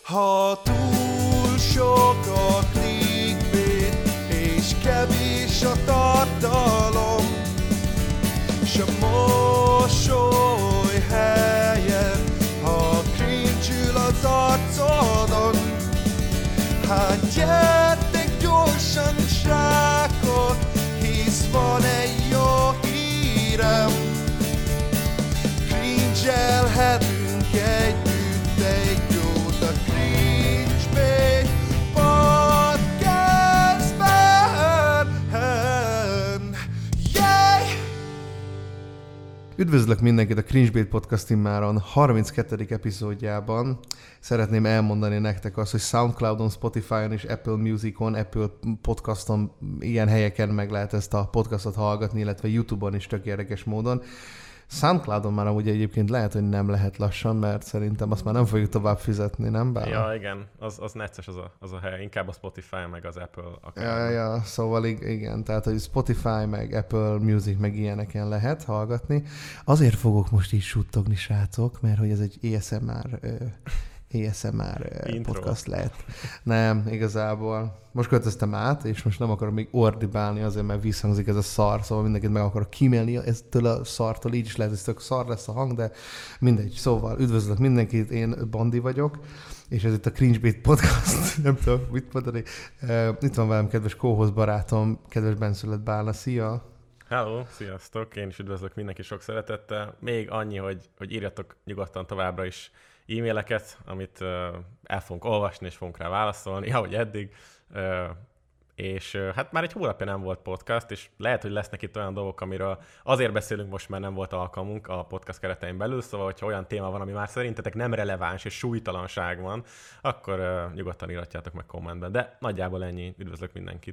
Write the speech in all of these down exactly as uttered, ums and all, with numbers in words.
Ha túl sok a clickbait, és kevés a tartalom, s a mosoly helyen, ha cringe-ül az arcodon, hát gyertek gyorsan, srákok, hisz van egy jó hírem. Cringe-elhetünk együtt egy jót a Cringe Bait Podcastben. Yeah! Üdvözlök mindenkit a Cringe Bait Podcast immáron harminckettedik epizódjában. Szeretném elmondani nektek azt, hogy Soundcloudon, Spotify-on és Apple Musicon, Apple Podcaston, ilyen helyeken meg lehet ezt a podcastot hallgatni, illetve YouTube-on is tök érdekes módon. Soundcloudon már amúgy egyébként lehet, hogy nem lehet lassan, mert szerintem azt már nem fogjuk tovább fizetni, nem bár? Ja, igen, az, az necces az a, az a hely, inkább a Spotify meg az Apple akár. Ja, ja, szóval igen, tehát hogy Spotify meg Apple Music meg ilyeneken lehet hallgatni. Azért fogok most így suttogni, srácok, mert hogy ez egy á es em er á es em er podcast lehet. Nem, igazából. Most költöztem át, és most nem akarom még ordibálni azért, mert visszhangzik ez a szar, szóval mindenkit meg akarok kímélni eztől a szartól, így is lehet, hogy tök szar lesz a hang, de mindegy. Szóval üdvözlök mindenkit, én Bandi vagyok, és ez itt a Cringe Bait Podcast, nem tudom, mit mondani. Itt van velem kedves co-host barátom, kedves benszülött Bálna, szia! Hello, sziasztok! Én is üdvözlök mindenki sok szeretettel. Még annyi, hogy, hogy írjatok nyugodtan továbbra is e-maileket, amit uh, el fogunk olvasni, és fogunk rá válaszolni, ahogy eddig. Uh, és uh, hát már egy hónapja nem volt podcast, és lehet, hogy lesznek itt olyan dolgok, amiről azért beszélünk most, mert nem volt alkalmunk a podcast keretein belül, szóval, hogyha olyan téma van, ami már szerintetek nem releváns és súlytalanság van, akkor uh, nyugodtan írhatjátok meg kommentben. De nagyjából ennyi. Üdvözlök mindenkit!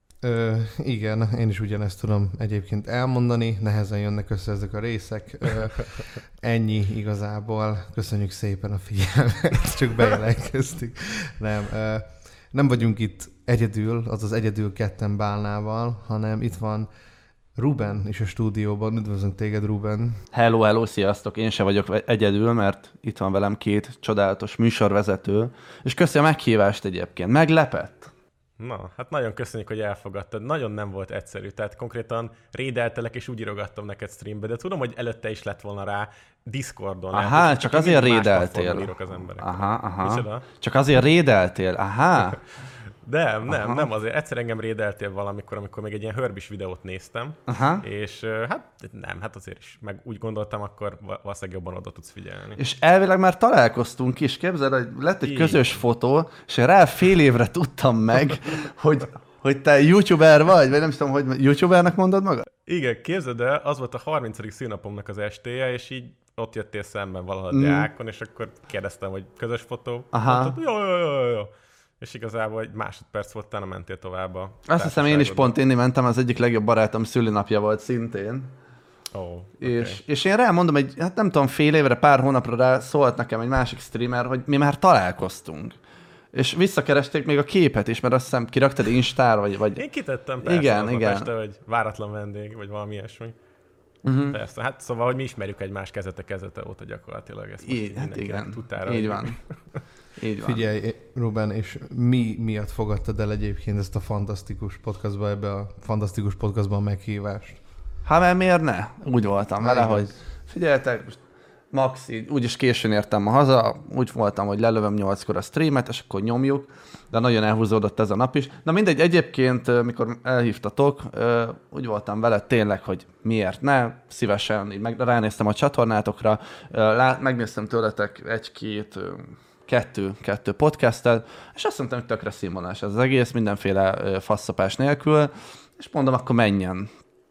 Ö, igen, én is ugyanezt tudom egyébként elmondani, nehezen jönnek össze ezek a részek. Ö, ennyi igazából. Köszönjük szépen a figyelmet, csak bejelentkeztük. Nem, ö, nem vagyunk itt egyedül, azaz egyedül ketten Bálnával, hanem itt van Ruben is a stúdióban. Üdvözlünk téged, Ruben. Hello, hello, sziasztok! Én se vagyok egyedül, mert itt van velem két csodálatos műsorvezető, és köszi a meghívást egyébként. Meglepett? Na, hát nagyon köszönjük, hogy elfogadtad. Nagyon nem volt egyszerű, tehát konkrétan rédeltelek, és úgy írogattam neked streambe, de tudom, hogy előtte is lett volna rá Discordon. Aha, lehet, csak azért rédeltél. Írok az emberek. Aha, aha. Micsoda? Csak azért rédeltél, aha. Nem, nem, aha. nem azért. Egyszer engem rédeltél valamikor, amikor még egy ilyen hörbis videót néztem, aha. és hát nem, hát azért is. Meg úgy gondoltam, akkor valószínűleg jobban oda tudsz figyelni. És elvileg már találkoztunk is, képzeld, hogy lett egy így. közös fotó, és rá fél évre tudtam meg, hogy, hogy te youtuber vagy, vagy nem tudom, hogy youtubernek mondod magad? Igen, képzeld el, az volt a harmincadik színapomnak az estéje, és így ott jöttél szemben valahol a Deákon, és akkor kérdeztem, hogy közös fotó. Aha. Mondtad, jó, jó, jó, jó, jó. És igazából egy másodperc volt, utána mentél tovább a Azt hiszem, én is pont inni mentem, az egyik legjobb barátom szülinapja volt szintén. Oh, és, okay. és én rámondom, egy, hát nem tudom, fél évre, pár hónapra rá szólt nekem egy másik streamer, hogy mi már találkoztunk. És visszakeresték még a képet is, mert azt hiszem kiraktad Instára, vagy... vagy... Én kitettem persze, igen, igen. Este, hogy váratlan vendég, vagy valami ilyesmi. Uh-huh. Persze, hát szóval, hogy mi ismerjük egymás kezete kezete óta gyakorlatilag. Ezt most így, hát igen, tudtára, így hogy... van. Így van. Figyelj, Ruben, és mi miatt fogadtad el egyébként ezt a fantasztikus podcastba, ebbe a fantasztikus podcastban meghívást? Hát mert miért ne? Úgy voltam hát vele, igaz. hogy figyeljetek, most max így, úgyis későn értem ma haza, úgy voltam, hogy lelövöm nyolckor a streamet, és akkor nyomjuk, de nagyon elhúzódott ez a nap is. Na mindegy, egyébként, mikor elhívtatok, úgy voltam vele tényleg, hogy miért ne, szívesen így meg ránéztem a csatornátokra, lát, megnéztem tőletek egy-két, kettő, kettő podcastet, és azt mondtam, hogy tökre színvonalás ez az egész, mindenféle faszapás nélkül, és mondom, akkor menjen.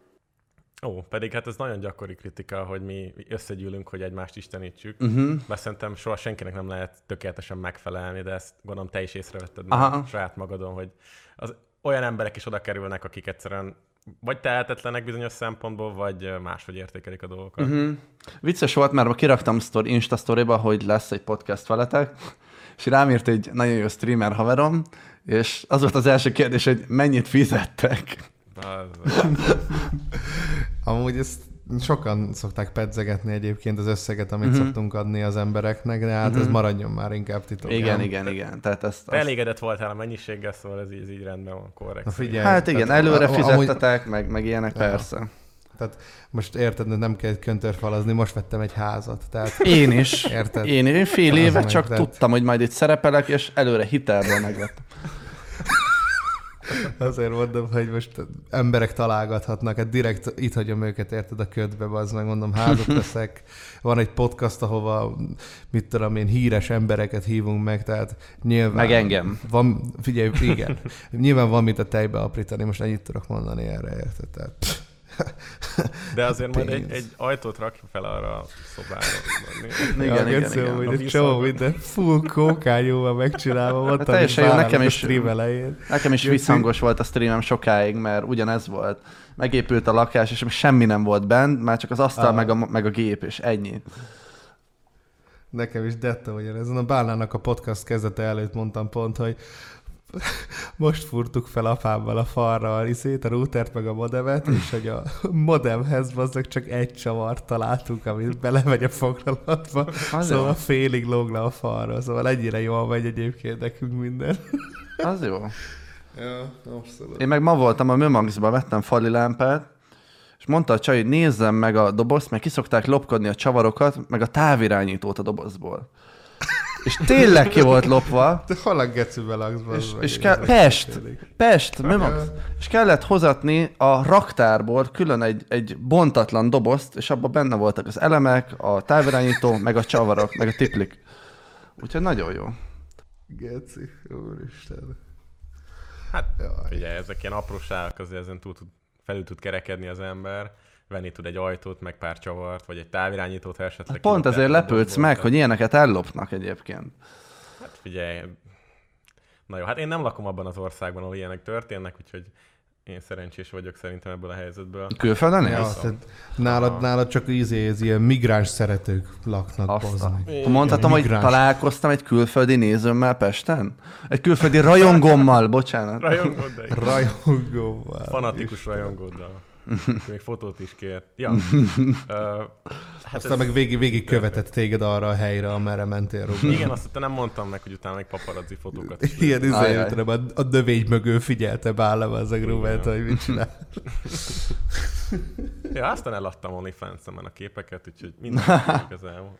Ó, pedig hát ez nagyon gyakori kritika, hogy mi összegyűlünk, hogy egymást istenítsük. Uh-huh. Mert szerintem soha senkinek nem lehet tökéletesen megfelelni, de ezt gondolom te is észrevetted Aha. saját magadon, hogy az olyan emberek is oda kerülnek, akik egyszerűen vagy tehetetlenek bizonyos szempontból, vagy máshogy értékelik a dolgokat. Uh-huh. Vicces volt, mert ma kiraktam sztor, Insta sztoriba, hogy lesz egy podcast veletek, és rám írt egy nagyon jó streamer haverom, és az volt az első kérdés, hogy mennyit fizettek. Amúgy ezt Sokan szokták pedzegetni egyébként az összeget, amit Mhm. uh-huh. szoktunk adni az embereknek, de hát uh-huh. ez maradjon már inkább titok. Igen, igen, igen. Tehát ezt, Te azt... elégedett voltál a mennyiséggel, szóval ez így, ez így rendben van, korrekt. Na figyelj, Hát igen, tehát előre a- a- fizettetek, amúgy... meg, meg ilyenek, Ja. persze. Tehát most érted, nem kell köntörfalazni, most vettem egy házat. Tehát Én is. Érted? Én, én fél éve meg, csak tehát- tudtam, hogy majd itt szerepelek, és előre hitelből megvettem. azért mondom, hogy most emberek találgathatnak, hát direkt itt hagyom őket, érted, a ködbe, az meg mondom, házat veszek, van egy podcast, ahova, mit tudom én, híres embereket hívunk meg, tehát nyilván... Meg engem. Van, figyelj, igen, nyilván van mit a tejbe aprítani, most ennyit tudok mondani erre, érted, tehát... De azért majd egy, Pénz. egy ajtót rakjuk fel arra a szobára. Igen, igen, Geci, igen. hogy A egy vissza- csomó minden full kókányóval megcsinálva, mondtam, teljesen jó, nekem is- stream elején. Nekem is Jössz- visszhangos volt a streamem sokáig, mert ugyanez volt. Megépült a lakás, és semmi nem volt bent, már csak az asztal, Ah. meg a, meg a gép, és ennyi. Nekem is detta ugyanezen. A Bálnának a podcast kezdete előtt mondtam pont, hogy most furtuk fel apámmal a falra a izét, a routert meg a modemet, és hogy a modemhez bazdok csak egy csavart találtunk, amit belemegy a foglalatba, Az szóval jó. félig lóg le a falra, szóval ennyire jól megy egyébként nekünk minden. Az jó. Ja, abszolút. Én meg ma voltam a Mőmaxba, vettem fali lámpát, és mondta a csaj, hogy nézzem meg a dobozt, mert ki szokták lopkodni a csavarokat, meg a távirányítót a dobozból. És tényleg ki volt lopva, Te hol a gecibe laksz, bazd és, meg, és én ke- ezek Pest, történik. Pest, Mőmax, és kellett hozatni a raktárból külön egy, egy bontatlan dobozt, és abban benne voltak az elemek, a távirányító, meg a csavarok, meg a tiplik. Úgyhogy nagyon jó. Geci, úristen. Hát Jaj. figyelj, ezek ilyen apróságok, azért ezen túl tud, felül tud kerekedni az ember, venni tud egy ajtót, meg pár csavart, vagy egy távirányítót, ha esetleg... Hát pont kilopják ezért a lepődsz dobozból, meg, tehát- hogy ilyeneket ellopnak egyébként. Hát figyelj, na jó, hát én nem lakom abban az országban, ahol ilyenek történnek, úgyhogy én szerencsés vagyok szerintem ebből a helyzetből. Külföldön Ja, élsz? tehát nálad, nálad csak izé, ez ilyen migráns szeretők laknak, Azt bazd a... meg. Mondhatom, hogy Migráns. találkoztam egy külföldi nézőmmel Pesten? Egy külföldi rajongommal, bocsánat. Rajongód, de Rajongóval. fanatikus rajongóddal. Még fotót is kért. Ja. Ö, hát Aztán meg végig, végig követett téged arra a helyre, amerre mentél, Ruben. Igen, azt nem mondtam meg, hogy utána még paparazzi fotókat is. Ilyen Ajaj. izé, tudom, a, a növény mögül figyelte Bálem az a Rubent, hogy mit csinál. Ja, aztán eladtam OnlyFans-en a képeket, úgyhogy minden igazából.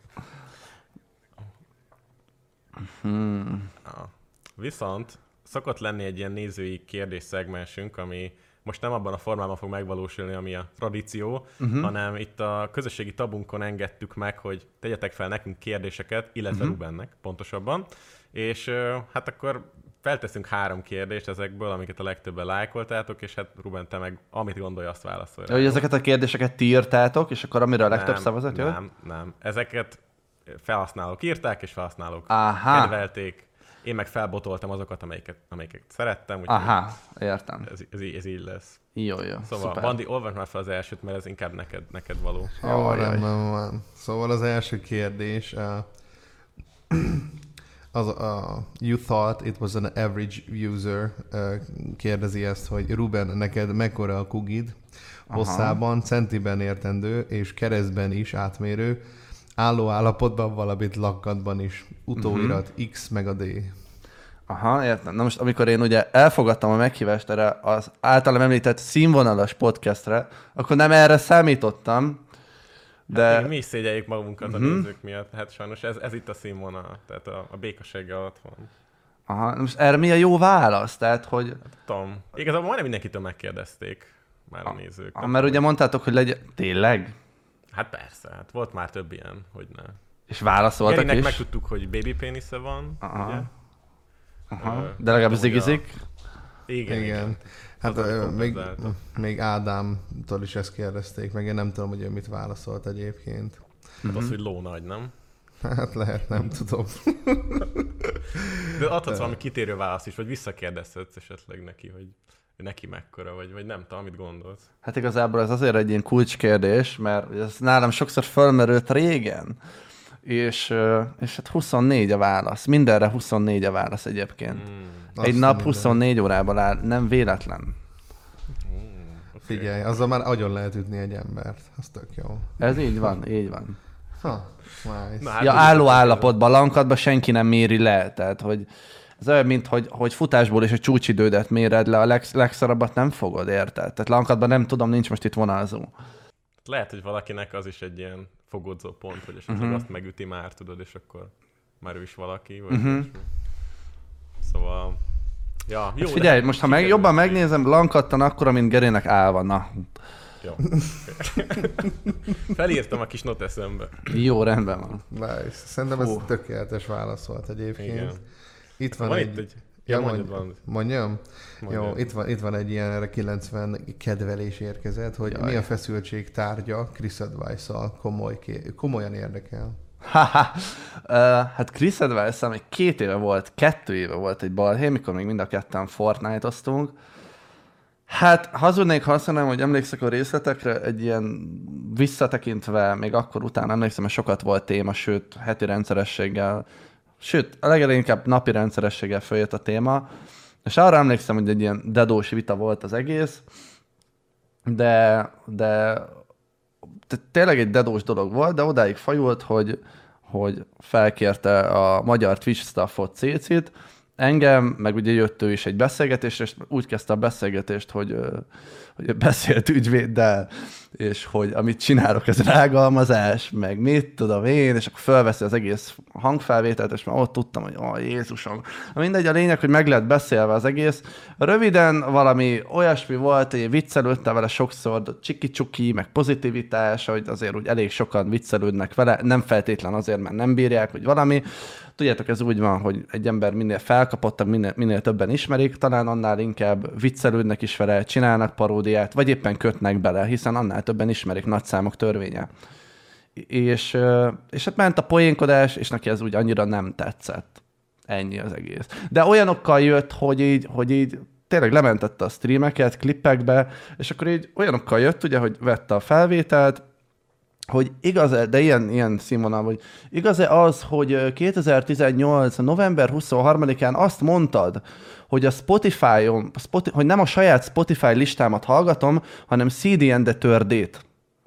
Hmm. Ja. Viszont szokott lenni egy ilyen nézői kérdésszegmensünk, ami most nem abban a formában fog megvalósulni, ami a tradíció, uh-huh. hanem itt a közösségi tabunkon engedtük meg, hogy tegyetek fel nekünk kérdéseket, illetve uh-huh. Rubennek pontosabban, és ö, hát akkor felteszünk három kérdést ezekből, amiket a legtöbben lájkoltátok, és hát Ruben, te meg amit gondolja, azt válaszolj rá. Hogy ezeket a kérdéseket ti írtátok, és akkor amire a legtöbb szavazat jött? Nem, nem. Ezeket felhasználók írták, és felhasználók Aha. kedvelték. Én meg felbotoltam azokat, amelyiket, amelyiket szerettem. úgyhogy Aha, értem. Ez, ez, így- ez így lesz. Jó, jó. Szóval, Szuper. Bandi, olvasd már fel az elsőt, mert ez inkább neked, neked való. Jó, Jaj, jaj. rendben van. Szóval az első kérdés, uh, az a you thought it was an average user uh, kérdezi ezt, hogy Ruben, neked mekkora a kugid? Hosszában, centiben értendő, és keresztben is átmérő, álló állapotban, valamint lakkatban is. Utóirat uh-huh. X meg a D. Aha, értem. Na most, amikor én ugye elfogadtam a meghívást erre az általam említett színvonalas podcastre, akkor nem erre számítottam, de... Hát még mi is szégyeljük magunkat Mhm. a nézők miatt. Hát sajnos ez, ez itt a színvonal. Tehát a, a békassége alatt van. Aha, na most erre mi a jó válasz? Tehát, hogy... Tom. Igazából majdnem mindenkitől megkérdezték már a nézők. Ah, mert ugye mondtátok, hogy legyen... Tényleg? Hát persze, hát volt már több ilyen, hogy ne. És válaszoltak Gerinek is? megtudtuk, hogy baby pénisze van, Aha. ugye? Aha. Ö, De legalább nem tudom, hogy zigizik. Igen, igen. Igen. Hát Az, ami ö, még, kompenzálta. még Ádámtól is ezt kérdezték, meg én nem tudom, hogy ő mit válaszolt egyébként. Hát az, hogy ló nagy, nem? Hát lehet, nem tudom. De adhatsz valami kitérő választ is, vagy visszakérdezhetsz esetleg neki, hogy neki mekkora, vagy, vagy nem tudom, amit gondolsz. Hát igazából ez azért egy ilyen kulcskérdés, mert ez nálam sokszor fölmerült régen, és, ö, és hát huszonnégy a válasz. Mindenre huszonnégy a válasz egyébként. Hmm. Egy Azt nap minden. huszonnégy órában áll, nem véletlen. Hmm. Figyelj, azzal már agyon lehet ütni egy embert. Az tök jó. Ez így van, így van. Ha, nice. Na, hát Ja, úgy- álló állapotban, lankadban senki nem méri le. Tehát, hogy ez olyan, mint hogy, hogy futásból is a csúcsidődet méred le, a leg, legszarabbat nem fogod, érted? Tehát lankadban nem tudom, nincs most itt vonalzó. Lehet, hogy valakinek az is egy ilyen fogódzó pont, hogy esetleg Mhm. azt megüti már, tudod, és akkor már ő is valaki, vagy Mhm. ilyesmi. Szóval... Ja, jó, Hát figyelj, de most ha meg, kikerül. jobban megnézem, lankadtan akkora, mint Gerének állva. Na, Jó. Felírtam a kis not eszembe. jó, rendben van. Nice. Szerintem ez Hú. tökéletes válasz volt egyébként. Igen. Itt van, Van egy... itt egy... Ja, mondjad valamit. Mondjam? Mondjad. Jó, itt van, itt van egy ilyen erre kilencven kedvelés érkezett, hogy Jaj. mi a feszültség tárgya Chris Advice-szal komoly, komolyan érdekel. Haha. Uh, hát Chris Advice-szal még két éve volt, kettő éve volt egy balhé, mikor még mind a ketten Fortnite-oztunk. Hát hazudnék, ha azt mondanám, hogy emlékszek a részletekre, egy ilyen visszatekintve, még akkor utána emlékszem, hogy sokat volt téma, sőt, heti rendszerességgel, sőt, a leginkább napi rendszerességgel följött a téma, és arra emlékszem, hogy egy ilyen dedós vita volt az egész, de, de de tényleg egy dedós dolog volt, de odáig fajult, hogy, hogy felkérte a magyar Twitch staffot, Cécit, engem, meg ugye jött ő is egy beszélgetésre, és úgy kezdte a beszélgetést, hogy, ö, hogy beszélt ügyvéddel, és hogy amit csinálok, ez rágalmazás, meg mit tudom én, és akkor felveszi az egész hangfelvételt, és már ott tudtam, hogy ó, Jézusom. Mindegy, a lényeg, hogy meg lehet beszélve az egész. Röviden valami olyasmi volt, hogy én viccelődtem vele sokszor, csiki-csuki, meg pozitivitás, hogy azért úgy elég sokan viccelődnek vele, nem feltétlen azért, mert nem bírják, hogy valami. Tudjátok, ez úgy van, hogy egy ember minél felkapottabb, minél, minél többen ismerik, talán annál inkább viccelődnek is vele, csinálnak paródiát, vagy éppen kötnek bele, hiszen annál többen ismerik, nagy számok törvénye. És, és hát ment a poénkodás, és neki ez úgy annyira nem tetszett. Ennyi az egész. De olyanokkal jött, hogy így, hogy így tényleg lementette a streameket, klippekbe, és akkor így olyanokkal jött, ugye, hogy vette a felvételt, hogy igaz-e, de ilyen, ilyen színvonal, hogy igaz-e az, hogy kétezer-tizennyolc. november huszonharmadikán azt mondtad, hogy a Spotify-on, Spotify, hogy nem a saját Spotify listámat hallgatom, hanem C D and the Third-ét.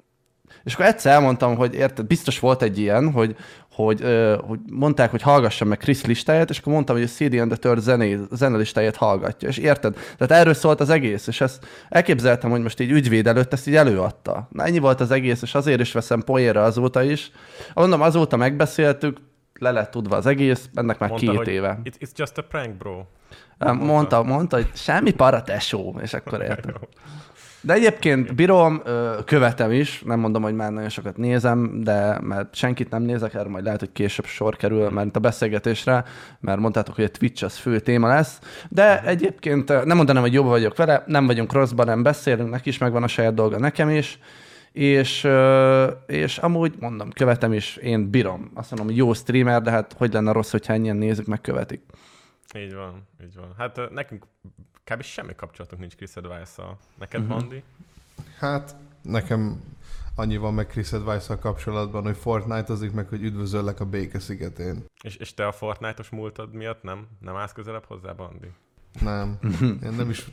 És akkor egyszer elmondtam, hogy érted, biztos volt egy ilyen, hogy, hogy, ö, hogy mondták, hogy hallgassam meg Chris listáját, és akkor mondtam, hogy a C D and the Third zené, zenelistáját hallgatja. És érted? Tehát erről szólt az egész, és ezt elképzeltem, hogy most így ügyvéd előtt ezt így előadta. Na ennyi volt az egész, és azért is veszem poénra azóta is. Mondom, azóta megbeszéltük, le lett tudva az egész, ennek már Mondta, két hogy éve. It's, it's just a prank, bro. Mondta, mondta, hogy semmi para, tesó, és akkor érted. De egyébként bírom, ö, követem is, nem mondom, hogy már nagyon sokat nézem, de mert senkit nem nézek, erre majd lehet, hogy később sor kerül, mert a beszélgetésre, mert mondtátok, hogy a Twitch az fő téma lesz, de egyébként nem mondanám, hogy jobb vagyok vele, nem vagyunk rosszban, nem beszélünk, neki is megvan a saját dolga, nekem is, és, ö, és amúgy mondom, követem is, én bírom. Azt mondom, hogy jó streamer, de hát hogy lenne rossz, hogyha ennyien nézik, meg követik. Így van, így van. Hát ö, nekünk kb. Semmi kapcsolatunk nincs Chris Advice-szal. Neked, uh-huh. Bandi? Hát nekem annyi van meg Chris Advice-szal kapcsolatban, hogy Fortnite-ozik meg, hogy üdvözöllek a Béke szigetén. És, és te a Fortnite-os múltad miatt nem? Nem állsz közelebb hozzá, Bandi? Nem. Én nem is...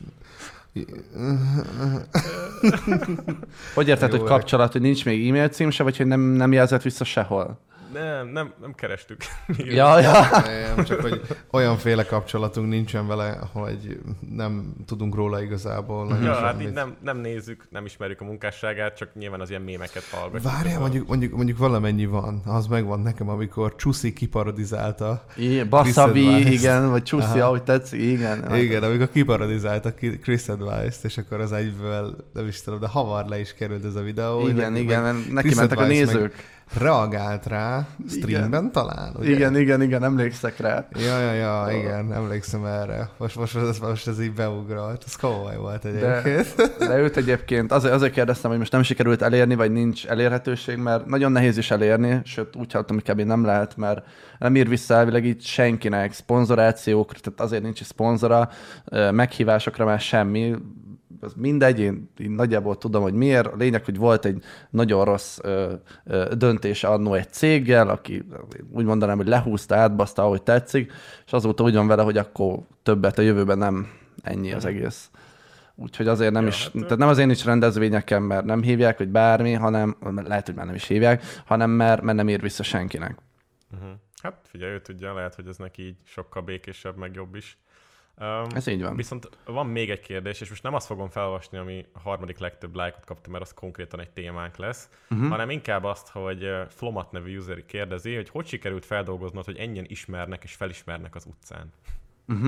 Hogy érted, Jó, hogy kapcsolat, hogy nincs még e-mail cím se, vagy hogy nem, nem jelzett vissza sehol? Nem, nem, nem kerestük. Ja, ja. Nem, csak hogy olyanféle kapcsolatunk nincsen vele, hogy nem tudunk róla igazából. nagyon Ja, hát semmit. így nem, nem nézzük, nem ismerjük a munkásságát, csak nyilván az ilyen mémeket hallgatjuk. Várjál, mondjuk, mondjuk, mondjuk valamennyi van. Az megvan nekem, amikor Csuszi kiparodizálta. I, Baszabi, Chris Advice. igen, vagy Csuszi, Aha. ahogy tetszik, igen. Igen, amikor kiparodizálta Ki- Chris Advice-t, és akkor az egyből, nem is tudom, de hamar le is került ez a videó. Igen, hogy igen, meg mert neki Chris mentek a Advice nézők. meg reagált rá, streamben talán, ugye? Igen, igen, igen, emlékszek rá. Ja, ja, ja, igen, emlékszem erre. Most, most, most, most ez így beugrott. Ez komoly volt egyébként. De, de őt egyébként azért, azért kérdeztem, hogy most nem sikerült elérni, vagy nincs elérhetőség, mert nagyon nehéz is elérni, sőt úgy hallottam, hogy kb. Nem lehet, mert nem ír vissza elvileg így senkinek, szponzorációkra, tehát azért nincs szponzora, meghívásokra már semmi, az mindegy, én, én nagyjából tudom, hogy miért. A lényeg, hogy volt egy nagyon rossz ö, ö, döntése annó egy céggel, aki úgy mondanám, hogy lehúzta, átbaszta, ahogy tetszik, és azóta úgy van vele, hogy akkor többet a jövőben nem, ennyi az egész. Úgyhogy azért nem Ja, is, hát, tehát nem azért nincs rendezvényeken, mert nem hívják, vagy bármi, hanem lehet, hogy már nem is hívják, hanem mert, mert nem ér vissza senkinek. Uh-huh. Hát figyelj, ő tudja, lehet, hogy ez neki így sokkal békésebb, meg jobb is. Um, Ez így van. Viszont van még egy kérdés, és most nem azt fogom felolvasni, ami a harmadik legtöbb lájkot kapta, mert az konkrétan egy témánk lesz, uh-huh. hanem inkább azt, hogy uh, Flomat nevű user kérdezi, hogy hogy sikerült feldolgoznod, hogy ennyien ismernek és felismernek az utcán. Uh-huh.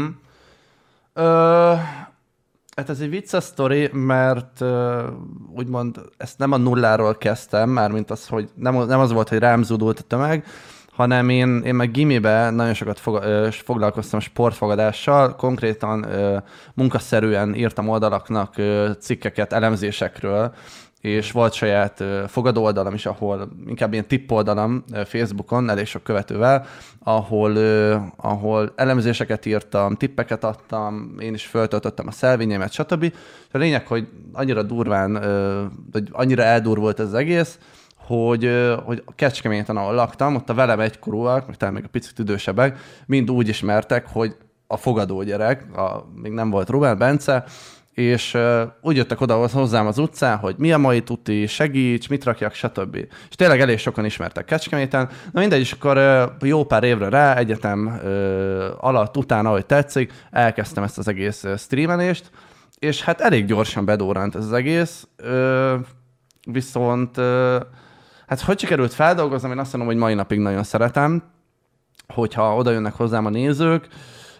Ö, hát ez egy vicces sztori, mert uh, úgymond ezt nem a nulláról kezdtem, mármint az, hogy nem, nem az volt, hogy rám zúdult a tömeg, hanem én, én meg gimibe nagyon sokat fog, ö, foglalkoztam sportfogadással, konkrétan ö, munkaszerűen írtam oldalaknak ö, cikkeket elemzésekről, és volt saját ö, fogadó oldalam is, ahol inkább ilyen tipp oldalam ö, Facebookon, elég sok követővel, ahol, ö, ahol elemzéseket írtam, tippeket adtam, én is föltöltöttem a szelvényeimet, stb. A lényeg, hogy annyira durván, ö, vagy annyira eldurvult ez az egész, hogy, hogy Kecskeméten, ahol laktam, ott a velem egykorúak, meg talán még a picit idősebbek, mind úgy ismertek, hogy a fogadó gyerek, a, még nem volt Rubán, Bence, és uh, úgy jöttek oda hozzám az utcán, hogy mi a mai tuti, segíts, mit rakjak, stb. És tényleg elég sokan ismertek Kecskeméten. Na mindegy, és akkor uh, jó pár évre rá, egyetem uh, alatt, utána, ahogy tetszik, elkezdtem ezt az egész uh, streamelést, és hát elég gyorsan bedórant ez az egész, uh, viszont uh, hát hogy sikerült feldolgoznom, én azt mondom, hogy mai napig nagyon szeretem, hogyha oda jönnek hozzám a nézők,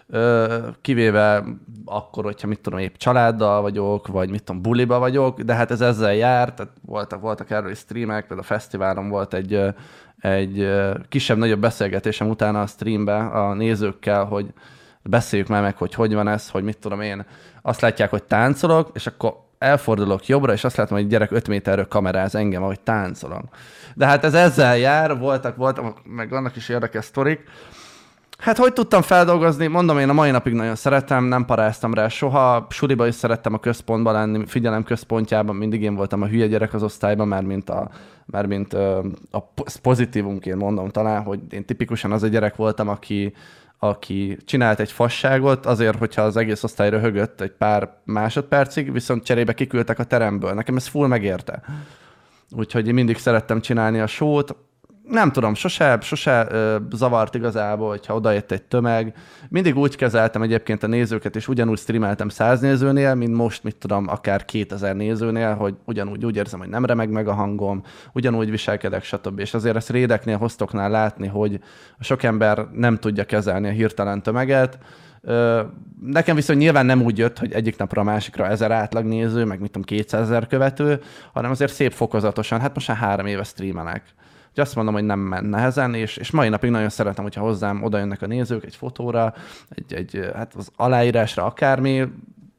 kivéve akkor, hogyha mit tudom, épp családdal vagyok, vagy mit tudom, buliba vagyok, de hát ez ezzel jár, tehát voltak, voltak erről is streamek, például a fesztiválon volt egy, egy kisebb-nagyobb beszélgetésem utána a streambe a nézőkkel, hogy beszéljük már meg, hogy hogy van ez, hogy mit tudom én, azt látják, hogy táncolok, és akkor elfordulok jobbra, és azt látom, hogy egy gyerek öt méterről kameráz engem, ahogy táncolom. De hát ez ezzel jár, voltak, voltak, meg annak is érdekes sztorik. Hát hogy tudtam feldolgozni? Mondom, én a mai napig nagyon szeretem, nem paráztam rá soha. Suliba is szerettem a központban lenni, figyelem központjában, mindig én voltam a hülye gyerek az osztályban, már mint a, már mint a pozitívumként mondom talán, hogy én tipikusan az a gyerek voltam, aki, aki csinált egy fasságot, azért, hogyha az egész osztály röhögött egy pár másodpercig, viszont cserébe kiküldtek a teremből. Nekem ez full megérte. Úgyhogy én mindig szerettem csinálni a show-t. Nem tudom, sose, sose ö, zavart igazából, hogyha odajött egy tömeg. Mindig úgy kezeltem egyébként a nézőket, és ugyanúgy streameltem száz nézőnél, mint most, mit tudom, akár kétezer nézőnél, hogy ugyanúgy úgy érzem, hogy nem remeg meg a hangom, ugyanúgy viselkedek, stb. És azért ezt rédeknél, hostoknál látni, hogy sok ember nem tudja kezelni a hirtelen tömeget. Ö, nekem viszont nyilván nem úgy jött, hogy egyik napra a másikra ezer átlagnéző, meg mit tudom, kétszázezer követő, hanem azért szép fokozatosan. Hát most már három éve streamelek. Úgyhogy azt mondom, hogy nem ment nehezen, és, és mai napig nagyon szeretem, hogyha hozzám oda jönnek a nézők egy fotóra, egy, egy, hát az aláírásra, akármi,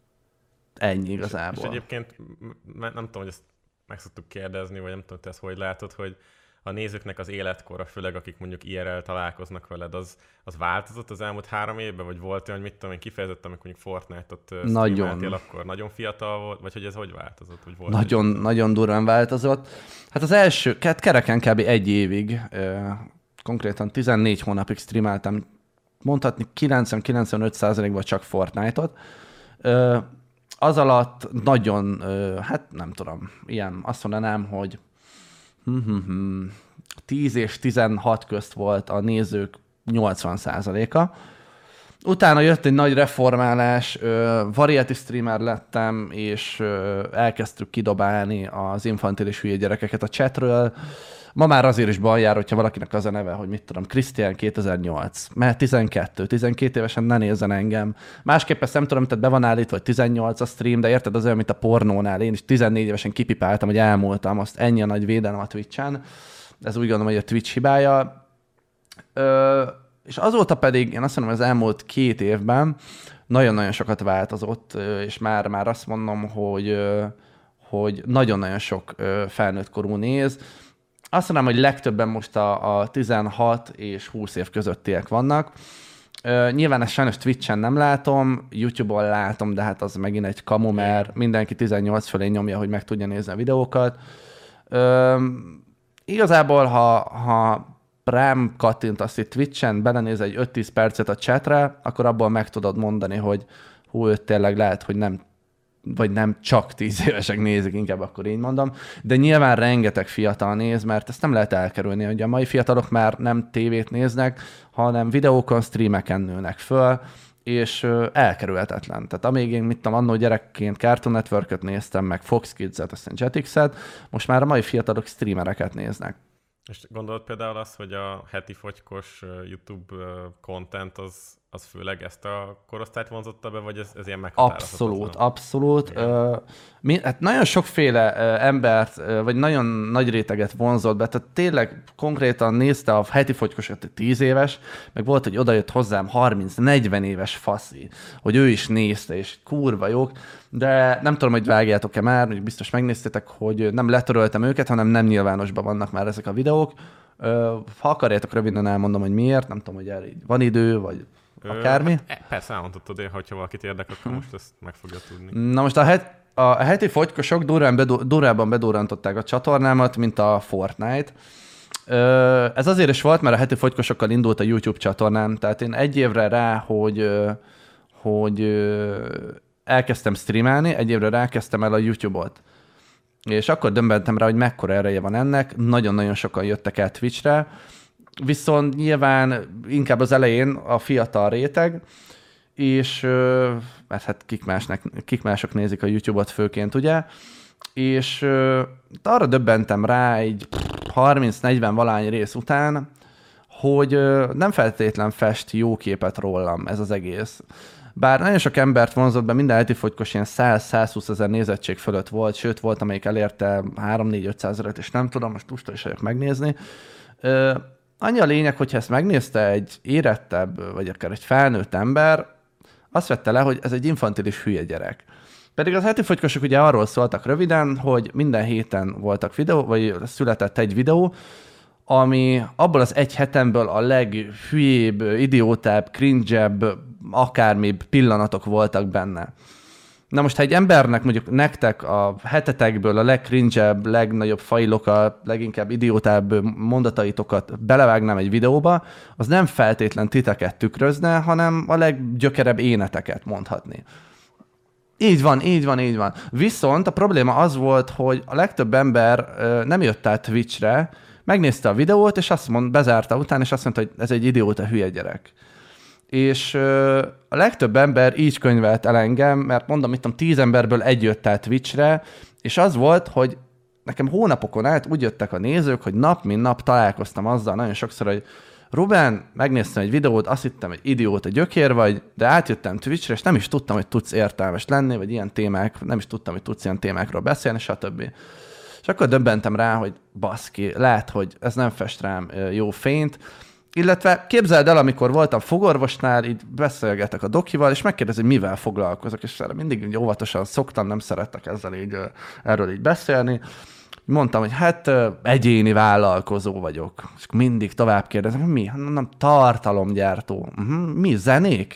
ennyi igazából. És, és egyébként nem tudom, hogy ezt meg szoktuk kérdezni, vagy nem tudom, hogy te ezt hogy látod, hogy a nézőknek az életkora, főleg akik mondjuk i er el találkoznak veled, az, az változott az elmúlt három évben, vagy volt olyan, hogy mit tudom én, kifejezetten, amikor mondjuk Fortnite-ot streameltél, akkor nagyon fiatal volt, vagy hogy ez hogy változott? Hogy volt nagyon, nagyon durván változott. Hát az első, kereken kb. Egy évig, konkrétan tizennégy hónapig streameltem, mondhatni kilencven-kilencvenöt százalékban csak Fortnite-ot. Az alatt nagyon, hát nem tudom, ilyen, azt mondanám, hogy tíz és tizenhat közt volt a nézők nyolcvan százaléka. Utána jött egy nagy reformálás, variety streamer lettem, és elkezdtük kidobálni az infantilis hülye gyerekeket a chatről. Ma már azért is baj jár, hogyha valakinek az a neve, hogy mit tudom, Krisztián kétezer-nyolc, mert tizenkettő, tizenkét évesen ne nézzen engem. Másképp ezt nem tudom, tehát be van állítva, vagy tizennyolc a stream, de érted, az olyan, mint a pornónál. Én is tizennégy évesen kipipáltam, hogy elmúltam, azt ennyi a nagy védelem a Twitch-en. Ez úgy gondolom, hogy a Twitch hibája. Ö, és azóta pedig, én azt mondom, az elmúlt két évben nagyon-nagyon sokat változott, és már, már azt mondom, hogy, hogy nagyon-nagyon sok felnőtt korú néz. Azt mondom, hogy legtöbben most a, a tizenhat és húsz év közöttiek vannak. Uh, nyilván ezt sajnos Twitch-en nem látom, YouTube-on látom, de hát az megint egy kamu, mert mindenki tizennyolc fölé nyomja, hogy meg tudja nézni a videókat. Uh, igazából, ha, ha rám kattintasz itt Twitch-en, belenéz egy öt-tíz percet a chatre, akkor abból meg tudod mondani, hogy hú, tényleg lehet, hogy nem vagy nem csak tíz évesek nézik, inkább akkor így mondom, de nyilván rengeteg fiatal néz, mert ezt nem lehet elkerülni, hogy a mai fiatalok már nem tévét néznek, hanem videókon, streameken nőnek föl, és elkerülhetetlen. Tehát amíg én, mit tudom, annó gyerekként Cartoon Networköt néztem, meg Fox Kids-et, aztán Jetixet, most már a mai fiatalok streamereket néznek. És gondolod például azt, hogy a heti fogykos YouTube content az, az főleg ezt a korosztályt vonzotta be, vagy ez, ez ilyen meghatározhatatlan? Abszolút, abszolút. Uh, mi, hát nagyon sokféle uh, embert, uh, vagy nagyon nagy réteget vonzott be, tehát tényleg konkrétan nézte a heti fogykosat tíz éves, meg volt, hogy odajött hozzám harminc-negyven éves faszi, hogy ő is nézte, és kurva jók, de nem tudom, hogy vágjátok-e már, hogy biztos megnéztétek, hogy nem letöröltem őket, hanem nem nyilvánosban vannak már ezek a videók. Uh, ha akarjátok, röviden elmondom, hogy miért, nem tudom, hogy erre így van idő, vagy akármi. Ö, persze, elmondhatod én, hogyha valakit érdekel, akkor most ezt meg fogja tudni. Na most a, het, a heti fogykosok durván bedú, durvában bedurrantották a csatornámat, mint a Fortnite. Ö, ez azért is volt, mert a heti fogykosokkal indult a YouTube csatornám, tehát én egy évre rá, hogy, hogy elkezdtem streamelni, egy évre rá kezdtem el a YouTube-ot. És akkor döbbentem rá, hogy mekkora ereje van ennek, nagyon-nagyon sokan jöttek el Twitchre, viszont nyilván inkább az elején a fiatal réteg, és mert hát kik, másnak, kik mások nézik a YouTube-ot főként, ugye, és arra döbbentem rá egy harminc-negyven valány rész után, hogy nem feltétlen fest jó képet rólam ez az egész. Bár nagyon sok embert vonzott be, minden heti fogykos ilyen száz-százhúsz ezer nézettség fölött volt, sőt volt, amelyik elérte három-négy-ötszázezret, és nem tudom, most lusta is vagyok megnézni. Annyi a lényeg, hogyha ezt megnézte egy érettebb, vagy akár egy felnőtt ember, azt vette le, hogy ez egy infantilis hülye gyerek. Pedig az heti fogykosok ugye arról szóltak röviden, hogy minden héten voltak videó, vagy született egy videó, ami abból az egy hetemből a leghülyébb, idiótább, cringe-ebb, akármibb pillanatok voltak benne. Na most, ha egy embernek, mondjuk nektek a hetetekből a legcringe-ebb, legnagyobb fajlokat, leginkább idiótább mondataitokat belevágnám egy videóba, az nem feltétlen titeket tükrözne, hanem a leggyökerebb éneteket mondhatni. Így van, így van, így van. Viszont a probléma az volt, hogy a legtöbb ember nem jött át Twitchre, megnézte a videót, és azt mond, bezárta után, és azt mondta, hogy ez egy idióta hülye gyerek. És ö, a legtöbb ember így könyvelt el engem, mert mondom, mit tudom, tíz emberből egy jött át Twitchre, és az volt, hogy nekem hónapokon át úgy jöttek a nézők, hogy nap mint nap találkoztam azzal nagyon sokszor, hogy Ruben, megnéztem egy videót, azt hittem, hogy idióta gyökér vagy, de átjöttem Twitchre, és nem is tudtam, hogy tudsz értelmes lenni, vagy ilyen témák, nem is tudtam, hogy tudsz ilyen témákról beszélni, stb. És akkor döbbentem rá, hogy baszki, lehet, hogy ez nem fest rám jó fényt. Illetve képzeld el, amikor voltam fogorvosnál, így beszélgetek a dokival, és megkérdezi, hogy mivel foglalkozok, és erre mindig így óvatosan szoktam, nem szerettek ezzel így, erről így beszélni. Mondtam, hogy hát egyéni vállalkozó vagyok. És mindig tovább kérdezem, hogy mi? Nem, tartalomgyártó. Uh-huh. Mi? Zenék?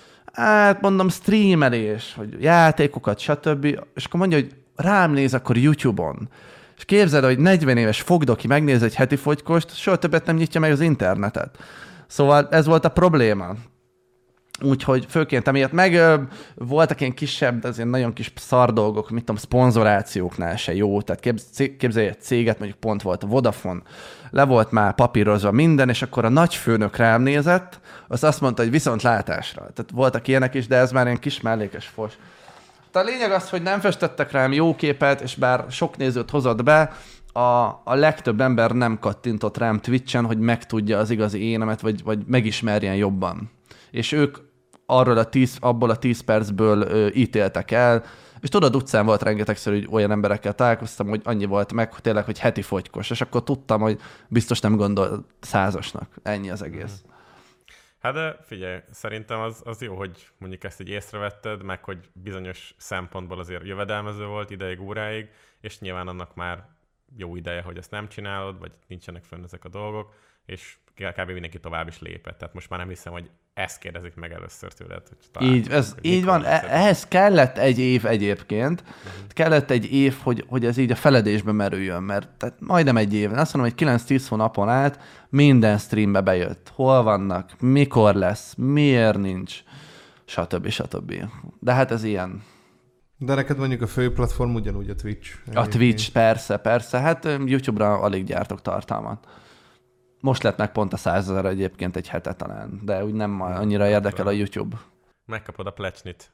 Hát mondom, streamelés, hogy játékokat, stb. És akkor mondja, hogy rám néz akkor YouTube-on. És képzeld, hogy negyven éves fogdoki megnéz egy heti fogykost, soha többet nem nyitja meg az internetet. Szóval ez volt a probléma. Úgyhogy főként emiatt meg ö, voltak ilyen kisebb, de azért nagyon kis szar dolgok, mit tudom, szponzorációknál se jó. Tehát képz, képzelj egy céget, mondjuk pont volt a Vodafone, le volt már papírozva minden, és akkor a nagyfőnök rám nézett, az azt mondta, hogy viszontlátásra. Tehát voltak ilyenek is, de ez már ilyen kis mellékes fos. A lényeg az, hogy nem festettek rám jó képet, és bár sok nézőt hozott be, a, a legtöbb ember nem kattintott rám Twitchen, hogy megtudja az igazi énemet, vagy, vagy megismerjen jobban. És ők arról a tíz, abból a tíz percből ö, ítéltek el, és tudod, utcán volt rengetegszer, hogy olyan emberekkel találkoztam, hogy annyi volt meg, hogy tényleg, hogy heti fogykos, és akkor tudtam, hogy biztos nem gondol százasnak. Ennyi az egész. Hát de figyelj, szerintem az, az jó, hogy mondjuk ezt így észrevetted, meg hogy bizonyos szempontból azért jövedelmező volt ideig, óráig, és nyilván annak már jó ideje, hogy ezt nem csinálod, vagy nincsenek fönn ezek a dolgok, és kb. Mindenki tovább is lépett. Tehát most már nem hiszem, hogy ezt kérdezik meg először tőled. Hogy így, ez, így van, ehhez kellett egy év egyébként, uh-huh. kellett egy év, hogy, hogy ez így a feledésbe merüljön, mert tehát majdnem egy év. Azt mondom, hogy kilenc-tíz hónapon át minden streambe bejött. Hol vannak, mikor lesz, miért nincs, stb. stb. De hát ez ilyen. De neked mondjuk a fő platform ugyanúgy a Twitch. A egyébként. Twitch, persze, persze. Hát YouTube-ra alig gyártok tartalmat. Most lett meg pont a százezer egyébként egy hete talán, de úgy nem annyira érdekel a YouTube. Megkapod a plecsnit.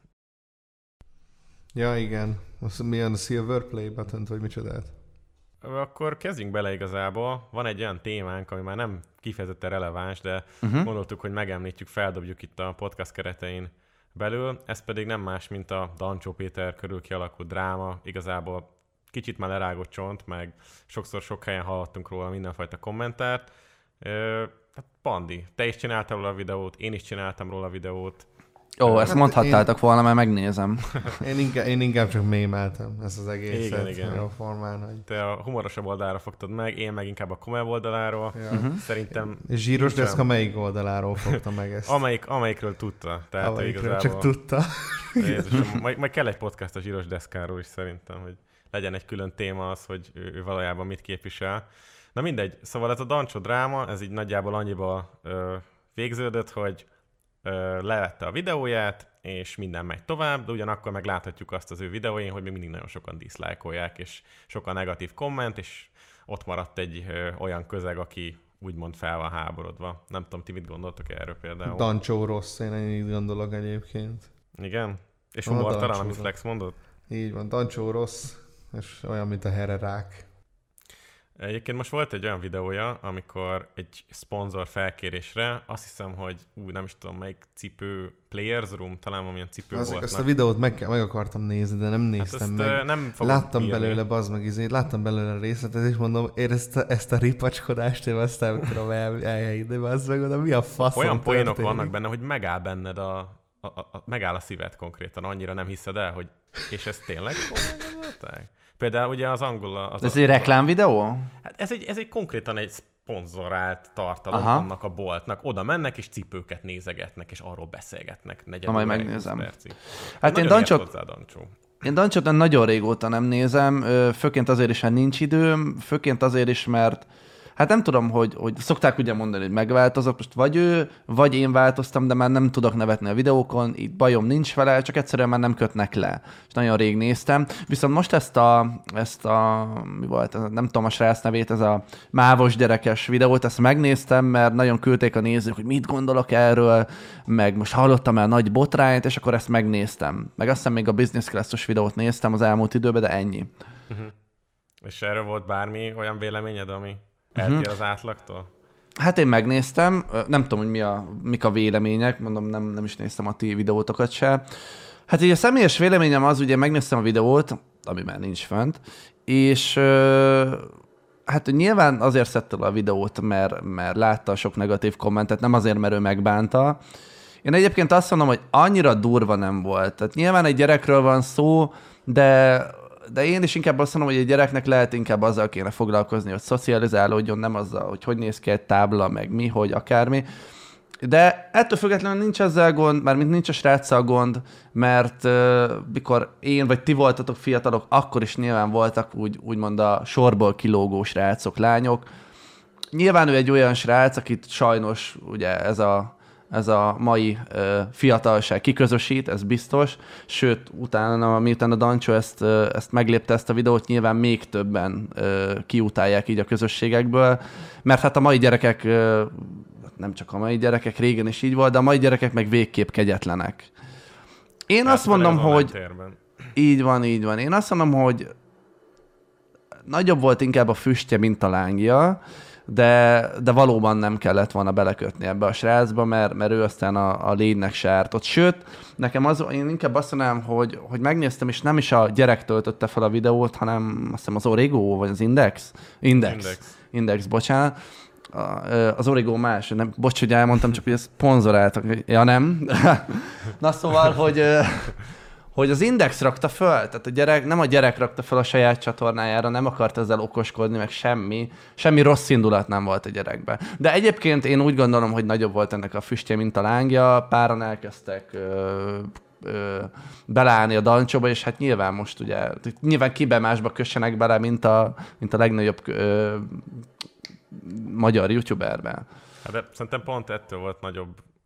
Ja, igen. Az milyen a Silver Play button vagy micsodát? Akkor kezdjünk bele igazából. Van egy olyan témánk, ami már nem kifejezetten releváns, de uh-huh. gondoltuk, hogy megemlítjük, feldobjuk itt a podcast keretein belül. Ez pedig nem más, mint a Dancsó Péter körül kialakult dráma. Igazából kicsit már lerágott csont, meg sokszor sok helyen hallottunk róla mindenfajta kommentárt. Hát Pandi, te is csináltál róla a videót, én is csináltam róla a videót. Ó, ezt Hát mondhattátok én... volna, mert megnézem. Én inkább, én inkább csak mémeltem ezt az egészet. Igen, igen. A formán, hogy... Te a humorosabb oldalára fogtad meg, én meg inkább a komoly oldaláról. Ja. Uh-huh. Szerintem... És zsíros nincsen... deszka melyik oldaláról fogta meg ezt? Amelyik, amelyikről tudta. Tehát Amelyikről igazából... csak tudta. Jézusom, majd, majd kell egy podcast a zsíros deszkáról is szerintem, hogy legyen egy külön téma az, hogy ő, ő valójában mit képvisel. Na mindegy, szóval ez a Dancsó dráma, ez így nagyjából annyiba ö, végződött, hogy ö, levette a videóját, és minden megy tovább, de ugyanakkor meg láthatjuk azt az ő videóin, hogy még mindig nagyon sokan diszlájkolják, és sokan negatív komment, és ott maradt egy ö, olyan közeg, aki úgymond fel van háborodva. Nem tudom, ti mit gondoltok erről például? Dancsó rossz, én ennyit gondolok egyébként. Igen? És Van a humortalan, Dancsó amit rossz. Flex mondott? Így van, Dancsó rossz, és olyan, mint a hererák. Egyébként most volt egy olyan videója, amikor egy szponzor felkérésre, azt hiszem, hogy ú, nem is tudom, melyik cipő, Players Room, talán valamilyen cipő Az, volt. azt a videót meg, meg akartam nézni, de nem néztem hát meg. Nem fogom láttam írni. belőle, bazd meg izét, láttam belőle a részletet, és mondom, én ezt a, ezt a ripacskodást én azt nem tudom el, elhelyizni, bazd meg, mondom, mi a faszom Olyan poénok történik? vannak benne, hogy megáll benned a, a, a, a, megáll a szíved konkrétan, annyira nem hiszed el, hogy és ez tényleg komolyan gondolták? Például ugye az angol... Az Ez egy reklámvideó? Hát ez egy, ez egy konkrétan egy szponzorált tartalom Aha. annak a boltnak. Oda mennek, és cipőket nézegetnek, és arról beszélgetnek. Na, majd óráig, megnézem. húsz percig. Hát én Nagyon Dancsót- ért hozzá, Dancsó. Én Dancsót nagyon régóta nem nézem, ö, főként azért is, mert nincs időm, főként azért is, mert hát nem tudom, hogy, hogy szokták ugye mondani, hogy megváltozott, most vagy ő, vagy én változtam, de már nem tudok nevetni a videókon, itt bajom nincs vele, csak egyszerűen már nem kötnek le. És nagyon rég néztem. Viszont most ezt a, ezt a mi volt, nem tudom a srác nevét, ez a mávos gyerekes videót, ezt megnéztem, mert nagyon küldték a nézők, hogy mit gondolok erről, meg most hallottam el nagy botrányt, és akkor ezt megnéztem. Meg aztán még a Business Class-os videót néztem az elmúlt időben, de ennyi. Uh-huh. És erről volt bármi olyan véleményed, ami eltér uh-huh. az átlagtól? Hát én megnéztem, nem tudom, hogy mi a, mik a vélemények, mondom, nem, nem is néztem a ti videótokat se. Hát így a személyes véleményem az, ugye megnéztem a videót, ami már nincs fönt, és hát nyilván azért szedte le a videót, mert, mert látta a sok negatív kommentet, nem azért, mert ő megbánta. Én egyébként azt mondom, hogy annyira durva nem volt. Tehát nyilván egy gyerekről van szó, de... De én is inkább azt mondom, hogy egy gyereknek lehet inkább azzal kéne foglalkozni, hogy szocializálódjon, nem azzal, hogy hogy néz ki egy tábla, meg mi, hogy akármi. De ettől függetlenül nincs ezzel gond, mármint nincs a sráccal gond, mert uh, mikor én vagy ti voltatok fiatalok, akkor is nyilván voltak úgy, úgymond a sorból kilógó srácok, lányok. Nyilván ő egy olyan srác, akit sajnos ugye ez a ez a mai uh, fiatalság kiközösít, ez biztos. Sőt, utána, miután a Dancsó ezt, uh, ezt meglépte ezt a videót, nyilván még többen uh, kiutálják így a közösségekből, mert hát a mai gyerekek, uh, nem csak a mai gyerekek, régen is így volt, de a mai gyerekek meg végképp kegyetlenek. Én Hát, azt mondom, az hogy... térben. Így van, így van. Én azt mondom, hogy nagyobb volt inkább a füstje, mint a lángja, de, de valóban nem kellett volna belekötni ebbe a srácba, mert, mert ő aztán a, a lénynek se ártott. Sőt, nekem az, én inkább azt mondanám, hogy, hogy megnéztem, és nem is a gyerek töltötte fel a videót, hanem azt hiszem az Origo, vagy az Index? Index. Index, Index bocsánat. Az Origo más, nem, bocs, hogy elmondtam, csak hogy ezt szponzoráltak. Ja, nem. Na szóval, hogy... hogy az Index rakta föl, tehát a gyerek, nem a gyerek rakta föl a saját csatornájára, nem akart ezzel okoskodni, meg semmi, semmi rossz indulat nem volt a gyerekben. De egyébként én úgy gondolom, hogy nagyobb volt ennek a füstje, mint a lángja, páran elkezdtek ö, ö, beleállni a Dancsóba, és hát nyilván most ugye, nyilván kiben másba kössenek bele, mint a, mint a legnagyobb ö, magyar youtuberben. Hát de szerintem pont ettől volt nagyobb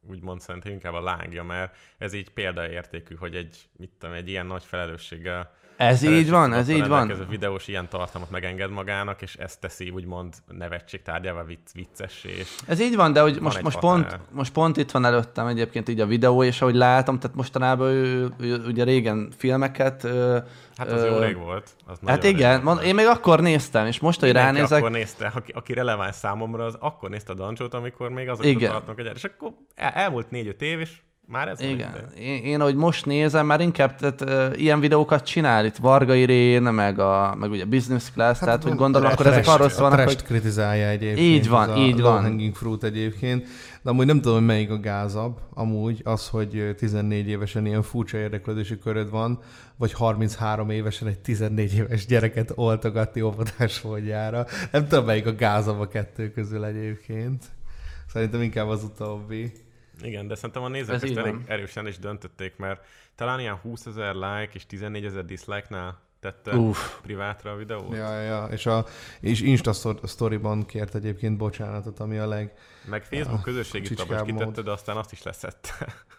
úgymond szerintem inkább a lángja, mert ez így példaértékű, hogy egy, mit tudom, egy ilyen nagy felelősséggel Ez így van, ez így van. Ez a videós ilyen tartalmat megenged magának, és ezt teszi úgymond nevetség tárgyává vicc, viccessé. És ez így van, de hogy van most, egy most, határ. pont, most pont itt van előttem egyébként így a videó, és ahogy látom, tehát mostanában ő, ő ugye régen filmeket... ö, Hát az ö, jó rég volt. Az Hát nagyon igen, rég mond, volt. én még akkor néztem, és most, hogy Mindenki ránézek... akkor nézte, aki, aki releváns számomra, az akkor nézte a Dancsót, amikor még azok Igen. tartanak egy és akkor el, elmúlt négy-öt év, és már ez Igen. van. Én, én, ahogy most nézem, már inkább tehát, uh, ilyen videókat csinál itt Varga Irén, meg, a, meg ugye Business Class, tehát hogy gondolom, akkor ezek arról szólnak, hogy... hogy... kritizálja egyébként. Így van, ez a így van. low hanging fruit egyébként. De amúgy nem tudom, hogy melyik a gázabb. Amúgy az, hogy tizennégy évesen ilyen furcsa érdeklődési köröd van, vagy harminchárom évesen egy tizennégy éves gyereket oltogatni óvodás módjára. Nem tudom, melyik a gázabb a kettő közül egyébként. Szerintem inkább az utóbbi. Igen, de szerintem a nézők Ez ezt így elég van. erősen is döntötték, mert talán ilyen húszezer like és tizennégyezer dislike-nál tette Uff. privátra a videót. Ja, ja, ja. És, a, és Insta Story-ban kért egyébként bocsánatot, ami a leg... Meg Facebook Ja, közösségi tab is csicskább kitette, mód. de aztán azt is leszette.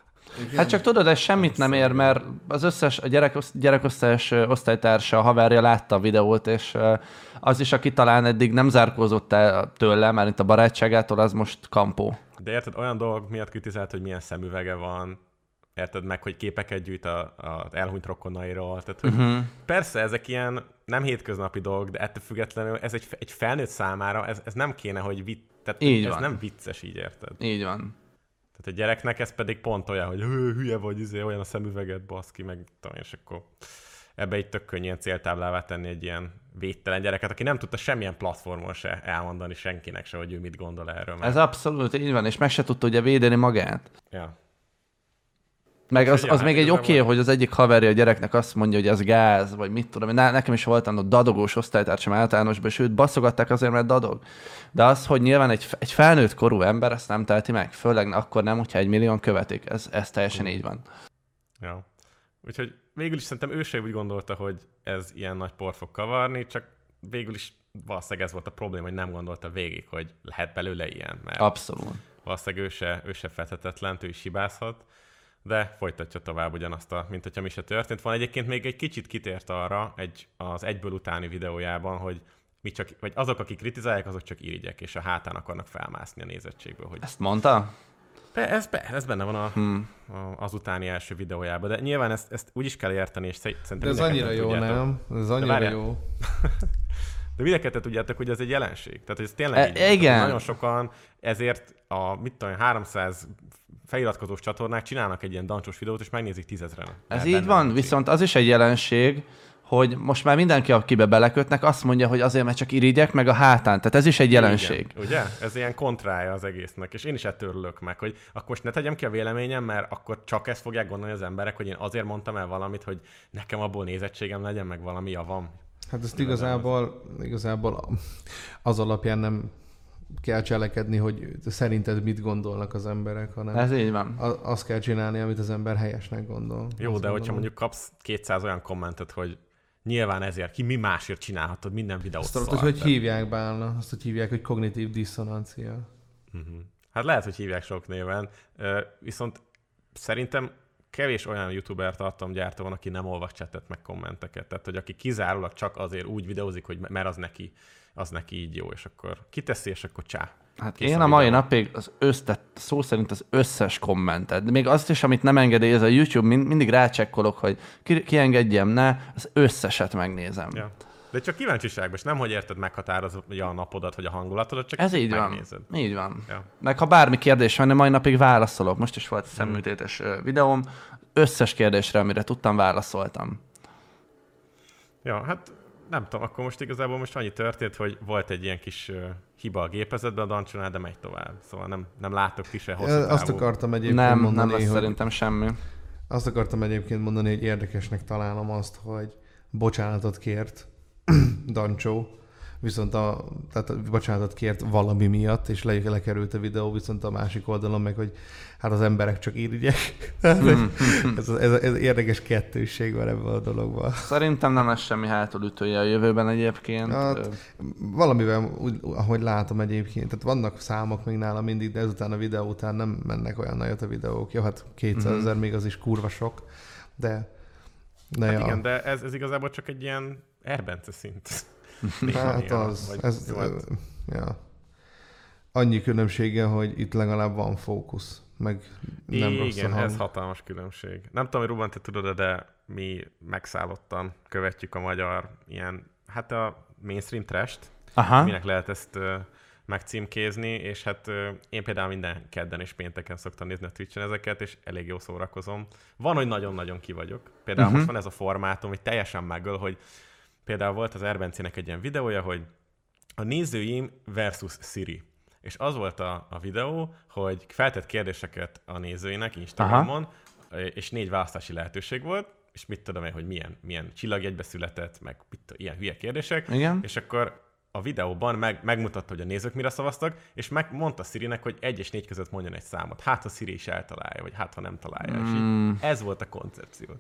Hát csak tudod, ez semmit nem ér, mert az összes a gyerekoszt, gyerekosztályos ö, osztálytársa, a haverja látta a videót, és ö, az is, aki talán eddig nem zárkózott el tőle, már itt a barátságától, az most kampó. De érted, olyan dolgok miatt kritizált, hogy milyen szemüvege van, érted meg, hogy képeket gyűjt a, a elhunyt rokonairól. Tehát, hogy Uh-huh. persze ezek ilyen nem hétköznapi dolgok, de ettől függetlenül ez egy, egy felnőtt számára, ez, ez nem kéne, hogy vitt, tehát Így ez van. nem vicces, így érted. Így van. Tehát a gyereknek ez pedig pont olyan, hogy hű, hülye vagy, izé, olyan a szemüveget, baszki, meg tudom, és akkor ebbe itt tök könnyű ilyen céltáblává tenni egy ilyen védtelen gyereket, aki nem tudta semmilyen platformon se elmondani senkinek se, hogy ő mit gondol erről. Mert... Ez abszolút így van, és meg se tudta ugye védeni magát. Ja. Meg az, Ja, az hát még egy igazából- oké, okay, hogy az egyik haverja a gyereknek azt mondja, hogy ez gáz, vagy mit tudom. Ne, nekem is volt annak dadogós osztálytársam általánosban, és őt baszogatták azért, mert dadog. De az, hogy nyilván egy, egy felnőtt korú ember ezt nem teheti meg, főleg akkor nem, hogyha egy millión követik. Ez, ez teljesen így van. Ja. Úgyhogy végül is szerintem ő sem úgy gondolta, hogy ez ilyen nagy por fog kavarni, csak végül is valószínűleg ez volt a probléma, hogy nem gondolta végig, hogy lehet belőle ilyen, mert Abszolút. valószínűleg ő se, ő se feltetetlen, ő is hibázhat, de folytatja tovább ugyanazt, a, mint hogyha mi se történt volna. Egyébként még egy kicsit kitért arra egy, az egyből utáni videójában, hogy mi csak, vagy azok, akik kritizálják, azok csak irigyek, és a hátán akarnak felmászni a nézettségből. Hogy Ezt mondta? Be, ez, be, ez benne van a, Hmm. a, az utáni első videójában, de nyilván ezt, ezt úgy is kell érteni, és sze- szerintem De ez mind a annyira ketten jó, tudjátok. nem? Ez annyira várjál. jó. De mind a ketten tudjátok, hogy ez egy jelenség. Tehát ez tényleg E- így van. igen. Tehát nagyon sokan ezért a, mit tudom, én, háromszáz feliratkozós csatornák csinálnak egy ilyen dancsós videót, és megnézik tízezren. Ez Mert így benne van, nincs viszont az is egy jelenség, hogy most már mindenki, akibe belekötnek, azt mondja, hogy azért, mert csak irigyek, meg a hátán. Tehát ez is egy jelenség. Igen, ugye? Ez ilyen kontrája az egésznek, és én is ettől örülök meg, hogy akkor most ne tegyem ki a véleményem, mert akkor csak ezt fogják gondolni az emberek, hogy én azért mondtam el valamit, hogy nekem abból nézettségem legyen, meg valami javam. Hát ezt igazából, igazából az alapján nem kell cselekedni, hogy szerinted mit gondolnak az emberek, hanem Ez így van. a- azt kell csinálni, amit az ember helyesnek gondol. Jó, Azt de hogyha gondolom. mondjuk kapsz kétszáz olyan kommentet, hogy nyilván ezért, ki mi másért csinálhatod minden videót. Azt tudod, szart, hogy tehát- hívják Bálna, azt hogy hívják, hogy kognitív diszonancia. Uh-huh. Hát lehet, hogy hívják sok néven, Ö, viszont szerintem kevés olyan youtuber tartalomgyártó van, aki nem olvas chatet meg kommenteket. Tehát, hogy aki kizárólag csak azért úgy videózik, hogy mert az neki, az neki így jó, és akkor kiteszi, és akkor csá. Hát Kész én a a mai videó. napig az összet, szó szerint az összes kommentet, de még azt is, amit nem engedélyez a YouTube, mind, mindig rácsekkolok, hogy ki, kiengedjem, ne, az összeset megnézem. Ja. De csak kíváncsiságban, és nem, hogy érted, meghatározja a napodat, vagy a hangulatodat, csak Ez így megnézed. van. Így van. Ja. Meg ha bármi kérdés van, mai napig válaszolok. Most is volt egy szemműtétes ö, videóm. Összes kérdésre, amire tudtam, válaszoltam. Ja, hát nem tudom, akkor most igazából most annyi történt, hogy volt egy ilyen kis uh, hiba a gépezetben a Dancsonál, de megy tovább. Szóval nem, nem látok ti se hosszú Azt távú. akartam egyébként Nem, mondani, nem lesz hogy... szerintem semmi. Azt akartam egyébként mondani, hogy érdekesnek találom azt, hogy bocsánatot kért Dancsó, viszont a, tehát a bocsánatot kért valami miatt, és le, lekerült a videó, viszont a másik oldalon meg, hogy hát az emberek csak irigyek. ez, ez, ez érdekes kettősség van ebben a dologban. Szerintem nem lesz semmi hátulütője a jövőben egyébként. Hát, valamivel, úgy, ahogy látom egyébként, tehát vannak számok még nálam mindig, de ezután a videó után nem mennek olyan nagyot a videók. Jó, hát kétszázezer mm-hmm. még az is kurva sok, de... de hát ja. igen, de ez, ez igazából csak egy ilyen Erbence szint. Hát ilyen, az, vagy, ez, jó, ez, ja. Annyi különbsége, hogy itt legalább van fókusz, meg nem igen, rossz a hang. ez hatalmas különbség. Nem tudom, hogy Ruben, te tudod, de mi megszállottan követjük a magyar ilyen, hát a mainstream trash-t, Aha. minek lehet ezt uh, megcímkézni, és hát uh, én például minden kedden és pénteken szoktam nézni a Twitch-en ezeket, és elég jó szórakozom. Van, hogy nagyon-nagyon ki vagyok. Például uh-huh. most van ez a formátum, hogy teljesen megöl, hogy például volt az Erbencének egy ilyen videója, hogy a nézőim versus Siri. És az volt a, a videó, hogy feltett kérdéseket a nézőinek Instagramon, aha. és négy választási lehetőség volt, és mit tudom én, hogy milyen, milyen csillagjegybe született, meg mit, ilyen hülye kérdések. Igen. És akkor a videóban meg, megmutatta, hogy a nézők mire szavaztak, és megmondta Sirinek, hogy egy és négy között mondjon egy számot. Hát, ha Siri is eltalálja, vagy hát, ha nem találja. Mm. És így, ez volt a koncepció.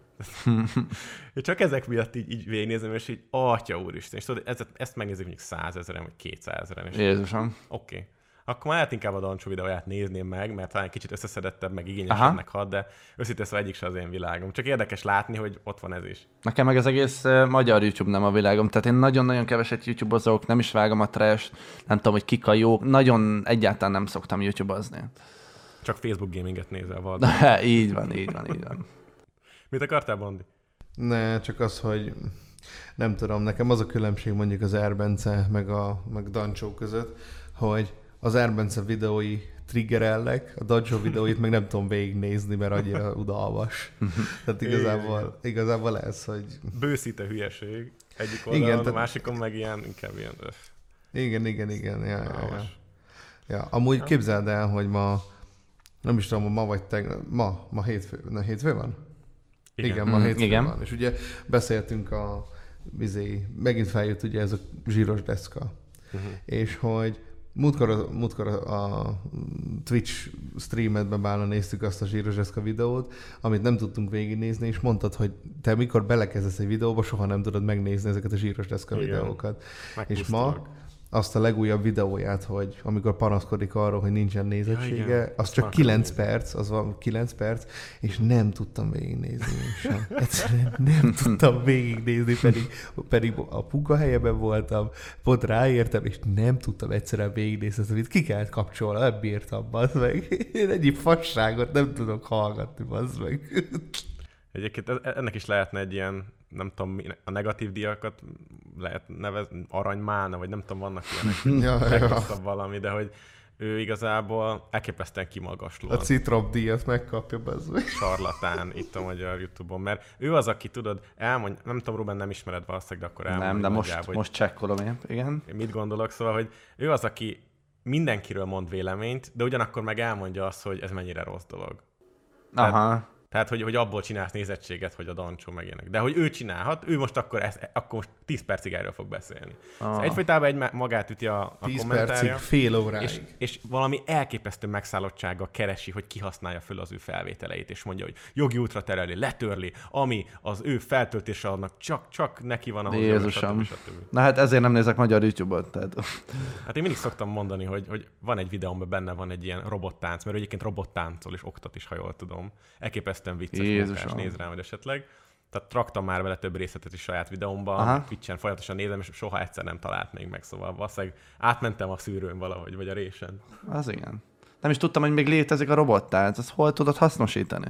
És csak ezek miatt így, így végignézem, és így, atya úristen, és tudod, ezt, ezt megnézik mondjuk százezeren, vagy kétszázezeren. Jézusom. Oké. Okay. Akkor már lehet inkább a Dancsó videóját nézném meg, mert talán kicsit összeszedettebb, meg igényesebbnek hat, de őszintén egyik se az én világom. Csak érdekes látni, hogy ott van ez is. Nekem meg az egész uh, magyar YouTube nem a világom. Tehát én nagyon-nagyon keveset YouTube-ozok, nem is vágom a trash, nem tudom, hogy kik a jók. Nagyon egyáltalán nem szoktam YouTube-ozni. Csak Facebook gaminget nézel, Valda. Így van, így van, így van. Mit akartál, Bondi? Ne, csak az, hogy nem tudom, nekem az a különbség mondjuk az Erbence meg a meg Dancsó között, hogy az Erbence videói triggerelnek, a Dancsó videóit meg nem tudom végignézni, mert annyira udalmas. Tehát igazából, igazából ez, hogy... Bőszíte hülyeség. Egyik oldalon, igen, a másikon meg ilyen, inkább ilyen... Öff. Igen, igen, igen. Ja, ja, ja. Ja, amúgy képzeld el, hogy ma, nem is tudom, ma vagy tegnap, ma, ma hétfő, na, hétfő van? Igen, igen ma hétfő igen. van. És ugye beszéltünk a, bizé, megint feljött ugye ez a zsíros deszka. Uh-huh. És hogy Múltkor, múltkor a Twitch streamedben bála néztük azt a zsíros deszka videót, amit nem tudtunk végignézni, és mondtad, hogy te mikor belekezdesz egy videóba, soha nem tudod megnézni ezeket a zsíros deszka igen. videókat. És ma azt a legújabb videóját, hogy amikor panaszkodik arról, hogy nincsen nézettsége, ja, az csak kilenc perc, az van kilenc perc, és nem tudtam végignézni sem. Egyszerűen nem tudtam végignézni, pedig, pedig a puka helyeben voltam, pont ráértem, és nem tudtam egyszerűen végignézni, amit ki kellett kapcsolni, nem bírtam, bazd meg. Én ennyi fasságot nem tudok hallgatni, bazd meg. Egyébként ennek is lehetne egy ilyen, nem tudom, a negatív díjakat lehet nevezni, aranymálna, vagy nem tudom, vannak ilyenek, ja, ja. valami, de hogy ő igazából elképesztően kimagasló. A citrom díjat megkapja, bezve. Sarlatán itt a magyar YouTube-on, mert ő az, aki tudod, elmond, nem tudom, Ruben, nem ismered valószínűleg, de akkor elmondja. Nem, de most, nagyjából, most csekkolom én, igen. Mit gondolok, szóval, hogy ő az, aki mindenkiről mond véleményt, de ugyanakkor meg elmondja azt, hogy ez mennyire rossz dolog. Aha. Tehát, Tehát, hogy, hogy abból csinálsz nézettséget, hogy a Dancsó meg ilyenek. De hogy ő csinálhat, ő most akkor, ezt, akkor most tíz percig erről fog beszélni. Ah. Szóval egyfajtában egy magát üti a, a tíz kommentárja. percig, fél óráig. És, és valami elképesztő megszállottsággal keresi, hogy kihasználja föl az ő felvételeit, és mondja, hogy jogi útra tereli, letörli, ami az ő feltöltése annak csak, csak neki van ahhoz. Jézusom. Na hát ezért nem nézek magyar YouTube-ot. Tehát... Hát én mindig szoktam mondani, hogy, hogy van egy videómban, benne van egy ilyen robottánc, mert egyébként robottáncol és oktat is, ha jól tudom. Elképesztően vicces munkás, néz rá majd esetleg. Tehát raktam már vele több részletet is saját videómban, Twitch-en folyamatosan nézem, és soha egyszer nem talált még meg, szóval valószínűleg átmentem a szűrőn valahogy, vagy a résen. Az igen. Nem is tudtam, hogy még létezik a robottánc, ezt hol tudod hasznosítani?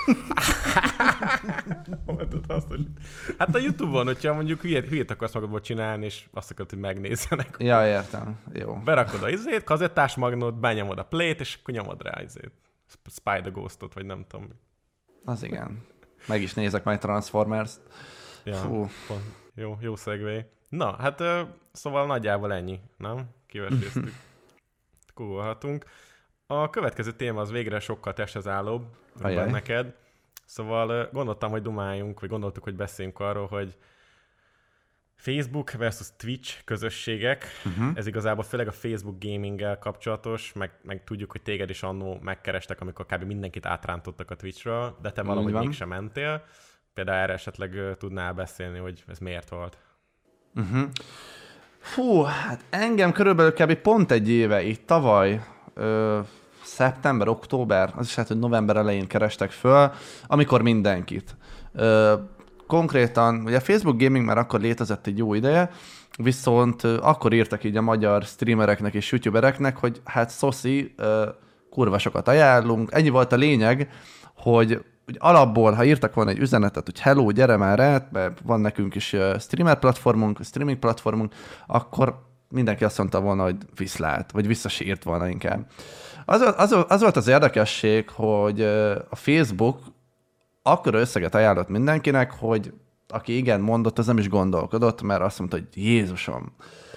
Hol tudod hasznosítani? Hát a YouTube-on, hogyha mondjuk hülyét, hülyét akarsz magadból csinálni, és azt akarod, hogy megnézzenek. Ja, értem. Jó. Berakod a izét, kazettás magnót, benyomod a play-t, és akkor nyomod rá izét. Spider Ghostot, vagy nem tudom. Az igen. Meg is nézek majd Transformers-t. Ja, pont. Jó, jó szegvé. Na, hát szóval nagyjából ennyi, nem? Kiveséztük. Kóolhatunk. A következő téma az végre sokkal testhez-állóbb neked. Szóval gondoltam, hogy dumáljunk, vagy gondoltuk, hogy beszéljünk arról, hogy Facebook versus Twitch közösségek, uh-huh. ez igazából főleg a Facebook gaminggel kapcsolatos, meg, meg tudjuk, hogy téged is annó megkerestek, amikor kb. Mindenkit átrántottak a Twitchről, de te valahogy mégsem mentél. Például erre esetleg uh, tudnál beszélni, hogy ez miért volt? Uh-huh. Fú, hát engem körülbelül kb. Pont egy éve itt tavaly, ö, szeptember, október, az is hát, hogy november elején kerestek föl, amikor mindenkit. Ö, konkrétan, ugye a Facebook Gaming már akkor létezett egy jó ideje, viszont ö, akkor írtak így a magyar streamereknek és youtubereknek, hogy hát szoszi, ö, kurva sokat ajánlunk. Ennyi volt a lényeg, hogy hogy alapból, ha írtak volna egy üzenetet, hogy hello, gyere már rá, mert van nekünk is streamer platformunk, streaming platformunk, akkor mindenki azt mondta volna, hogy viszlát, vagy vissza se írt volna inkább. Az, az, az volt az érdekesség, hogy a Facebook akkor összeget ajánlott mindenkinek, hogy aki igen mondott, az nem is gondolkodott, mert azt mondta, hogy Jézusom.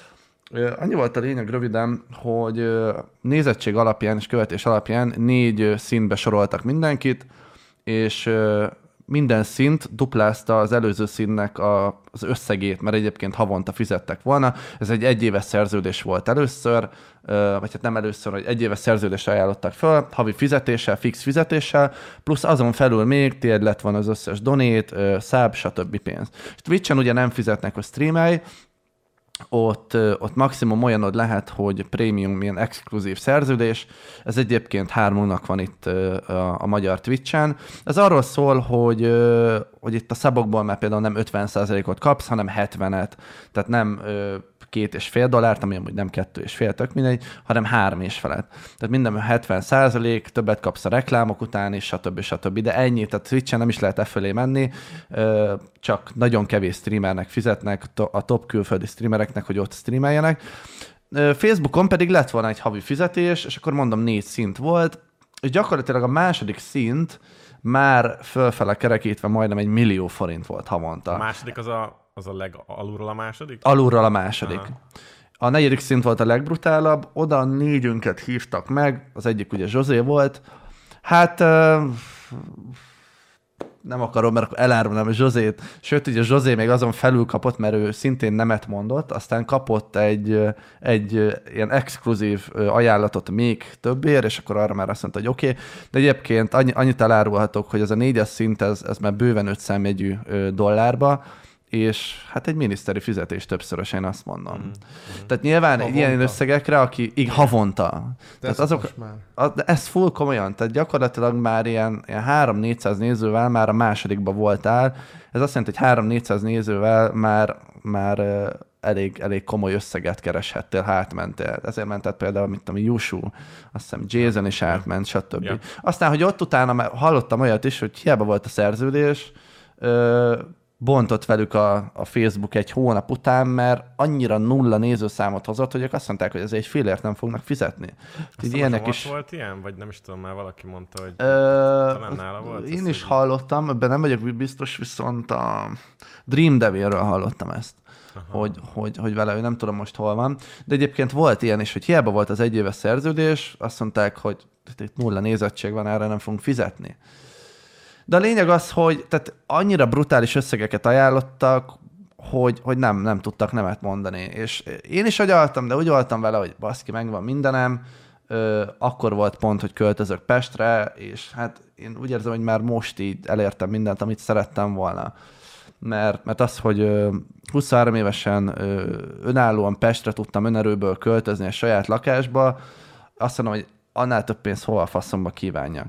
Annyi volt a lényeg röviden, hogy nézettség alapján és követés alapján négy szintbe soroltak mindenkit, és minden szint duplázta az előző színnek a, az összegét, mert egyébként havonta fizettek volna. Ez egy egyéves szerződés volt először, vagy hát nem először, hogy egyéves szerződést ajánlottak föl, havi fizetéssel, fix fizetéssel, plusz azon felül még tiéd lett van az összes donate, száb, stb. Pénz. És Twitchen ugye nem fizetnek, hogy streamelj, Ott, ott maximum olyanod lehet, hogy prémium, ilyen exkluzív szerződés. Ez egyébként hármunknak van itt a, a magyar Twitchen. Ez arról szól, hogy, hogy itt a szabokból már például nem ötven százalékot kapsz, hanem hetvenet. Tehát nem két és fél dollárt, ami amúgy nem kettő és fél, tök mindegy, hanem három és felett. Tehát minden hetven százalék, többet kapsz a reklámok után, és stb. stb. De ennyi, tehát Twitchen nem is lehet e fölé menni, csak nagyon kevés streamernek fizetnek, a top külföldi streamereknek, hogy ott streameljenek. Facebookon pedig lett volna egy havi fizetés, és akkor mondom, négy szint volt, és gyakorlatilag a második szint már fölfele kerekítve majdnem egy millió forint volt havonta. A második az a Az a legalulról a második? Alulról a második. Aha. A negyedik szint volt a legbrutálabb, oda négyünket hívtak meg, az egyik ugye Zsozé volt. Hát nem akarom, mert elárulnám a Zsozét. Sőt, ugye Zsozé még azon felül kapott, mert ő szintén nemet mondott, aztán kapott egy, egy ilyen exkluzív ajánlatot még többért, és akkor arra már azt mondta, hogy oké. Okay. De egyébként annyi, annyit elárulhatok, hogy ez a négyes szint, ez, ez már bőven öt számjegyű dollárba, és hát egy miniszteri fizetés többszörös, én azt mondom. Mm. Tehát nyilván havonta. Ilyen összegekre, aki így havonta. Tehát azok, a, de ez full komolyan, tehát gyakorlatilag már ilyen, ilyen három-négyszáz nézővel már a másodikba voltál. Ez azt jelenti, hogy három-négyszáz nézővel már, már elég, elég komoly összeget kereshettél, ha átmentél. Ezért mented például, mint ami Yushu, azt hiszem Jason is átment, stb. Ja. Aztán, hogy ott utána hallottam olyat is, hogy hiába volt a szerződés, ö, bontott velük a, a Facebook egy hónap után, mert annyira nulla nézőszámot hozott, hogy ők azt mondták, hogy ez egy fillért nem fognak fizetni. Így ilyenek is volt ilyen? Vagy nem is tudom, már valaki mondta, hogy Ö, talán nála volt? Én is hallottam, ebben nem vagyok biztos, viszont a Dream Devilről hallottam ezt. Hogy, hogy, hogy vele ő nem tudom most hol van. De egyébként volt ilyen is, hogy hiába volt az egyéves szerződés, azt mondták, hogy itt nulla nézettség van, erre nem fogunk fizetni. De a lényeg az, hogy tehát annyira brutális összegeket ajánlottak, hogy, hogy nem, nem tudtak nemet mondani. És én is agyaltam, de úgy voltam vele, hogy baszki, megvan mindenem. Ö, akkor volt pont, hogy költözök Pestre, és hát én úgy érzem, hogy már most így elértem mindent, amit szerettem volna. Mert, mert az, hogy ö, huszonhárom évesen ö, önállóan Pestre tudtam önerőből költözni a saját lakásba, azt mondom, hogy annál több pénzt hova a faszomba kívánjak.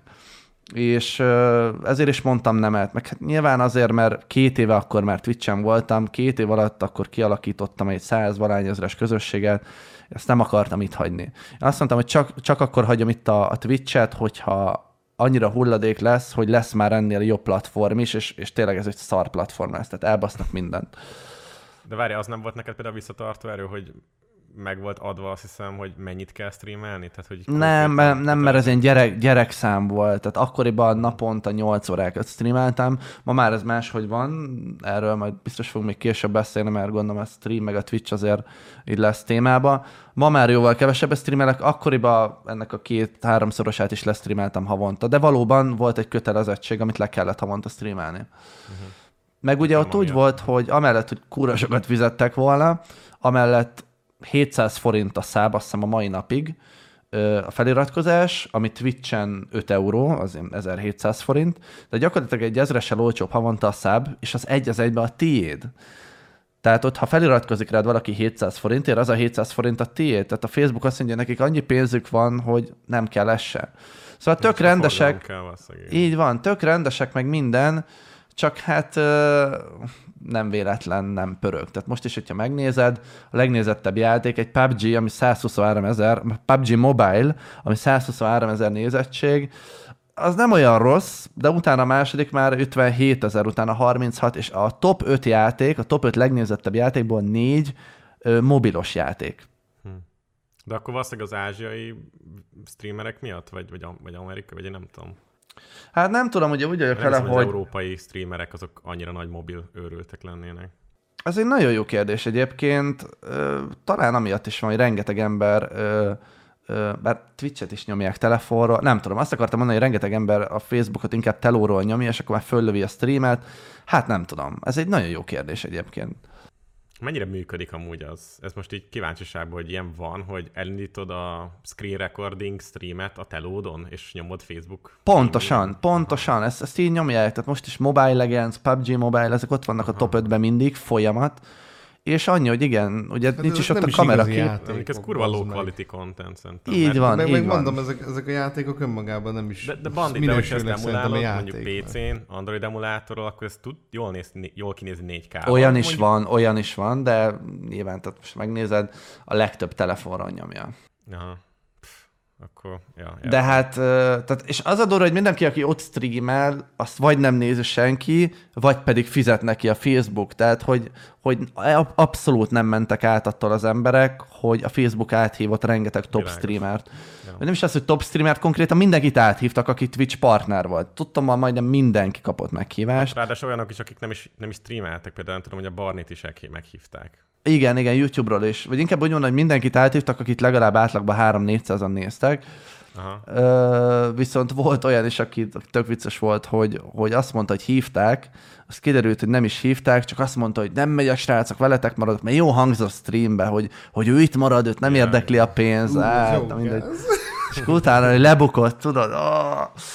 És ezért is mondtam nemet, meg hát nyilván azért, mert két éve akkor már Twitchen voltam, két év alatt akkor kialakítottam egy száz valány ezres közösséget, ezt nem akartam itt hagyni. Én azt mondtam, hogy csak, csak akkor hagyom itt a, a Twitchet, hogyha annyira hulladék lesz, hogy lesz már ennél jobb platform is, és, és tényleg ez egy szar platform lesz, tehát elbasznak mindent. De várj, az nem volt neked például visszatartó erő, hogy meg volt adva, azt hiszem, hogy mennyit kell streamelni? Tehát, hogy nem, nem, nem, mert ez ilyen gyerek, gyerekszám volt. Tehát akkoriban naponta nyolc órákat streameltem. Ma már ez máshogy van. Erről majd biztos fogunk még később beszélni, mert gondolom a stream meg a Twitch azért így lesz témába. Ma már jóval kevesebb streamelek. Akkoriban ennek a két-háromszorosát is lesztreameltem havonta. De valóban volt egy kötelezettség, amit le kellett havonta streamelni. Uh-huh. Meg ugye Nem ott úgy amiatt. volt, hogy amellett, hogy kurva sokat fizettek volna, amellett hétszáz forint a száb, azt hiszem a mai napig ö, a feliratkozás, ami Twitchen öt euró, az ezerhétszáz forint, de gyakorlatilag egy ezressel olcsóbb havonta a száb, és az egy az egyben a tiéd. Tehát ott, ha feliratkozik rád valaki hétszáz forintért, az a hétszáz forint a tiéd. Tehát a Facebook azt mondja, nekik annyi pénzük van, hogy nem kell ez se. Szóval tök Csak rendesek, forgalom kell, valószínűleg. így van, tök rendesek meg minden, csak hát ö, nem véletlen, nem pörög. Tehát most is, hogyha megnézed, a legnézettebb játék egy pé u bé gé, ami százhuszonhárom ezer, pé u bé gé Mobile, ami százhuszonhárom ezer nézettség, az nem olyan rossz, de utána a második már ötvenhét ezer, utána harminchat, és a top öt játék, a top öt legnézettebb játékból négy ö, mobilos játék. De akkor valószínűleg az ázsiai streamerek miatt? Vagy, vagy, vagy Amerika, vagy én nem tudom. Hát nem tudom, ugye úgy vagyok Nem vele, hiszem, hogy hogy... az európai streamerek azok annyira nagy mobil őrültek lennének. Ez egy nagyon jó kérdés egyébként. Ö, talán amiatt is van, hogy rengeteg ember, ö, ö, bár Twitch-et is nyomják telefonról, nem tudom, azt akartam mondani, hogy rengeteg ember a Facebookot inkább telóról nyomja, és akkor már föllövi a streamet. Hát nem tudom, ez egy nagyon jó kérdés egyébként. Mennyire működik amúgy az? Ez most így kíváncsiságból, hogy ilyen van, hogy elindítod a screen recording streamet a telódon, és nyomod Facebook? Pontosan, pontosan, ezt, ezt így nyomják, tehát most is Mobile Legends, pé u bé gé Mobile, ezek ott vannak a top ötben mindig, folyamat, és annyi, hogy igen, ugye Hát nincs ez is ott nem a is kamera igazi kép. játék. Amik ez kurva bazd low meg. quality content szerintem. Így Mert- van, Meg, így meg van. mondom, ezek, ezek a játékok önmagában nem is De, de bandit, de hogyha ezt minősülnek szerintem a emulálod, mondjuk játék. pé cén, Android emulátorral, akkor ez tud jól, néz, jól kinézni négy ká. Olyan is van, olyan is van, de nyilván, tehát most megnézed, a legtöbb telefonról nyomja. Aha. Pff, akkor, ja, ja. De hát, ö, tehát, és az a durva, hogy mindenki, aki ott streamel, azt vagy nem nézi senki, vagy pedig fizet neki a Facebook. Tehát, hogy, hogy abszolút nem mentek át attól az emberek, hogy a Facebook áthívott rengeteg top Világos. streamert. Ja. Vagy nem is az, hogy top streamert, konkrétan mindenkit áthívtak, aki Twitch partner volt. Tudtam, hogy majdnem mindenki kapott meghívást. Ráadásul olyanok is, akik nem is, nem is streameltek, például nem tudom, hogy a Barnit is elké- meghívták. Igen, igen, YouTube-ról is. Vagy inkább úgy mondom, hogy mindenkit áthívtak, akit legalább átlagban három-négyszázan néztek. Aha. Ö, viszont volt olyan is, aki tök vicces volt, hogy, hogy azt mondta, hogy hívták, az kiderült, hogy nem is hívták, csak azt mondta, hogy nem megyek, srácok, veletek maradok, mert jó hangzott streambe, hogy, hogy ő itt marad, őt nem Jaj. érdekli a pénz. Ú, Á, jó na mindegy. gáz. És akkor utána hogy lebukott, tudod? Oh.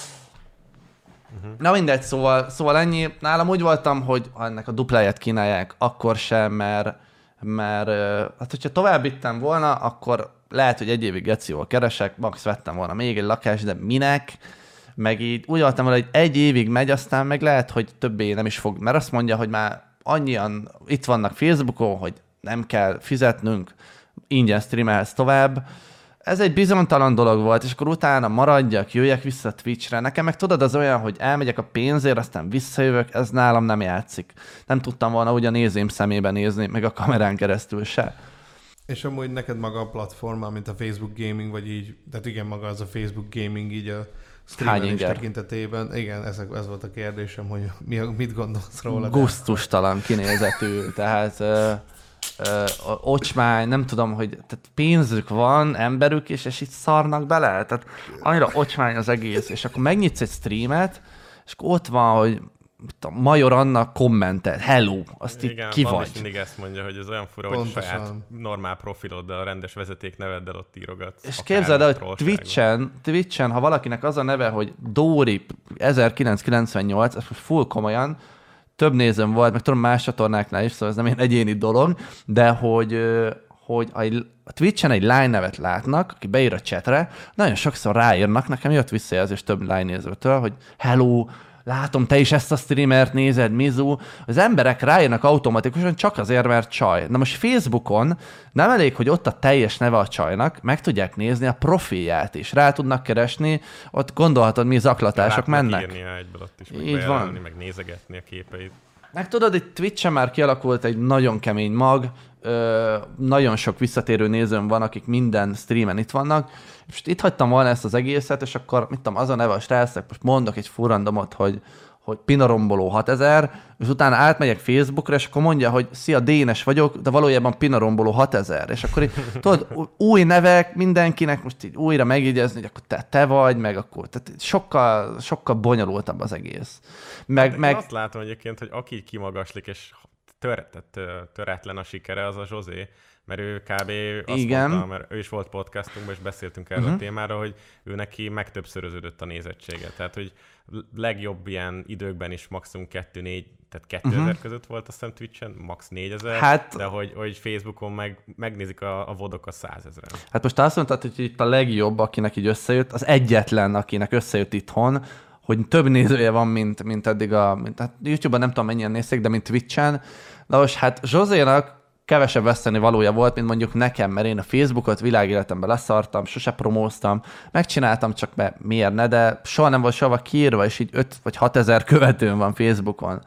Na mindegy, szóval, szóval ennyi. Nálam úgy voltam, hogy ha ennek a dupláját kínálják, akkor sem, mert, mert ö, hát hogyha tovább vittem volna, akkor lehet, hogy egy évig geciól keresek, max vettem volna még egy lakást, de minek? Meg így úgy voltam volna, hogy egy évig megy, aztán meg lehet, hogy többé nem is fog, mert azt mondja, hogy már annyian itt vannak Facebookon, hogy nem kell fizetnünk, ingyen streamelhetsz tovább. Ez egy bizonytalan dolog volt, és akkor utána maradjak, jöjjek vissza Twitchre. Nekem meg tudod, az olyan, hogy elmegyek a pénzért, aztán visszajövök, ez nálam nem játszik. Nem tudtam volna úgy a nézőim szemébe nézni, meg a kamerán keresztül se. És amúgy neked maga a platforma, mint a Facebook Gaming, vagy így, tehát igen, maga az a Facebook Gaming így a streamelés inger? tekintetében. Igen, ez, ez volt a kérdésem, hogy mi, mit gondolsz róla. de- Gusztustalan kinézetű, tehát ö, ö, ocsmány, nem tudom, hogy tehát pénzük van, emberük is, és itt szarnak bele. Tehát annyira ocsmány az egész, és akkor megnyitsz egy streamet, és akkor ott van, hogy a Major Anna kommentel, hello, azt így Igen, ki Bambi vagy. is mindig ezt mondja, hogy ez olyan fura, hogy Pontosan. saját normál profiloddal, a rendes vezeték neveddel ott írogatsz. És akár képzeld el, hogy trollságot. Twitchen, Twitchen, ha valakinek az a neve, hogy Dóri ezerkilencszázkilencvennyolc, ez most full komolyan, több nézőm volt, meg tudom más csatornáknál is, szóval ez nem ilyen egyéni dolog, de hogy, ö, hogy a Twitchen egy line nevet látnak, aki beír a chatre, nagyon sokszor ráírnak, nekem jött visszajelzés több line nézőtől, hogy hello, látom, te is ezt a streamert nézed, Mizu. Az emberek rájönnek automatikusan csak azért, mert csaj. Na most Facebookon nem elég, hogy ott a teljes neve a csajnak, meg tudják nézni a profilját is. Rá tudnak keresni, ott gondolhatod, mi zaklatások Rá tudnak mennek. írni egyből ott is, meg Így bejelölni, van. meg nézegetni a képeit. Meg tudod, itt Twitch-en már kialakult egy nagyon kemény mag, ö, nagyon sok visszatérő nézőm van, akik minden streamen itt vannak, és itt hagytam volna ezt az egészet, és akkor, mit tudom, az a neve a srácnak, most mondok egy furrandomot, hogy, hogy Pinaromboló hatezer, és utána átmegyek Facebookra, és akkor mondja, hogy szia, Dénes vagyok, de valójában Pinaromboló hatezer. És akkor így, tudod, új nevek, mindenkinek most így újra megjegyezni, hogy akkor te, te vagy, meg akkor, tehát sokkal, sokkal bonyolultabb az egész. Meg, Én meg... azt látom egyébként, hogy aki kimagaslik, és tör, tehát, töretlen a sikere, az a Zsozé, mert ő kb. Azt Igen. mondta, mert ő is volt podcastunkban, és beszéltünk erről Uh-huh. a témáról, hogy ő neki megtöbbszöröződött a nézettsége. Tehát, hogy legjobb ilyen időkben is maximum kettő négy, tehát kétezer uh-huh. között volt azt hiszem Twitchen, max négyezer, Hát- de hogy, hogy Facebookon meg megnézik a, a vodok a százezren. Hát most azt mondtad, hogy itt a legjobb, akinek így összejött, az egyetlen, akinek összejött itthon, hogy több nézője van, mint, mint eddig a... Mint, hát YouTube-ban nem tudom mennyien nézték, de mint Twitchen. Na most hát Zsozénak kevesebb veszteni valója volt, mint mondjuk nekem, mert én a Facebookot világéletemben leszartam, sose promóztam, megcsináltam, csak be miért ne, de soha nem volt soha kiírva, és így öt vagy hat ezer követőm van Facebookon.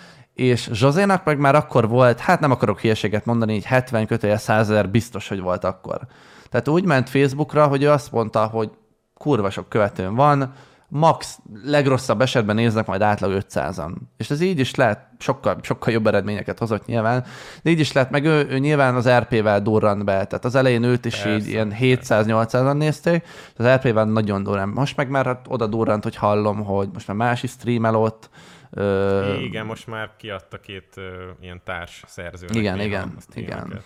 És Zsozénak meg már akkor volt, hát nem akarok hülyeséget mondani, így hetven kötője százezer biztos, hogy volt akkor. Tehát úgy ment Facebookra, hogy ő azt mondta, hogy kurva sok követőm van, max, legrosszabb esetben néznek majd átlag ötszázan. És ez így is lehet, sokkal, sokkal jobb eredményeket hozott nyilván, de így is lehet, meg ő, ő nyilván az er pé-vel durrant be, tehát az elején őt is Persze, így ilyen hétszáz-nyolcszázan nézték, az er pé-vel nagyon durrant. Most meg már hát oda durrant, hogy hallom, hogy most már más is streamel ott. Ö... Igen, most már kiadta két uh, ilyen társ szerzőnek. Igen, néha igen, a streameket. igen.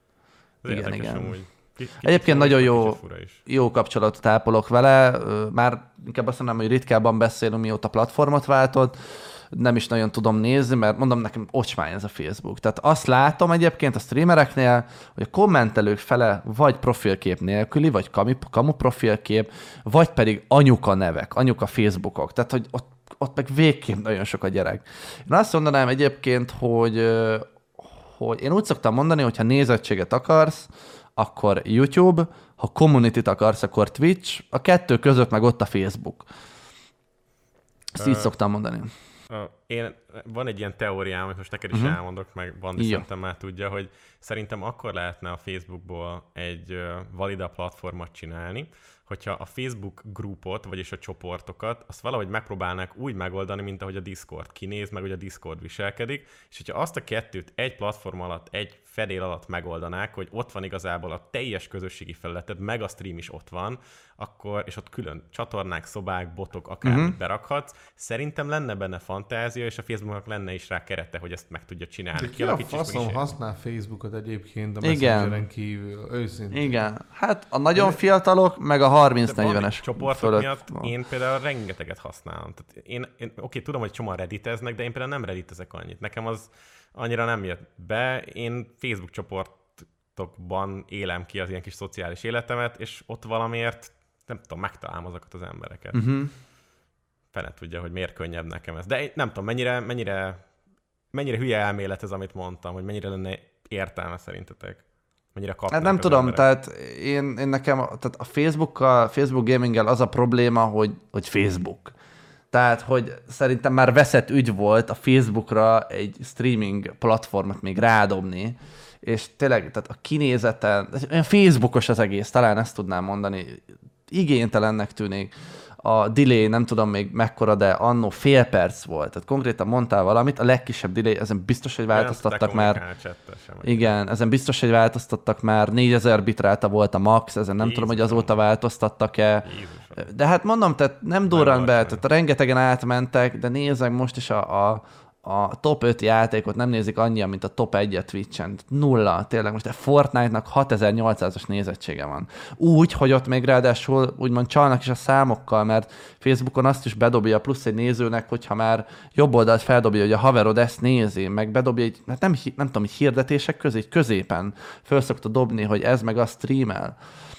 Ez Igen, érdekes igen. amúgy. Kicsit Egyébként fura nagyon is, jó, kicsit fura is. jó kapcsolatot ápolok vele, már inkább azt mondanám, hogy ritkábban beszélünk, mióta platformot váltott, nem is nagyon tudom nézni, mert mondom, nekem ocsmány ez a Facebook. Tehát azt látom egyébként a streamereknél, hogy a kommentelők fele vagy profilkép nélküli, vagy kamu, kamu profilkép, vagy pedig anyuka nevek, anyuka Facebookok. Tehát, hogy ott, ott meg végképp nagyon sok a gyerek. Én azt mondanám egyébként, hogy, hogy én úgy szoktam mondani, hogy ha nézettséget akarsz, akkor YouTube, ha community-t akarsz, akkor Twitch, a kettő között meg ott a Facebook. Ezt így Ö, szoktam mondani. Én, van egy ilyen teóriám, hogy most neked is Uh-huh. elmondok, meg Bandi Jó. szerintem már tudja, hogy szerintem akkor lehetne a Facebookból egy ö, valida platformot csinálni, hogyha a Facebook grupot, vagyis a csoportokat, azt valahogy megpróbálnák úgy megoldani, mint ahogy a Discord kinéz, meg hogy a Discord viselkedik, és hogyha azt a kettőt egy platform alatt, egy fedél alatt megoldanák, hogy ott van igazából a teljes közösségi felületed, meg a stream is ott van, akkor, és ott külön csatornák, szobák, botok, akármit Mhm. uh-huh. berakhatsz, szerintem lenne benne fantázia, és a Facebooknak lenne is rá kerete, hogy ezt meg tudja csinálni. De ki a Kialakítsa, és meg is faszom érti. használ Facebookot egyébként a Igen. Messengeren kívül? Őszintén. Igen. Hát a nagyon fiatalok, meg a harminc-negyvenes csoportok fölött miatt van. én például rengeteget használom. Tehát én, én oké, tudom, hogy csomóan redditeznek, de én például nem redditezek annyit. Nekem az annyira nem jött be. Én Facebook csoportokban élem ki az ilyen kis szociális életemet, és ott valamiért, nem tudom, megtalálom azokat az embereket. Uh-huh. Fene tudja, hogy miért könnyebb nekem ez. De én nem tudom, mennyire, mennyire, mennyire hülye elmélet ez, amit mondtam, hogy mennyire lenne értelme szerintetek? Mennyire kapnák Hát nem az tudom, emberek? tehát én, én nekem tehát a Facebookkal, Facebook gaminggel az a probléma, hogy, hogy Facebook. Tehát, hogy szerintem már veszett ügy volt a Facebookra egy streaming platformot még rádobni, és tényleg, tehát a kinézeten, olyan Facebookos az egész, talán ezt tudnám mondani, igénytelennek tűnik. A delay nem tudom még mekkora, de annó fél perc volt. Tehát konkrétan mondtál valamit, a legkisebb delay, ezen biztos, hogy változtattak már. Igen, ezen biztos, hogy változtattak már. négyezer bitráta volt a max, ezen nem tudom, hogy Jézusom. azóta változtattak-e. Jézusom. De hát mondom, tehát nem durran be, alacsony. tehát rengetegen átmentek, de nézzek most is a, a, a top öt játékot nem nézik annyian, mint a top egyet Twitchen. Nulla, tényleg most a Fortnite-nak hatezer-nyolcszázas nézettsége van. Úgy, hogy ott még ráadásul úgymond csalnak is a számokkal, mert Facebookon azt is bedobja plusz egy nézőnek, hogyha már jobb oldalt feldobja, hogy a haverod ezt nézi, meg bedobja egy, hát nem, nem tudom, hogy hirdetések közé, így középen föl szokta dobni, hogy ez meg a streamel.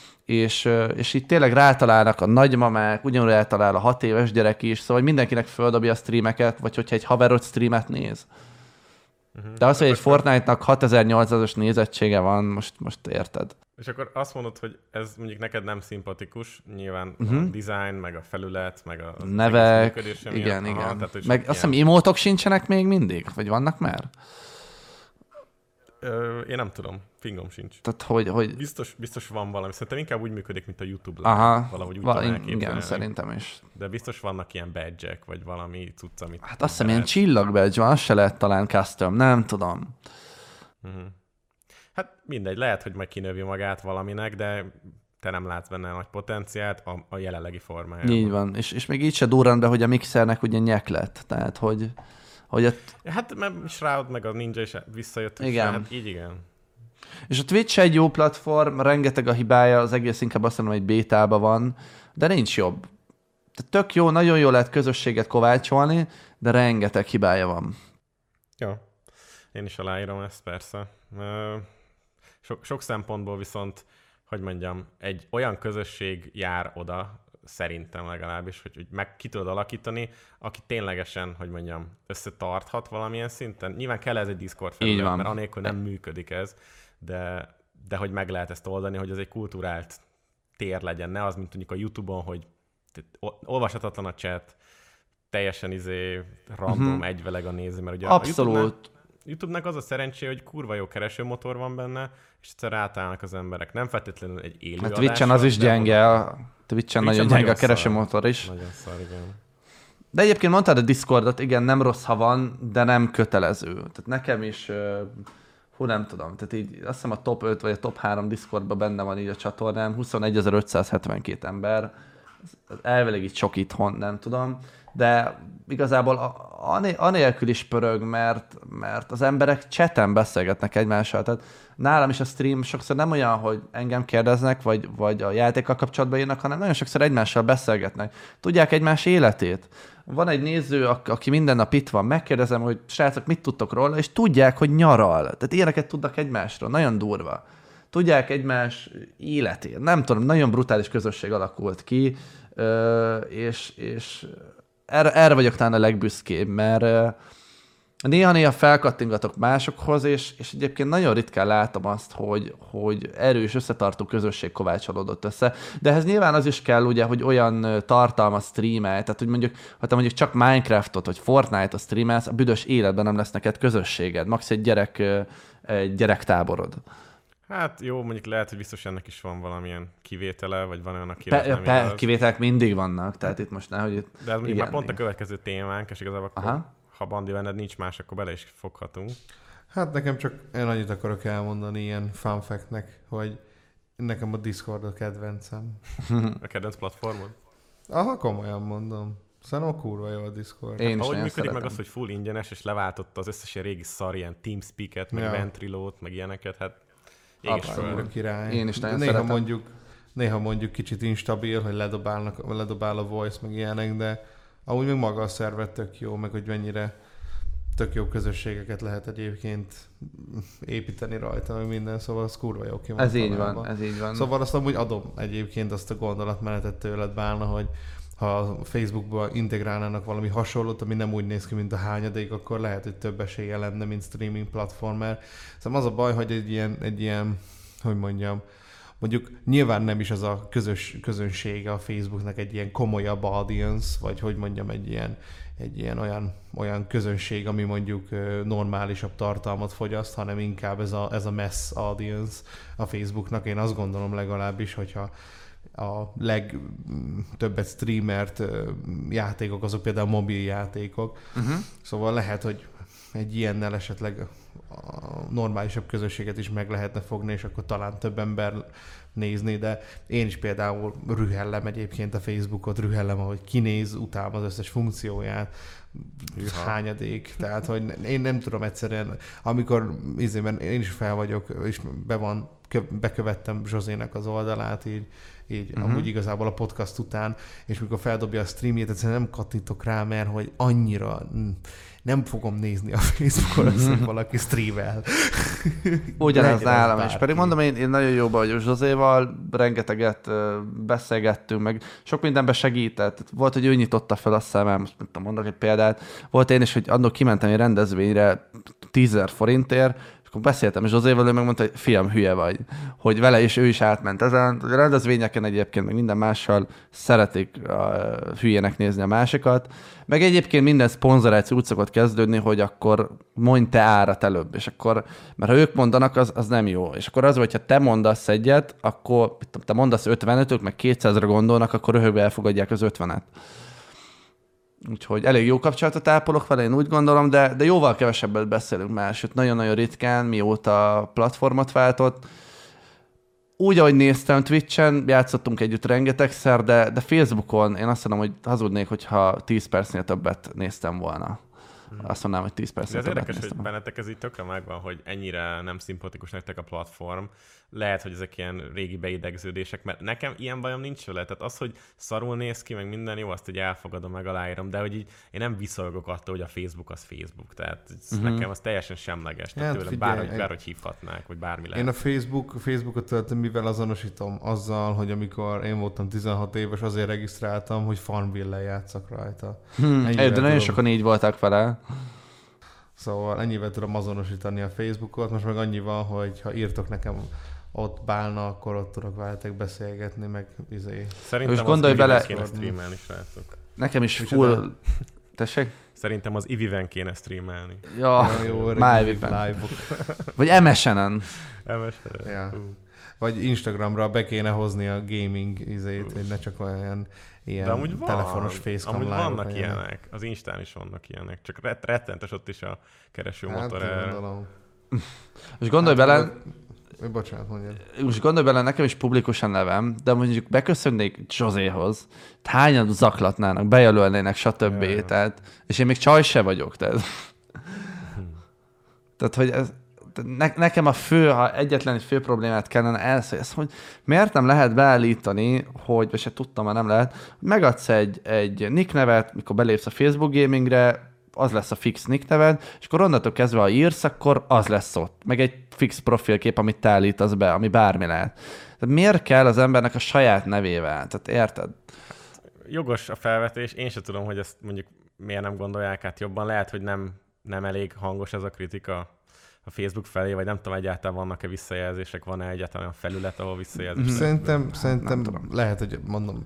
És, és itt tényleg rátalálnak a nagymamák, ugyanúgy rátalál a hat éves gyerek is, szóval mindenkinek földobja a streameket, vagy hogyha egy haverod streamet néz. Uh-huh. De az, hogy egy Fortnite-nak hatezer-nyolcszázas nézettsége van, most, most érted. És akkor azt mondod, hogy ez mondjuk neked nem szimpatikus, nyilván Uh-huh. a design, meg a felület, meg a Nevek, működése igen, miatt. igen. Tehát, hogy Meg sok azt hiszem ilyen- imótok sincsenek még mindig? Vagy vannak már? Ö, én nem tudom, fingom sincs. Tehát, hogy... hogy... Biztos, biztos van valami. Szerintem inkább úgy működik, mint a YouTube Live. Aha, Valahogy úgy val- tudom igen, elképzelni. szerintem is. De biztos vannak ilyen badge-ek, vagy valami cucc, amit... Hát azt hiszem, ilyen csillagbadge van, az se lehet talán custom, nem tudom. Uh-huh. Hát mindegy, lehet, hogy majd kinövi magát valaminek, de te nem látsz benne nagy potenciált a, a jelenlegi formájában. Így van, és, és még így se durran be, hogy a mixernek ugye nyek lett, tehát hogy, hogy ott... Hát mert Shroud meg a Ninja is visszajött. Igen. Hát így igen. És a Twitch egy jó platform, rengeteg a hibája, az egész inkább azt mondom, hogy bétában van, de nincs jobb. Tehát tök jó, nagyon jó lehet közösséget kovácsolni, de rengeteg hibája van. Jó. Én is aláírom ezt, persze. Sok, sok szempontból viszont, hogy mondjam, egy olyan közösség jár oda, szerintem legalábbis, hogy, hogy meg ki tudod alakítani, aki ténylegesen, hogy mondjam, összetarthat valamilyen szinten. Nyilván kell ez egy Discord felület, mert anélkül nem működik ez, de, de hogy meg lehet ezt oldani, hogy ez egy kulturált tér legyen, ne az, mint mondjuk a YouTube-on, hogy olvashatatlan a chat, teljesen izé random, uh-huh. egyveleg a néző, mert ugye abszolút. A YouTube-nál, YouTube-nak az a szerencsé, hogy kurva jó keresőmotor van benne, és egyszer átállnak az emberek. Nem feltétlenül egy élő hát adásra. Twitchen az is gyenge, a Twitchen nagyon gyenge a keresőmotor is. Nagyon szar, igen. De egyébként mondtad a Discordot, igen, nem rossz, ha van, de nem kötelező. Tehát nekem is, hú, nem tudom, tehát így azt hiszem a top öt vagy a top három Discordban benne van így a csatornám, huszonegyezer-ötszázhetvenkét ember, elvileg így sok itthon, nem tudom, de igazából anélkül is pörög, mert, mert az emberek chaten beszélgetnek egymással. Tehát nálam is a stream sokszor nem olyan, hogy engem kérdeznek, vagy, vagy a játékkal kapcsolatban írnak, hanem nagyon sokszor egymással beszélgetnek. Tudják egymás életét. Van egy néző, aki minden nap itt van, megkérdezem, hogy srácok, mit tudtok róla, és tudják, hogy nyaral. Tehát ilyeneket tudnak egymásról. Nagyon durva. Tudják egymás életét. Nem tudom, nagyon brutális közösség alakult ki, és, és erre, erre vagyok talán a legbüszkébb, mert néha-néha felkattingatok másokhoz, és, és egyébként nagyon ritkán látom azt, hogy, hogy erős, összetartó közösség kovácsolódott össze. De ehhez nyilván az is kell, ugye, hogy olyan tartalmat streamel, tehát hogy mondjuk, ha te mondjuk csak Minecraftot, vagy Fortnite-ot streamelsz, a büdös életben nem lesz neked közösséged, max. egy gyerek, egy gyerektáborod. Hát jó, mondjuk lehet, hogy biztos ennek is van valamilyen kivétele, vagy van olyan, aki pe, nem pe, igaz. Kivételek mindig vannak, tehát itt most nehogy... Itt... De ez mondjuk igen, már pont igen. a következő témánk, és igazából akkor, Aha. ha Bandi benned nincs más, akkor bele is foghatunk. Hát nekem csak én annyit akarok elmondani ilyen fun fact-nek, hogy nekem a Discord a kedvencem. A kedvenc platformod? Aha, komolyan mondom. Szerintem a kurva jó a Discord. Én is Ahogy nagyon működik szeretem. meg az, hogy full ingyenes, és leváltotta az összes ilyen régi szar, ilyen Teamspeak-et, meg Ja. Ventrilo-t, meg ilyeneket, hát ég és Abszolút. föld. A király. Én is nagyon néha szeretem. mondjuk, néha mondjuk kicsit instabil, hogy ledobálnak, ledobál a voice, meg ilyenek, de amúgy még maga a szerver tök jó, meg hogy mennyire tök jó közösségeket lehet egyébként építeni rajta, meg minden, szóval az kurva jó ki van Ez így találva. van, ez így van. Szóval azt amúgy adom egyébként azt a gondolatmenetet tőled, Bálna, hogy ha a Facebookba integrálnának valami hasonlót, ami nem úgy néz ki, mint a hányadék, akkor lehet, hogy több esélye lenne, mint streaming platform, mert szóval az a baj, hogy egy ilyen, egy ilyen, hogy mondjam, mondjuk nyilván nem is az a közös, közönsége a Facebooknak egy ilyen komolyabb audience, vagy hogy mondjam, egy ilyen, egy ilyen olyan, olyan közönség, ami mondjuk normálisabb tartalmat fogyaszt, hanem inkább ez a, ez a mass audience a Facebooknak. Én azt gondolom legalábbis, hogyha a legtöbbet streamert játékok, azok például mobil játékok. Uh-huh. Szóval lehet, hogy egy ilyennel esetleg a normálisabb közösséget is meg lehetne fogni, és akkor talán több ember nézni, de én is például rühellem egyébként a Facebookot, rühellem, ahogy kinéz, utálom az összes funkcióját, Juha. hányadék, tehát hogy én nem tudom egyszerűen, amikor izében én is fel vagyok, és be van, bekövettem Zsozének az oldalát, így, így uh-huh. amúgy igazából a podcast után, és mikor feldobja a streamjét, egyszerűen nem kattintok rá, mert hogy annyira nem fogom nézni a Facebookon, azt, hogy valaki streamel. Ugyanez nálam is. Pedig mondom, én, én nagyon jóban vagyok Zsozéval, rengeteget uh, beszélgettünk, meg sok mindenben segített. Volt, hogy ő nyitotta fel a szemem, most mondok egy példát. Volt én is, hogy annól kimentem egy rendezvényre tízezer forintért, és akkor beszéltem Zsozéval, ő megmondta, hogy fiam, hülye vagy, hogy vele is ő is átment ezen. A rendezvényeken egyébként, meg minden mással szeretik a hülyének nézni a másikat. Meg egyébként minden szponzoráció úgy szokott kezdődni, hogy akkor mondj te árat előbb, és akkor, mert ha ők mondanak, az, az nem jó. És akkor az, hogyha te mondasz egyet, akkor te mondasz ötvenet, ők meg kétszázra gondolnak, akkor röhögve elfogadják az ötvenet. Úgyhogy elég jó kapcsolatot ápolok vele, én úgy gondolom, de, de jóval kevesebbet beszélünk már, sőt nagyon-nagyon ritkán, mióta platformot váltott. Úgy, ahogy néztem Twitchen, játszottunk együtt rengetegszer, de, de Facebookon én azt mondom, hogy hazudnék, hogyha tíz percnél többet néztem volna. Azt mondanám, hogy tíz percnél De ez többet érdekes, néztem. hogy bennetek ez így tökre megvan, hogy ennyire nem szimpatikus nektek a platform. Lehet, hogy ezek ilyen régi beidegződések, mert nekem ilyen bajom nincs vele. Tehát az, hogy szarul néz ki, meg minden jó, azt így elfogadom, meg aláírom, de hogy így én nem viszolgok attól, hogy a Facebook az Facebook. Tehát ez Mhm. nekem az teljesen semleges. Tehát Hát tőlem figyelj, bárhogy, egy- bárhogy hívhatnák, vagy bármi lehet. Én a Facebook, Facebookot töltöm, mivel azonosítom azzal, hogy amikor én voltam tizenhat éves, azért regisztráltam, hogy Farmville-lel játszak rajta. Hmm, Ennyivel de nagyon tudom. sokan így voltak vele. Szóval ennyivel tudom azonosítani a Facebookot, most meg annyi van, hogy ha írtok nekem ott bálna, akkor ott tudok veletek beszélgetni, meg izé. Szerintem Most gondolj az Iviven bele- kéne streamelni, srácok. Nekem is Micsoda? full... Tessék? Szerintem az Iviven kéne streamelni. Ja, Olyan jó öreg Májviben. live-ok. Vagy em es en-en. Emes, Ja. Hú. Vagy Instagramra be kéne hozni a gaming izét, hogy ne csak olyan ilyen De amúgy van, telefonos facecam amúgy live-ok vannak legyenek. ilyenek. Az Instán is vannak ilyenek. Csak ret- rettentes ott is a keresőmotor Hát, erre. gondolom. Most gondolj Hát, bele, vagy- Bocsánat, mondjad. most gondolj bele, nekem is publikusan nevem, de mondjuk beköszönnék Zsozéhoz, hányan zaklatnának, bejelölnének, stb. Ja, ja. Tehát, és én még csaj se vagyok. Tehát, tehát hogy ez, ne, nekem a fő, ha egyetlen egy fő problémát kellene elszólni, hogy miért nem lehet beállítani, hogy, vagy se tudtam, már nem lehet, hogy megadsz egy, egy nick nevet, mikor belépsz a Facebook gamingre, az lesz a fix nick neved, és akkor onnantól kezdve, ha írsz, akkor az lesz ott. Meg egy fix profilkép, amit te állítasz be, ami bármi lehet. Tehát miért kell az embernek a saját nevével? Tehát érted? Jogos a felvetés, én sem tudom, hogy ezt mondjuk miért nem gondolják át jobban. Lehet, hogy nem, nem elég hangos ez a kritika a Facebook felé, vagy nem tudom, egyáltalán vannak-e visszajelzések, van-e egyáltalán olyan felület, ahol visszajelzések? Szerintem, szerintem tudom. lehet, hogy mondom,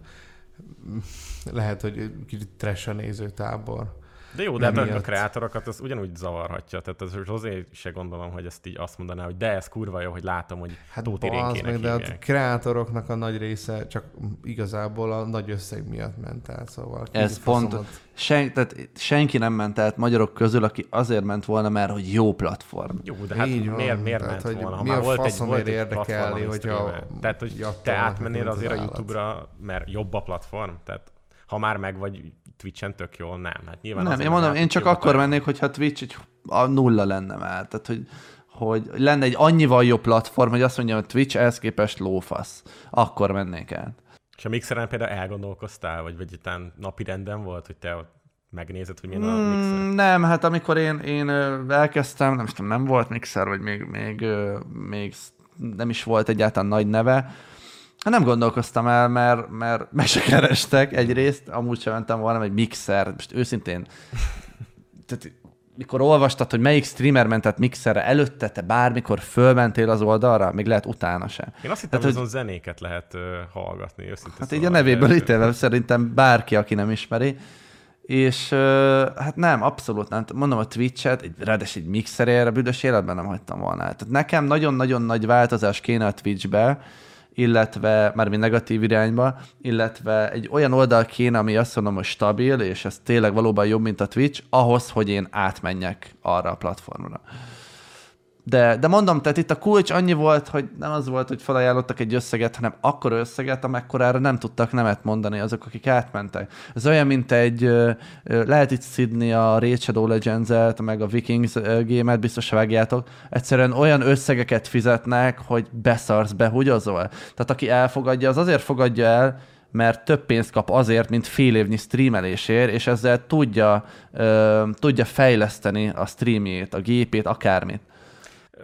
lehet, hogy kicsit trash a nézőtábor. De jó, de hát a Emiatt. kreátorokat az ugyanúgy zavarhatja. Tehát az Zsozé se gondolom, hogy ezt így azt mondaná, hogy de ez kurva jó, hogy látom, hogy Hát Tóth bazd Irénkének meg, de a hívják. kreátoroknak a nagy része csak igazából a nagy összeg miatt ment el, szóval. Ez ki pont, faszomat- sen, tehát senki nem ment át magyarok közül, aki azért ment volna, mert hogy jó platform. Jó, de hát Így van. miért, miért Tehát, ment hogy volna? Ha mi már a volt egy, faszomért volt egy érdekelni, platform, ami hogyha streamel. Tehát, hogy te jatolnak átmennél nekünk azért a az állat. YouTube-ra, mert jobb a platform? Tehát ha már meg vagy Twitch-en tök jól, nem. Hát nyilván Nem, azért, én mondom, mert én csak jobb a akkor platform. mennék, hogyha Twitch egy a nulla lenne már. Tehát, hogy, hogy lenne egy annyival jobb platform, hogy azt mondjam, hogy Twitch ehhez képest lófasz. Akkor mennék át. És a Mixeren például elgondolkoztál, vagy vagy után napi renden volt, hogy te ott megnézed, hogy milyen a Mixer? Mm, nem, hát amikor én, én ö, elkezdtem, nem is tudom, nem volt Mixer, vagy még, még, ö, még sz- nem is volt egyáltalán nagy neve, hát nem gondolkoztam el, mert, mert meg se kerestek egyrészt, amúgy sem mentem volna, egy Mixer, most őszintén, tehát mikor olvastad, hogy melyik streamer ment át Mixerre, előtte te bármikor fölmentél az oldalra, még lehet utána se. Én azt hittem, Hát, hogy hogy- azon zenéket lehet uh, hallgatni, őszintén. Hát szóval, így a nevéből de- ítélve szerintem bárki, aki nem ismeri. És ö, hát nem, abszolút nem. Mondom, a Twitch-et, egy, ráadásul egy Mixerére büdös életben nem hagytam volna. Tehát nekem nagyon-nagyon nagy változás kéne a Twitch-be, illetve már mi negatív irányba, illetve egy olyan oldal kéne, ami azt mondom, hogy stabil, és ez tényleg valóban jobb, mint a Twitch, ahhoz, hogy én átmenjek arra a platformra. De, de mondom, tehát itt a kulcs annyi volt, hogy nem az volt, hogy felajánlottak egy összeget, hanem akkor összeget, amekkorára nem tudtak nemet mondani azok, akik átmentek. Ez olyan, mint egy, ö, ö, lehet itt szidni a Raid Shadow Legends-et, meg a Vikings ö, gémet, biztos vágjátok, egyszerűen olyan összegeket fizetnek, hogy beszarsz, behugyozol. Tehát aki elfogadja, az azért fogadja el, mert több pénzt kap azért, mint fél évnyi streamelésért, és ezzel tudja, ö, tudja fejleszteni a streamjét, a gépét, akármit.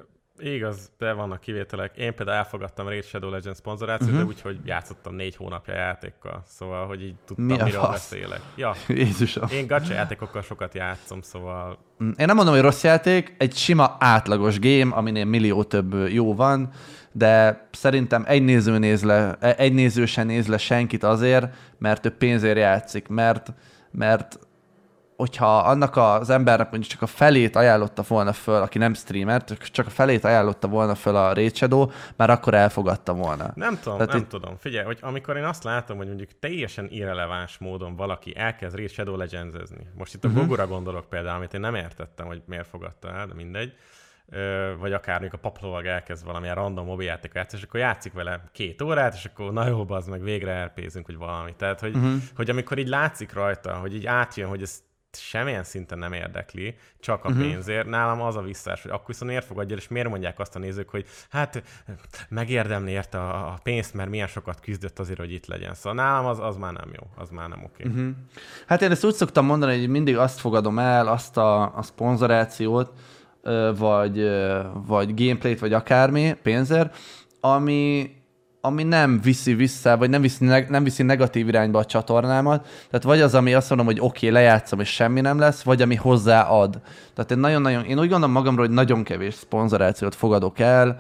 Igaz, de vannak kivételek. Én például elfogadtam Raid Shadow Legends szponzorációt, uh-huh. de úgyhogy játszottam négy hónapja játékkal, szóval, hogy így tudtam, Mi miről fasz? beszélek. Ja. Jézusom. Én gacha játékokkal sokat játszom, szóval... Én nem mondom, hogy rossz játék, egy sima átlagos game, aminél millió több jó van, de szerintem egy néző, néz le, egy néző sem néz le senkit azért, mert ő pénzért játszik, mert, mert hogyha annak az embernek mondjuk csak a felét ajánlotta volna föl, aki nem streamer, csak a felét ajánlotta volna föl a Raid Shadow, már akkor elfogadta volna. Nem tudom, Tehát nem itt... tudom. Figyelj, hogy amikor én azt látom, hogy mondjuk teljesen irreleváns módon valaki elkezd Raid Shadow Legends-ezni. Most itt a uh-huh. Gogura gondolok például, amit én nem értettem, hogy miért fogadta el, de mindegy. Ö, vagy akár mondjuk a paplovag elkezd valamilyen random mobiljátékot játszani, és akkor játszik vele két órát, és akkor na jó, bazd meg, végre er pé-zünk, hogy valami. Tehát, hogy, uh-huh. hogy amikor így látszik rajta, hogy így átjön, hogy ez semmilyen szinten nem érdekli, csak a uh-huh. pénzért. Nálam az a visszás, hogy akkor viszont miért fogadja, és miért mondják azt a nézők, hogy hát megérdemli érte a, a pénzt, mert milyen sokat küzdött azért, hogy itt legyen. Szóval nálam az, az már nem jó, az már nem oké. Okay. Uh-huh. Hát én ezt úgy szoktam mondani, hogy mindig azt fogadom el, azt a, a szponzorációt, vagy, vagy gameplayt, vagy akármi, pénzért, ami, ami nem viszi vissza, vagy nem viszi, nem viszi negatív irányba a csatornámat. Tehát vagy az, ami azt mondom, hogy oké, okay, lejátszom, és semmi nem lesz, vagy ami hozzáad. Tehát én nagyon-nagyon, én úgy gondolom magamról, hogy nagyon kevés szponzorációt fogadok el,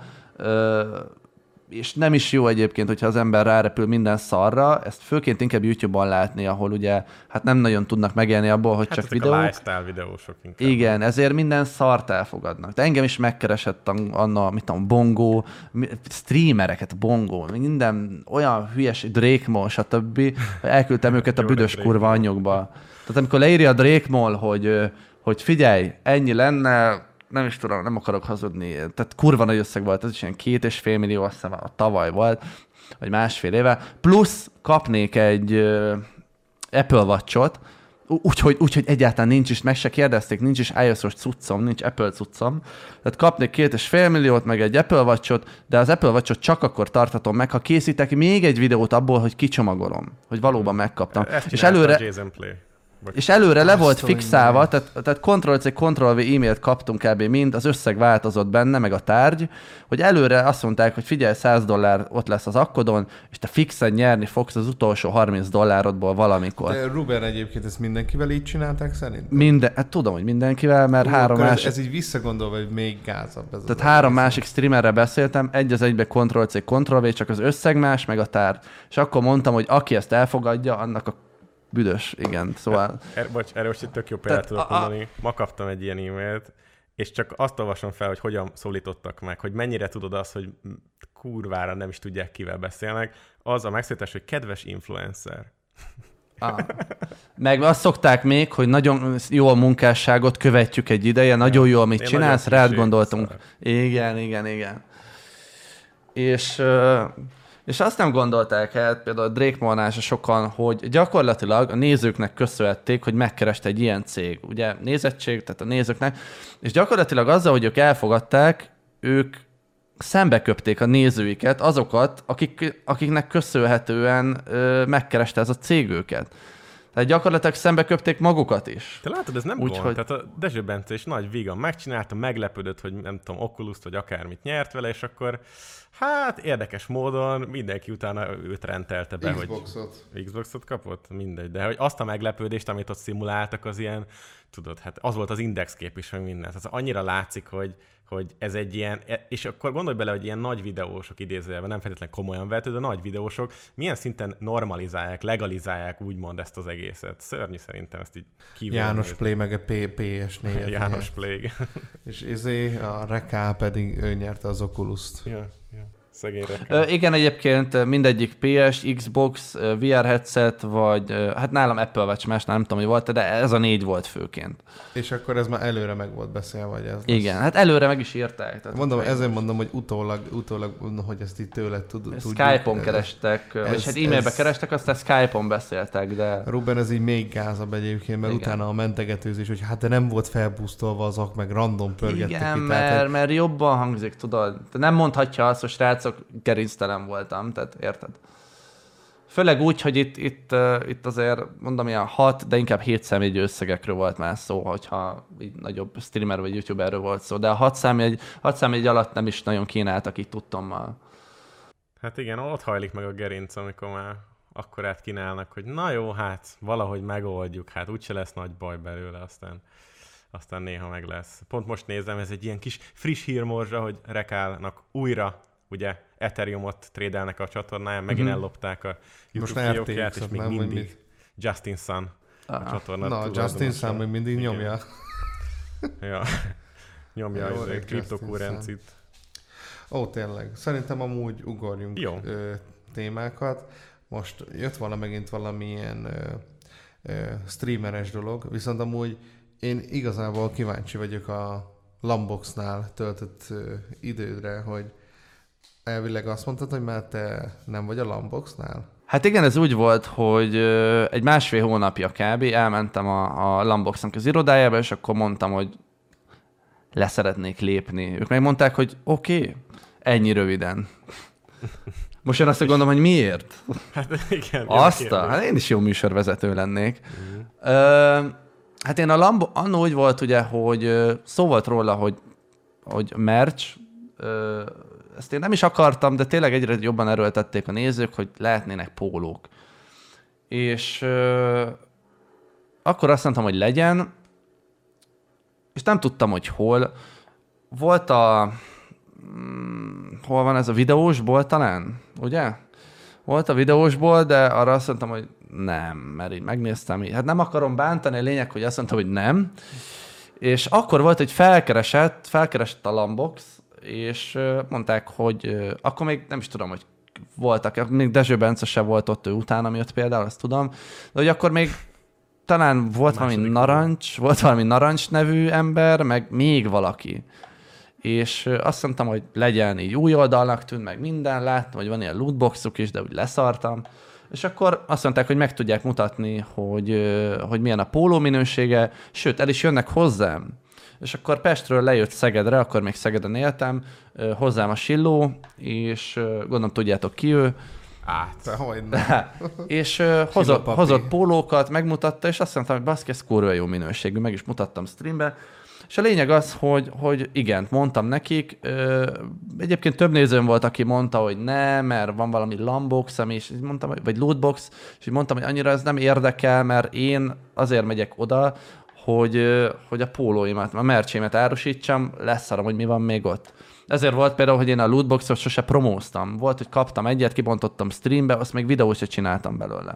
és nem is jó egyébként, hogyha az ember rárepül minden szarra, ezt főként inkább YouTube-on látni, ahol ugye hát nem nagyon tudnak megélni abból, hogy hát csak ezek videók. a lifestyle videósok inkább. Igen, ezért minden szart elfogadnak. De engem is megkeresett anna, mit tudom, Bongo, streamereket, Bongo, minden olyan hülyes, Drakemon, stb. Elküldtem őket a büdös kurva anyjukba. Tehát amikor leírja a Drakemon, hogy, hogy figyelj, ennyi lenne, nem is tudom, nem akarok hazudni, tehát kurva nagy összeg volt, ez is ilyen két és fél millió, azt hiszem a tavaly volt, vagy másfél éve, plusz kapnék egy uh, Apple Watch-ot, úgyhogy úgy, hogy egyáltalán nincs is, meg se kérdezték, nincs is iOS-os cuccom, nincs Apple cuccom, tehát kapnék két és fél milliót, meg egy Apple Watch-ot, de az Apple Watch-ot csak akkor tarthatom meg, ha készítek még egy videót abból, hogy kicsomagolom, hogy valóban megkaptam. Ezt és előre... Jason Play. Vagy És előre le volt Azt fixálva, tehát, tehát Ctrl-C, Ctrl-V e-mailt kaptunk kb. Mind, az összeg változott benne, meg a tárgy, hogy előre azt mondták, hogy figyelj, száz dollár ott lesz az akkodon, és te fixen nyerni fogsz az utolsó harminc dollárodból valamikor. De Ruben, egyébként ezt mindenkivel így csinálták szerint? Minden, hát tudom, hogy mindenkivel, mert Ú, három ez, másik... ez így visszagondolva, hogy még gázabb. Ez Tehát az három egész. másik streamerrel beszéltem, egy az egybe Ctrl-C, Ctrl-V, csak az összeg más, meg a tárgy. És akkor mondtam, hogy aki ezt elfogadja, annak a büdös, igen, szóval... Er, bocs, erről most itt tök jó példát tudok a, a... mondani. Ma kaptam egy ilyen e-mailt, és csak azt olvasom fel, hogy hogyan szólítottak meg, hogy mennyire tudod azt, hogy kurvára nem is tudják, kivel beszélnek. Az a megszólítás, hogy kedves influencer. Ah. Meg azt szokták még, hogy nagyon jó a munkásságot, követjük egy ideje, nagyon jó, amit Én csinálsz, nagyon rád kicsi, gondoltunk. szóval. Igen, igen, igen. És... És azt nem gondolták el, például a Drakemonnál sokan, hogy gyakorlatilag a nézőknek köszönhették, hogy megkereste egy ilyen cég. Ugye nézettség, tehát a nézőknek. És gyakorlatilag azzal, hogy ők elfogadták, ők szembeköpték a nézőiket, azokat, akik, akiknek köszönhetően ö, megkereste ez a cég őket. Tehát gyakorlatilag szembeköpték magukat is. Te látod, ez nem Úgy, gond. hogy... Tehát a Dezső Bence is nagy vegan megcsinálta, meglepődött, hogy nem tudom, Oculus-t vagy akármit nyert vele, és akkor hát érdekes módon mindenki utána őt rendelte be, Xboxot. hogy Xboxot kapott, mindegy. De hogy azt a meglepődést, amit ott szimuláltak, az ilyen, tudod, hát az volt az indexkép is, meg minden. Tehát annyira látszik, hogy hogy ez egy ilyen, és akkor gondolj bele, hogy ilyen nagy videósok idézőjelben, nem feltétlenül komolyan vehető, de nagy videósok milyen szinten normalizálják, legalizálják úgymond ezt az egészet. Szörnyű szerintem ezt így kívül. János nézni. Play meg a pé es négy. János Play. És ezé a Reká pedig ő nyerte az Oculus-t. Ja, ja. Szegény Ö, igen, egyébként mindegyik pé es, Xbox, vé er headset, vagy hát nálam Apple Watch, más nem tudom, hogy volt, de ez a négy volt főként. És akkor ez már előre meg volt beszélve, vagy ez Igen, hát előre meg is írták. Tehát mondom, ezért mondom, hogy utólag, utólag, hogy ezt így tőle tud, tudjuk. Skype-on kerestek, ez, vagy hát e-mailbe ez... kerestek, aztán Skype-on beszéltek, de... Ruben, ez így még gázabb egyébként, mert Igen. utána a mentegetőzés, hogy hát de nem volt felbusztolva az ak, meg random pörgettek Igen, ki. mert, Tehát, mert jobban hangzik, tudod. De nem mondhatja azt, hogy srácok, gerinctelen voltam, tehát érted? Főleg úgy, hogy itt, itt, uh, itt azért mondom ilyen hat, de inkább hét számjegyű összegekről volt már szó, hogyha így nagyobb streamer vagy youtuberről volt szó, de a hat számjegy, hat számjegy alatt nem is nagyon kínáltak itt tudtommal. Hát igen, ott hajlik meg a gerinc, amikor már akkorát kínálnak, hogy na jó, hát valahogy megoldjuk, hát úgyse lesz nagy baj belőle, aztán, aztán néha meg lesz. Pont most nézem, ez egy ilyen kis friss hírmorzsa, hogy Rekálnak újra, ugye, Ethereumot trédelnek a csatornáján, megint Mhm. ellopták a Most YouTube már fiókját, és er té iksz-et még nem, vagy mindig mit? Justin Sun a Ah. csatorna Na, Justin tulajdonosa. Sun még mindig Igen. nyomja. Ja. Nyomja Jó, a rég kriptokúrencit. Ó, tényleg. Szerintem amúgy ugorjunk Jó. ö, témákat. Most jött volna megint valamilyen ö, ö, streameres dolog, viszont amúgy én igazából kíváncsi vagyok a Lamboxnál töltött ö, idődre, hogy elvileg azt mondtad, hogy már te nem vagy a Lamboxnál? Hát igen, ez úgy volt, hogy ö, egy másfél hónapja kb. Elmentem a, a Lamboxnak az irodájába, és akkor mondtam, hogy leszeretnék lépni. Ők megmondták, hogy oké, okay, ennyi röviden. Most én azt gondolom, hogy miért? Hát igen. Azt jó a, kérdés. hát én is jó műsorvezető lennék. Mhm. Ö, hát én a Lambo, annó úgy volt ugye, hogy ö, szó volt róla, hogy, hogy merch, ö, ezt én nem is akartam, de tényleg egyre jobban erőltették a nézők, hogy lehetnének pólók. És ö, akkor azt mondtam, hogy legyen, és nem tudtam, hogy hol. Volt a... Mm, hol van ez a videósból talán? Ugye? Volt a videósból, de arra azt mondtam, hogy nem, mert így megnéztem. Hát nem akarom bántani, a lényeg, hogy azt mondtam, hogy nem. És akkor volt, hogy felkeresett, felkeresett a Lambox, és mondták, hogy akkor még nem is tudom, hogy voltak, még Dezső Bence se volt ott, ő utána miatt például, azt tudom, de hogy akkor még talán volt valami Második Narancs, volt valami Narancs nevű ember, meg még valaki. És azt mondtam, hogy legyen így új oldalnak tűnt, meg minden, láttam, hogy van ilyen lootboxuk is, de úgy leszartam. És akkor azt mondták, hogy meg tudják mutatni, hogy, hogy milyen a póló minősége, sőt, el is jönnek hozzám. És akkor Pestről lejött Szegedre, akkor még Szegeden éltem, hozzám a Silló, és gondolom tudjátok ki ő, Át. Dehogy nem. és uh, hozott, papi. hozott pólókat, megmutatta, és azt mondtam, hogy baszki, ez kurva jó minőségű, meg is mutattam streambe. És a lényeg az, hogy, hogy igen, mondtam nekik, ö, egyébként több nézőm volt, aki mondta, hogy nem, mert van valami Lambox, ami is, mondtam, hogy- vagy lootbox, és így mondtam, hogy annyira ez nem érdekel, mert én azért megyek oda, hogy, ö, hogy a pólóimat, a mercsémet árusítsam, leszarom, hogy mi van még ott. Ezért volt például, hogy én a lootboxot sose promóztam. Volt, hogy kaptam egyet, kibontottam streambe, azt még videót se csináltam belőle.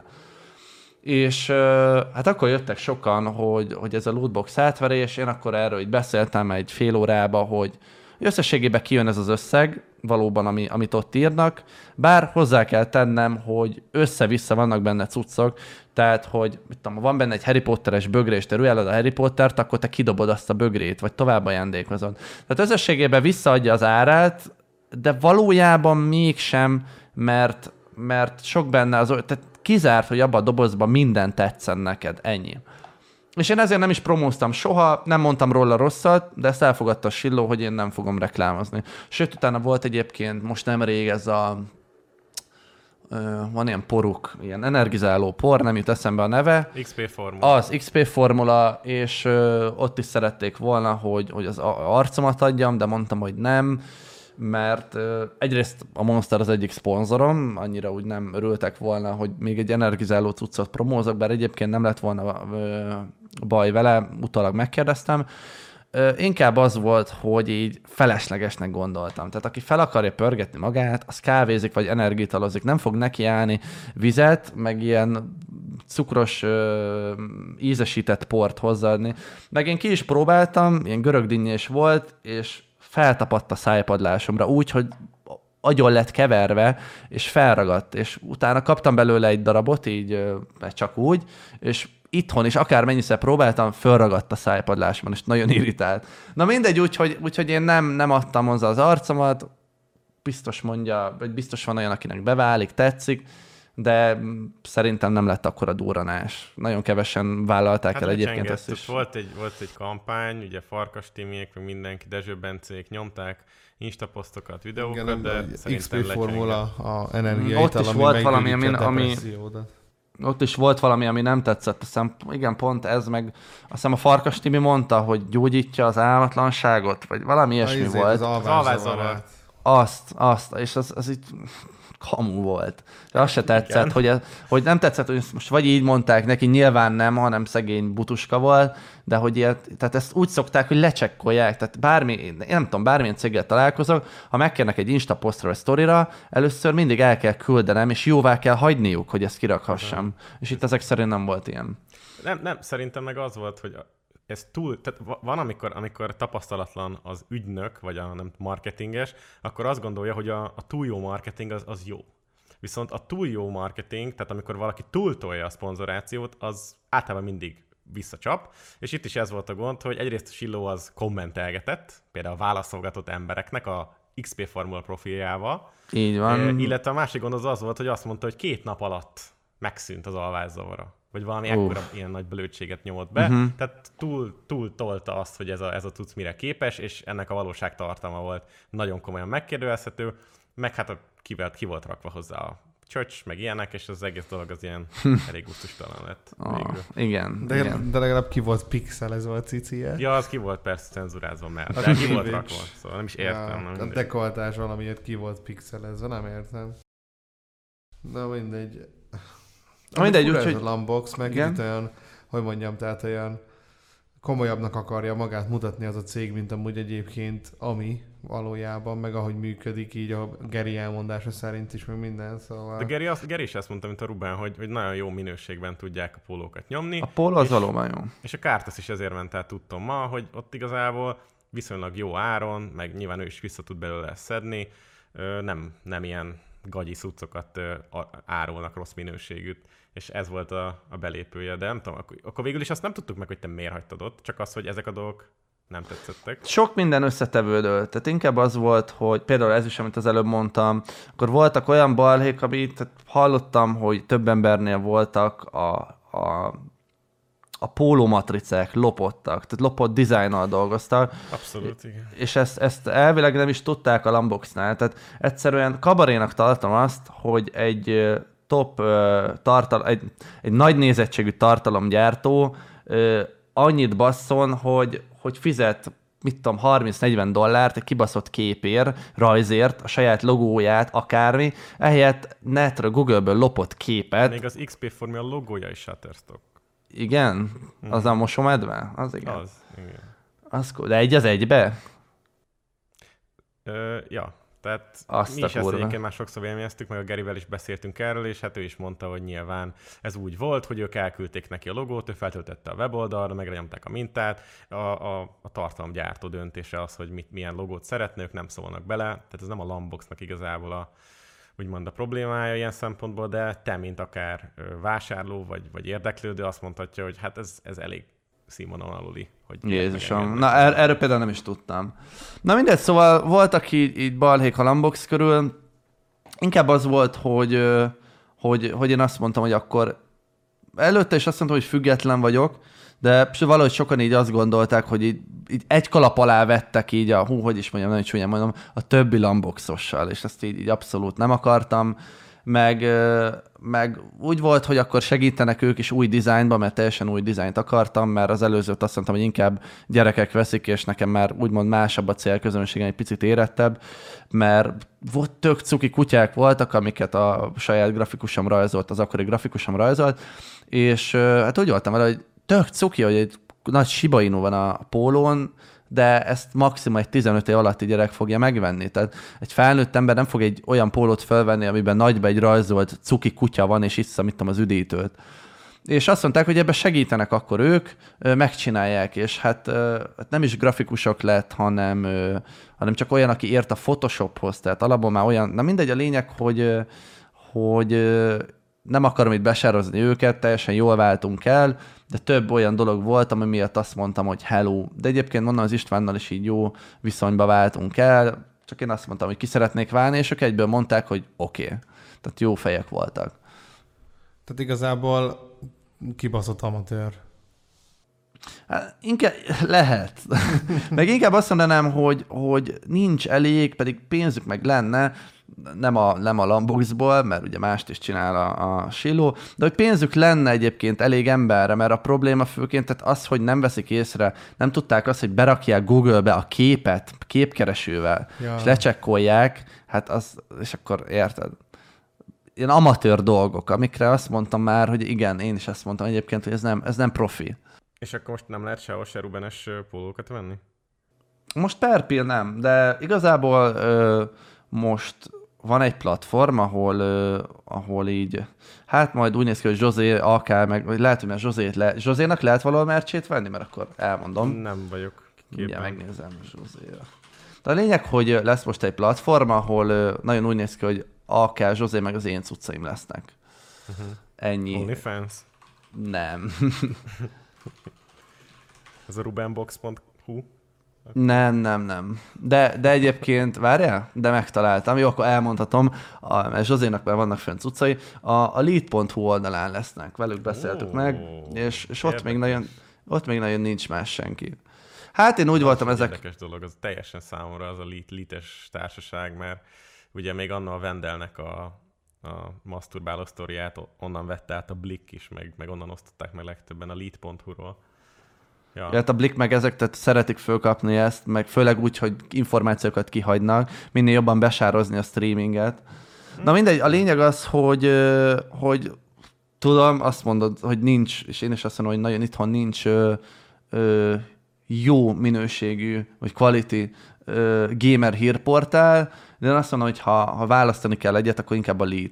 És ö, hát akkor jöttek sokan, hogy, hogy ez a lootbox átverés, én akkor erről így beszéltem egy fél órába, hogy összességében kijön ez az összeg, valóban, ami, amit ott írnak, bár hozzá kell tennem, hogy össze-vissza vannak benne cuccok, tehát, hogy mit tudom, ha van benne egy Harry Potteres bögré, és te rüheled a Harry Pottert, akkor te kidobod azt a bögrét, vagy tovább ajándékozod. Tehát összességében visszaadja az árát, de valójában mégsem, mert, mert sok benne az, tehát kizárt, hogy abban a dobozban minden tetszen neked, ennyi. És én ezért nem is promóztam soha, nem mondtam róla rosszat, de ezt elfogadta a Silló, hogy én nem fogom reklámozni. Sőt, utána volt egyébként most nemrég ez a... Ö, van ilyen poruk, ilyen energizáló por, nem jut eszembe a neve. iksz pé formula. Az iksz pé formula, és ö, ott is szerették volna, hogy, hogy az a- arcomat adjam, de mondtam, hogy nem, mert ö, egyrészt a Monster az egyik szponzorom, annyira úgy nem örültek volna, hogy még egy energizáló cuccot promózok, bár egyébként nem lett volna ö, baj vele, utólag megkérdeztem. Ö, inkább az volt, hogy így feleslegesnek gondoltam. Tehát aki fel akarja pörgetni magát, az kávézik vagy energitalozik, nem fog nekiállni vizet, meg ilyen cukros ö, ízesített port hozzáadni. Meg én ki is próbáltam, ilyen görögdinnyés volt, és feltapadt a szájpadlásomra úgy, hogy agyon lett keverve, és felragadt, és utána kaptam belőle egy darabot, így ö, csak úgy, és itthon is akármennyiszer próbáltam, fölragadt a szájpadlásomon, és nagyon irritált. Na mindegy, úgyhogy, úgyhogy én nem, nem adtam hozzá az arcomat, biztos mondja, vagy biztos van olyan, akinek beválik, tetszik, de szerintem nem lett akkora durranás. Nagyon kevesen vállalták Hát el egyébként lecsengett, ezt is. Volt egy, volt egy kampány, ugye Farkas Timiék, meg mindenki, Dezső Bencék nyomták instaposztokat, videókat, Igen, de de szerintem iksz pé formula, a Ott energiaital, is ami volt valami, meggyógyítja ami- a ami- depressziódat. Ott is volt valami, ami nem tetszett. Azt hiszem, igen, pont ez, meg azt hiszem a Farkas Timi mondta, hogy gyógyítja az álmatlanságot, vagy valami ilyesmi izét, volt. Az alvászavarát. Azt, azt, és az, az így kamu volt. De azt se tetszett, Igen. hogy, hogy nem tetszett, hogy most vagy így mondták neki, nyilván nem, hanem szegény butuska volt, de hogy ilyet, tehát ezt úgy szokták, hogy lecsekkolják, tehát bármi, én nem tudom, bármilyen céggel találkozok, ha megkérnek egy Insta posztra vagy sztorira, először mindig el kell küldenem, és jóvá kell hagyniuk, hogy ezt kirakhassam. Uh-huh. És itt ezek szerint nem volt ilyen. Nem, nem, szerintem meg az volt, hogy ez túl, tehát va- van, amikor, amikor tapasztalatlan az ügynök, vagy a nem marketinges, akkor azt gondolja, hogy a, a túl jó marketing az, az jó. Viszont a túl jó marketing, tehát amikor valaki túltolja a szponzorációt, az általában mindig visszacsap, és itt is ez volt a gond, hogy egyrészt a Silló az kommentelgetett, például válaszolgatott embereknek a iksz pé Formula profiljával, Így van. e, illetve a másik gond az az volt, hogy azt mondta, hogy két nap alatt megszűnt az alvászavara. Vagy valami Uff. ekkora ilyen nagy blödséget nyomott be. Uh-huh. Tehát túl, túl tolta azt, hogy ez a, ez a cucc mire képes, és ennek a valóság tartalma volt nagyon komolyan megkérdőjelezhető, meg hát a, ki, volt, ki volt rakva hozzá a csöcs, meg ilyenek, és az egész dolog az ilyen elég gusztustalan lett. Ah, végül. igen, De, igen. de legalább ki volt pixelezve a cicie. Ja, az ki volt persze cenzurázva, mert A de ki volt cleavage. rakva, szóval nem is értem. Ja, nem a mindegy. dekoltás valamiért ki volt pixelezve, nem értem. De mindegy. Na mindegy, Ami fura úgyhogy- ez a Lambox, meg Igen? itt olyan, hogy mondjam, tehát olyan komolyabbnak akarja magát mutatni az a cég, mint amúgy egyébként, ami valójában, meg ahogy működik így a Geri elmondása szerint is, meg minden, szóval... De Geri, azt, Geri is ezt mondta, mint a Ruben, hogy, hogy nagyon jó minőségben tudják a pólókat nyomni. A póló az és- valóban jó. És a Kártasz is ezért ment el, tudtam ma, hogy ott igazából viszonylag jó áron, meg nyilván ő is vissza tud belőle szedni, ö, nem, nem ilyen gagyi cuccokat ö, a- árulnak rossz minőségűt, és ez volt a, a belépője, de nem tudom, akkor, akkor végül is azt nem tudtuk meg, hogy te miért hagytad ott, csak az, hogy ezek a dolgok nem tetszettek. Sok minden összetevődött. Tehát inkább az volt, hogy például ez is, amit az előbb mondtam, akkor voltak olyan balhék, amit tehát hallottam, hogy több embernél voltak a, a, a pólómatricák lopottak, tehát lopott dizájnnal dolgoztak, Abszolút, igen. és ezt, ezt elvileg nem is tudták a Lamboxnál. Tehát egyszerűen kabarénak tartom azt, hogy egy ö, top ö, tartal, egy, egy nagy nézettségű tartalomgyártó ö, annyit basszon, hogy, hogy fizet, mit tudom, harminc-negyven dollárt egy kibaszott képért, rajzért, a saját logóját, akármi, ehelyett netről, Google-ből lopott képet. Még az iksz pé Formula logója is Shutterstock. Igen? Az a mosomedve? Az igen. Az. Az, igen. Az, de egy az egybe? Ö, ja, tehát Azt mi a is ezt kurva. egyébként már sokszor véleményeztük, meg a Gerivel is beszéltünk erről, és hát ő is mondta, hogy nyilván ez úgy volt, hogy ők elküldték neki a logót, ő feltöltette a weboldalra, megnyomták a mintát, a, a, a tartalomgyártó döntése az, hogy mit, milyen logót szeretne, ők nem szólnak bele, tehát ez nem a Lamboxnak igazából a, úgymond a problémája ilyen szempontból, de te, mint akár ö, vásárló vagy, vagy érdeklődő, azt mondhatja, hogy hát ez, ez elég színvonal aluli. Hogy Jézusom. megengednek. Na, er- erről például nem is tudtam. Na mindegy, szóval voltak így, így balhék a Lambox körül. Inkább az volt, hogy, ö, hogy, hogy én azt mondtam, hogy akkor előtte is azt mondtam, hogy független vagyok, de valahogy sokan így azt gondolták, hogy így, így egy kalap alá vettek így a, hú, hogy is mondjam, nem is csúnyán mondom, a többi Lamboxossal, és ezt így, így abszolút nem akartam. Meg, ö, meg úgy volt, hogy akkor segítenek ők is új dizájnba, mert teljesen új dizájnt akartam, mert az előzőt azt mondtam, hogy inkább gyerekek veszik, és nekem már úgymond másabb a célközönségem, egy picit érettebb, mert volt tök cuki kutyák voltak, amiket a saját grafikusom rajzolt, az akkori grafikusom rajzolt, és ö, hát úgy voltam vele, hogy tök cuki, hogy egy nagy Shiba Inu van a pólón, de ezt maximum egy tizenöt év alatti gyerek fogja megvenni. Tehát egy felnőtt ember nem fog egy olyan pólót felvenni, amiben nagyba egy rajzolt cuki kutya van, és issza, mit tudom, az üdítőt. És azt mondták, hogy ebben segítenek akkor ők, ö, megcsinálják, és hát, ö, hát nem is grafikusok lett, hanem, ö, hanem csak olyan, aki ért a Photoshophoz, tehát alapból már olyan, na mindegy, a lényeg, hogy, ö, hogy ö, nem akarom itt besározni őket, teljesen jól váltunk el, de több olyan dolog volt, ami miatt azt mondtam, hogy hello. De egyébként mondom, az Istvánnal is így jó viszonyba váltunk el, csak én azt mondtam, hogy ki szeretnék válni, és ők egyből mondták, hogy oké. Okay. Tehát jó fejek voltak. Tehát igazából kibaszott amatőr. Hát, inkább lehet. Meg inkább azt mondanám, hogy, hogy nincs elég, pedig pénzük meg lenne, nem a, nem a Lamboxból, mert ugye mást is csinál a, a Siló, de hogy pénzük lenne egyébként elég emberre, mert a probléma főként tehát az, hogy nem veszik észre, nem tudták azt, hogy berakják Google-be a képet képkeresővel, Ja. és lecsekkolják, hát az, és akkor érted. Ilyen amatőr dolgok, amikre azt mondtam már, hogy igen, én is azt mondtam egyébként, hogy ez nem, ez nem profi. És akkor most nem lehet sehol se Rubenes ö, pólókat venni? Most per pill nem, de igazából ö, most van egy platform, ahol, ö, ahol így, hát majd úgy néz ki, hogy Zsozé, á ká, meg vagy lehet, hogy már Zsozét le, Zsozénak lehet valahol merchét venni, mert akkor elmondom. Nem vagyok Ugye képben. megnézem Zsozéra. De a lényeg, hogy lesz most egy platform, ahol ö, nagyon úgy néz ki, hogy á ká, Zsozé, meg az én cuccaim lesznek. Uh-huh. Ennyi. OnlyFans? Nem. Ez a rubenbox pont hu? Nem, nem, nem. De, de egyébként, várjál? De megtaláltam. Jó, akkor elmondhatom, a, mert Zsozénak már vannak fent cuccai. A, a lead pont hu oldalán lesznek. Velük beszéltük Ó, meg, és, és ott, még érdekes. nagyon, ott még nagyon nincs más senki. Hát én úgy voltam Az ezek... Érdekes dolog, az teljesen számomra az a lit, lites társaság, mert ugye még annól a Vendelnek a, a masturbáló sztoriát onnan vette át a Blick is, meg, meg onnan osztották meg legtöbben a lead pont hu-ról. Ja. Hát a Blick meg ezek, tehát szeretik fölkapni ezt, meg főleg úgy, hogy információkat kihagynak, minél jobban besározni a streaminget. Na mindegy, a lényeg az, hogy, ö, hogy tudom, azt mondod, hogy nincs, és én is azt mondom, hogy nagyon itthon nincs ö, ö, jó minőségű, vagy quality ö, gamer hírportál, de én azt mondom, hogy ha, ha választani kell egyet, akkor inkább a lead.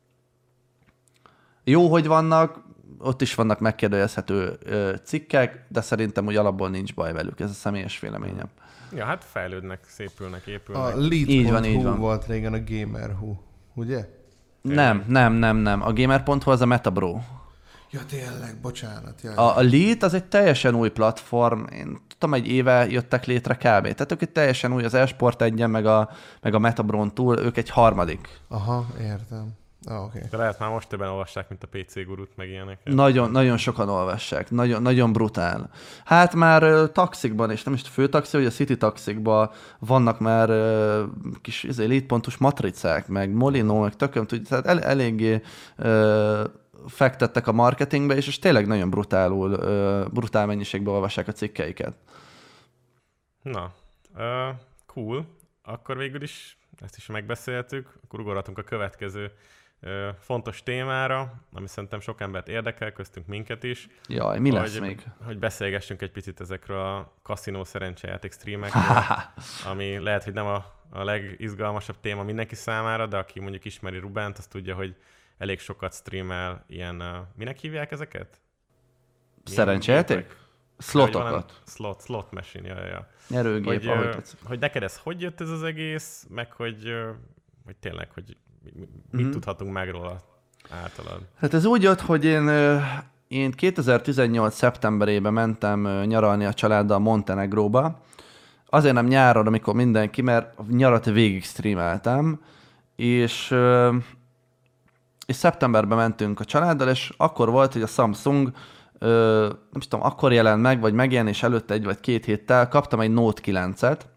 Jó, hogy vannak, ott is vannak megkérdőjelezhető ö, cikkek, de szerintem úgy alapból nincs baj velük, ez a személyes véleményem. ja, hát fejlődnek, szépülnek, A épülnek. Így van, így lead.hu van. volt régen a Gamer.hu, ugye? Nem, nem, nem, nem. A gamer pont hu az a Metabro. Ja, tényleg, bocsánat. Jaj. A, a Lead az egy teljesen új platform, én tudom, egy éve jöttek létre kb. Tehát ők egy teljesen új, az Esport egyen, meg a, meg a Metabron túl, ők egy harmadik. Aha, értem. Ah, oké. Okay. De lehet már most többen olvassák, mint a pé cé gurút, meg ilyenek. Nagyon, nagyon sokan olvassák, nagyon, nagyon brutál. Hát már uh, taxikban, és nem is a főtaxi, vagy a city taxikban vannak már uh, kis izé, létpontos matricák, meg Molino, meg tököm, tudj, tehát el, eléggé uh, fektettek a marketingbe, és, és tényleg nagyon brutálul, uh, brutál mennyiségben olvassák a cikkeiket. Na, uh, cool. Akkor végül is ezt is megbeszéltük, akkor ugorhatunk a következő uh, fontos témára, ami szerintem sok embert érdekel, köztünk minket is. Jaj, mi hogy, lesz még? Hogy beszélgessünk egy picit ezekről a kaszinó szerencsejáték streamekről, ami lehet, hogy nem a, a legizgalmasabb téma mindenki számára, de aki mondjuk ismeri Rubent, az tudja, hogy elég sokat streamel ilyen, uh, minek hívják ezeket? Szerencsejáték? Slotokat. Slot, slot machine, ja, ja. Nyerőgép, Hogy, ahogy ö, tetszik. hogy neked ez hogy jött ez az egész, meg hogy, ö, hogy tényleg, hogy mi- mi- mit Mhm. tudhatunk meg róla általad? Hát ez úgy jött, hogy én, ö, én kétezer-tizennyolc szeptemberében mentem ö, nyaralni a családdal Montenegróba. Azért nem nyáron, amikor mindenki, mert a nyarat végig streameltem, és, ö, és szeptemberben mentünk a családdal, és akkor volt, hogy a Samsung Ö, nem is tudom, akkor jelent meg, vagy megjelenés előtt egy vagy két héttel kaptam egy Note kilencet,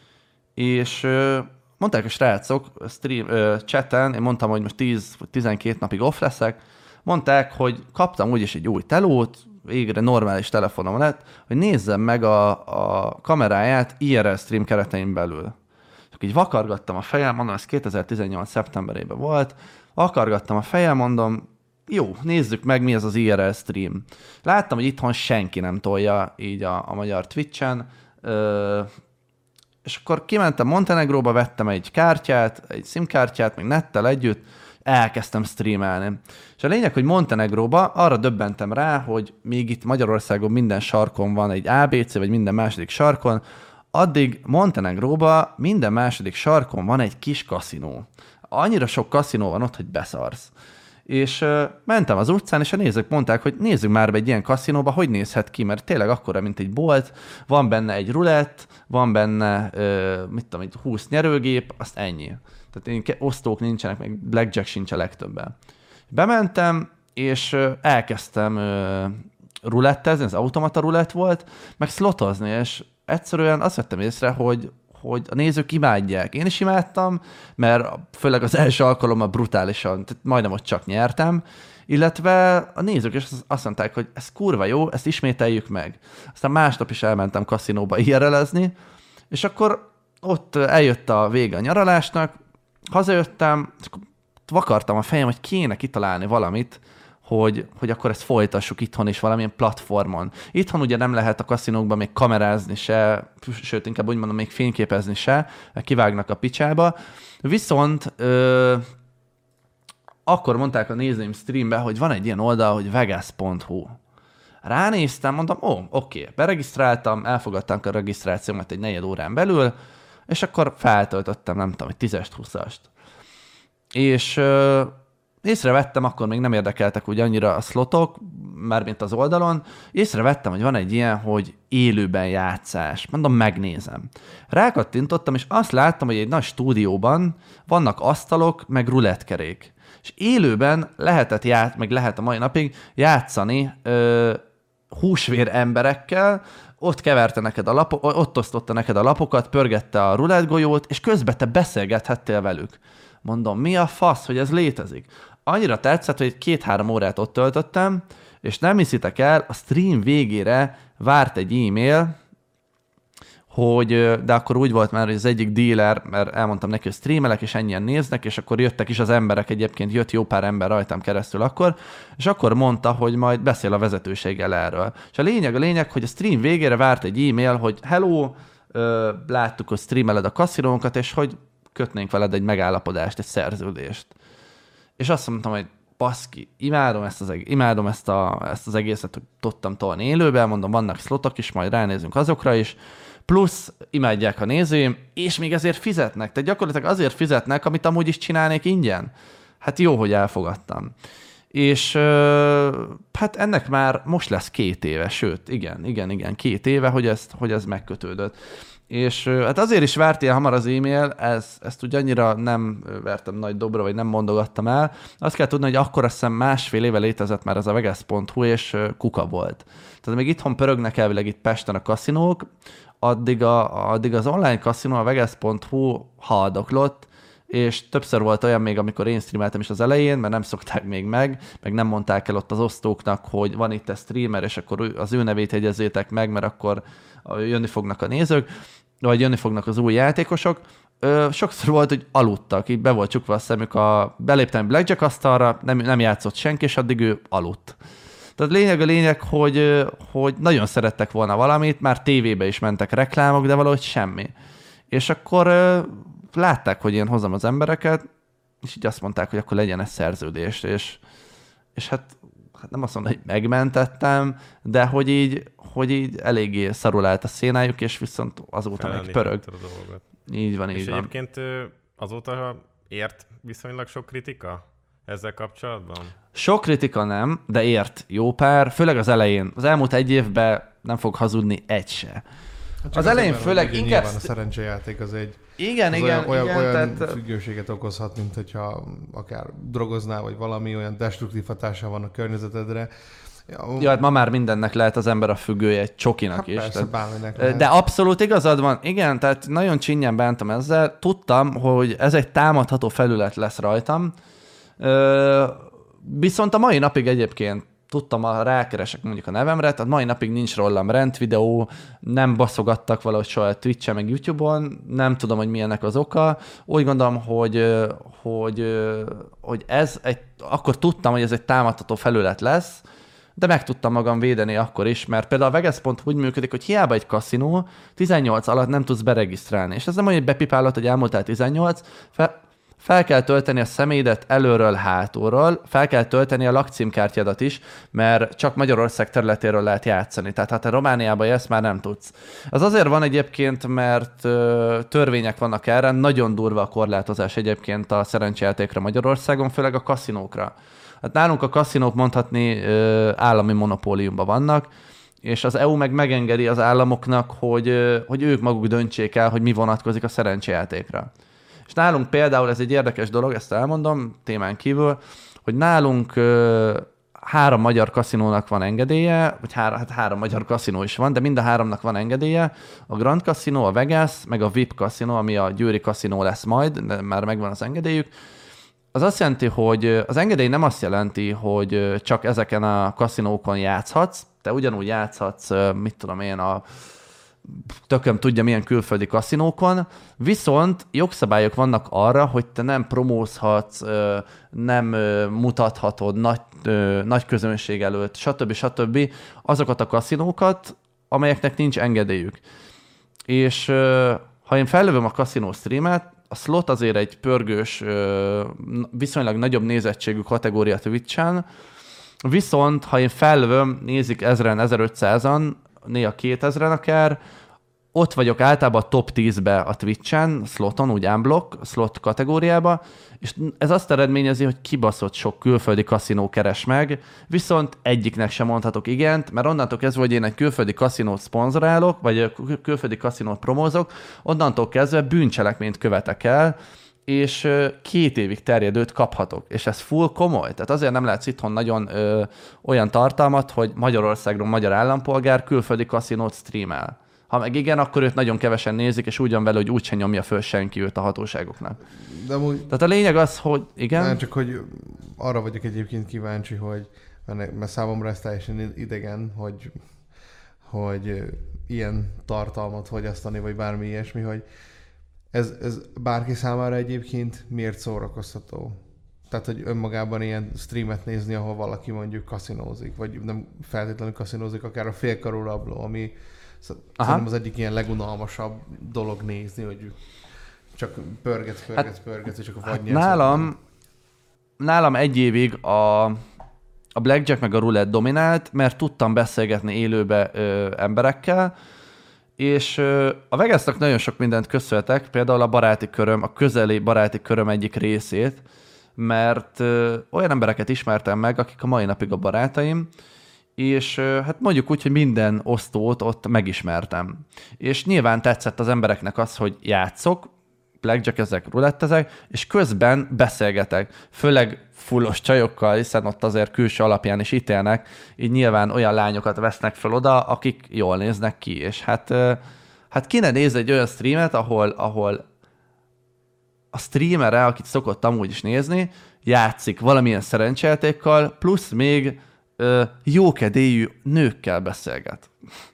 és ö, mondták a srácok stream, ö, chaten, én mondtam, hogy most tíz vagy tizenkét napig off leszek, mondták, hogy kaptam úgyis egy új telót, végre normális telefonom lett, hogy nézzem meg a, a kameráját i er el stream keretein belül. Csak így vakargattam a fejem, mondom, ez kétezer-tizennyolc szeptemberében volt, vakargattam a fejem, mondom, jó, nézzük meg, mi ez az i er el stream. Láttam, hogy itthon senki nem tolja így a, a magyar Twitchen, ö, és akkor kimentem Montenegróba, vettem egy kártyát, egy SIM-kártyát, még nettel együtt, elkezdtem streamelni. És a lényeg, hogy Montenegróba arra döbbentem rá, hogy még itt Magyarországon minden sarkon van egy á bé cé, vagy minden második sarkon, addig Montenegróba minden második sarkon van egy kis kaszinó. Annyira sok kaszinó van ott, hogy beszarsz. És uh, mentem az utcán, és a nézők mondták, hogy nézzük már be egy ilyen kaszinóba, hogy nézhet ki, mert tényleg akkora, mint egy bolt, van benne egy rulett, van benne, uh, mit tudom, egy húsz nyerőgép, azt ennyi. Tehát én, osztók nincsenek, meg blackjack sincs a legtöbben. Bementem, és ö, elkezdtem ö, rulettezni, az automata rulett volt, meg slotozni, és egyszerűen azt vettem észre, hogy hogy a nézők imádják. Én is imádtam, mert főleg az első alkalommal brutálisan, tehát majdnem ott csak nyertem, illetve a nézők is azt mondták, hogy ez kurva jó, ezt ismételjük meg. Aztán másnap is elmentem kaszinóba í er elezni, és akkor ott eljött a vége a nyaralásnak, hazajöttem, és akkor vakartam a fejem, hogy kéne kitalálni valamit, hogy, hogy akkor ezt folytassuk itthon is valamilyen platformon. Itthon ugye nem lehet a kaszinókban még kamerázni se, sőt, inkább úgy mondom, még fényképezni se, mert kivágnak a picsába. Viszont ö, akkor mondták a nézőim streambe, hogy van egy ilyen oldal, hogy vegas pont hu. Ránéztem, mondtam, ó, oké, beregisztráltam, elfogadtam a regisztrációmat egy negyed órán belül, és akkor feltöltöttem, nem tudom, egy tízest, húszast. És ö, észrevettem, akkor még nem érdekeltek úgy annyira a szlotok, mármint az oldalon, észrevettem, hogy van egy ilyen, hogy élőben játszás. Mondom, megnézem. Rákattintottam, és azt láttam, hogy egy nagy stúdióban vannak asztalok, meg rulettkerék. És élőben lehetett ját, meg lehet a mai napig játszani ö, húsvér emberekkel, ott keverte neked a lapok, ott osztotta neked a lapokat, pörgette a rulettgolyót, és közben te beszélgethettél velük. Mondom, mi a fasz, hogy ez létezik? Annyira tetszett, hogy két-három órát ott töltöttem, és nem hiszitek el, a stream végére várt egy e-mail, hogy, de akkor úgy volt már, hogy az egyik dealer, mert elmondtam neki, hogy streamelek, és ennyien néznek, és akkor jöttek is az emberek, egyébként jött jó pár ember rajtam keresztül akkor, és akkor mondta, hogy majd beszél a vezetőséggel erről. És a lényeg, a lényeg, hogy a stream végére várt egy e-mail, hogy hello, láttuk, hogy streameled a kaszinónkat, és hogy kötnénk veled egy megállapodást, egy szerződést. És azt mondtam, hogy baszki, imádom ezt az, eg- imádom ezt, a, ezt az egészet, hogy tudtam tolni élőben, mondom, vannak szlotok is, majd ránézünk azokra is, plusz imádják a nézőim, és még ezért fizetnek. Tehát gyakorlatilag azért fizetnek, amit amúgy is csinálnék ingyen. Hát jó, hogy elfogadtam. És hát ennek már most lesz két éve, sőt, igen, igen, igen, két éve, hogy, ezt, hogy ez megkötődött. És hát azért is várt ilyen hamar az e-mail, ez, ezt úgy annyira nem vertem nagy dobra, vagy nem mondogattam el. Azt kell tudni, hogy akkor azt hiszem másfél éve létezett már ez a vegas pont hu, és kuka volt. Tehát még itthon pörögnek elvileg itt Pesten a kaszinók, addig, a, addig az online kaszinó, a vegas pont hu haldoklott, és többször volt olyan még, amikor én streameltem is az elején, mert nem szokták még meg, meg nem mondták el ott az osztóknak, hogy van itt egy streamer, és akkor az ő nevét jegyezzétek meg, mert akkor jönni fognak a nézők, vagy jönni fognak az új játékosok. Ö, sokszor volt, hogy aludtak, így be volt csukva a szemük, a, beléptem Blackjack asztalra, nem, nem játszott senki, és addig ő aludt. Tehát lényeg a lényeg, hogy, hogy nagyon szerettek volna valamit, már tévébe is mentek reklámok, de valahogy semmi. És akkor ö, látták, hogy én hozom az embereket, és így azt mondták, hogy akkor legyen ez szerződés, és, és hát, hát nem azt mondom, hogy megmentettem, de hogy így, hogy így eléggé szarul állt a szénájuk, és viszont azóta meg pörög. Így van, így és van. És egyébként azóta ért viszonylag sok kritika ezzel kapcsolatban? Sok kritika nem, de ért jó pár, főleg az elején. Az elmúlt egy évben nem fog hazudni egy se. Hát az elején főleg inkább... Nyilván a szerencsejáték az egy... Igen, az igen, olyan, olyan, igen. olyan tehát... függőséget okozhat, mint hogyha akár drogoznál, vagy valami olyan destruktív hatása van a környezetedre. Ja, ja, hát ma már mindennek lehet az ember a függője, egy csokinak hát is. Persze, tehát, de abszolút igazad van. Igen, tehát nagyon csinnyen bántam ezzel. Tudtam, hogy ez egy támadható felület lesz rajtam. Viszont a mai napig egyébként tudtam, ha rákeresek mondjuk a nevemre, tehát mai napig nincs rólam rend videó, nem baszogattak valahogy soha Twitch-en meg YouTube-on, nem tudom, hogy milyennek az oka. Úgy gondolom, hogy, hogy, hogy ez egy, akkor tudtam, hogy ez egy támadható felület lesz, de meg tudtam magam védeni akkor is, mert például a vegas pont hu úgy működik, hogy hiába egy kaszinó, tizennyolc alatt nem tudsz beregisztrálni. És ez nem olyan, hogy bepipálod, hogy elmúltál tizennyolc, fel, fel kell tölteni a személyedet előről, hátulról, fel kell tölteni a lakcímkártyádat is, mert csak Magyarország területéről lehet játszani. Tehát ha te Romániába jössz, már nem tudsz. Az azért van egyébként, mert ö, törvények vannak erre, nagyon durva a korlátozás egyébként a szerencsejátékra Magyarországon, főleg a kaszinókra. Hát nálunk a kaszinók mondhatni ö, állami monopóliumban vannak, és az é u meg megengedi az államoknak, hogy, ö, hogy ők maguk döntsék el, hogy mi vonatkozik a szerencsejátékra. És nálunk például ez egy érdekes dolog, ezt elmondom témán kívül, hogy nálunk ö, három magyar kaszinónak van engedélye, vagy három, hát három magyar kaszinó is van, de mind a háromnak van engedélye. A Grand Casino, a Vegas, meg a vé i pé Casino, ami a Győri kaszinó lesz majd, de már megvan az engedélyük. Az azt jelenti, hogy az engedély nem azt jelenti, hogy csak ezeken a kaszinókon játszhatsz, te ugyanúgy játszhatsz, mit tudom én, a tököm tudja milyen külföldi kaszinókon, viszont jogszabályok vannak arra, hogy te nem promózhatsz, nem mutathatod nagy, nagy közönség előtt, stb. stb. Azokat a kaszinókat, amelyeknek nincs engedélyük. És ha én fellövöm a kaszinó streamet, a slot azért egy pörgős, viszonylag nagyobb nézettségű kategória Twitch-en, viszont ha én fellövöm, nézik ezren, ezerötszázan, néha kétezren akár, ott vagyok általában a top tízbe a Twitch-en, sloton, úgy unblock, slot kategóriába, és ez azt eredményezi, hogy kibaszott sok külföldi kaszinó keres meg, viszont egyiknek sem mondhatok igent, mert onnantól kezdve, hogy én egy külföldi kaszinót szponzorálok, vagy külföldi kaszinót promózok, onnantól kezdve bűncselekményt követek el, és két évig terjedőt kaphatok. És ez full komoly. Tehát azért nem látsz itthon nagyon ö, olyan tartalmat, hogy Magyarországról magyar állampolgár külföldi kaszinót streamel. Ha meg igen, akkor őt nagyon kevesen nézik, és úgy van vele, hogy úgyse nyomja föl senki őt a hatóságoknak. De amúgy... Tehát a lényeg az, hogy igen. Nem, csak hogy arra vagyok egyébként kíváncsi, hogy mert, mert számomra ez teljesen idegen, hogy, hogy ilyen tartalmat fogyasztani, vagy bármi ilyesmi, hogy ez, ez bárki számára egyébként miért szórakoztató? Tehát, hogy önmagában ilyen streamet nézni, ahol valaki mondjuk kaszinózik, vagy nem feltétlenül kaszinózik, akár a félkarú rabló, ami szerintem az egyik ilyen legunalmasabb dolog nézni, hogy csak pörgetsz, pörgetsz, hát, pörgetsz, és akkor vagy nyersz. Nálam, nálam egy évig a, a blackjack meg a roulette dominált, mert tudtam beszélgetni élőbe ö, emberekkel, és ö, a Vegasnak nagyon sok mindent köszönhetek, például a baráti köröm, a közeli baráti köröm egyik részét, mert ö, olyan embereket ismertem meg, akik a mai napig a barátaim, és hát mondjuk úgy, hogy minden osztót ott megismertem. És nyilván tetszett az embereknek az, hogy játszok, blackjack-ezek, rulettezek, és közben beszélgetek, főleg fullos csajokkal, hiszen ott azért külső alapján is ítélnek, így nyilván olyan lányokat vesznek fel oda, akik jól néznek ki, és hát, hát kéne nézni egy olyan streamet, ahol, ahol a streamerre, akit szokott amúgy is nézni, játszik valamilyen szerencsejátékkal, plusz még jókedélyű nőkkel beszélget.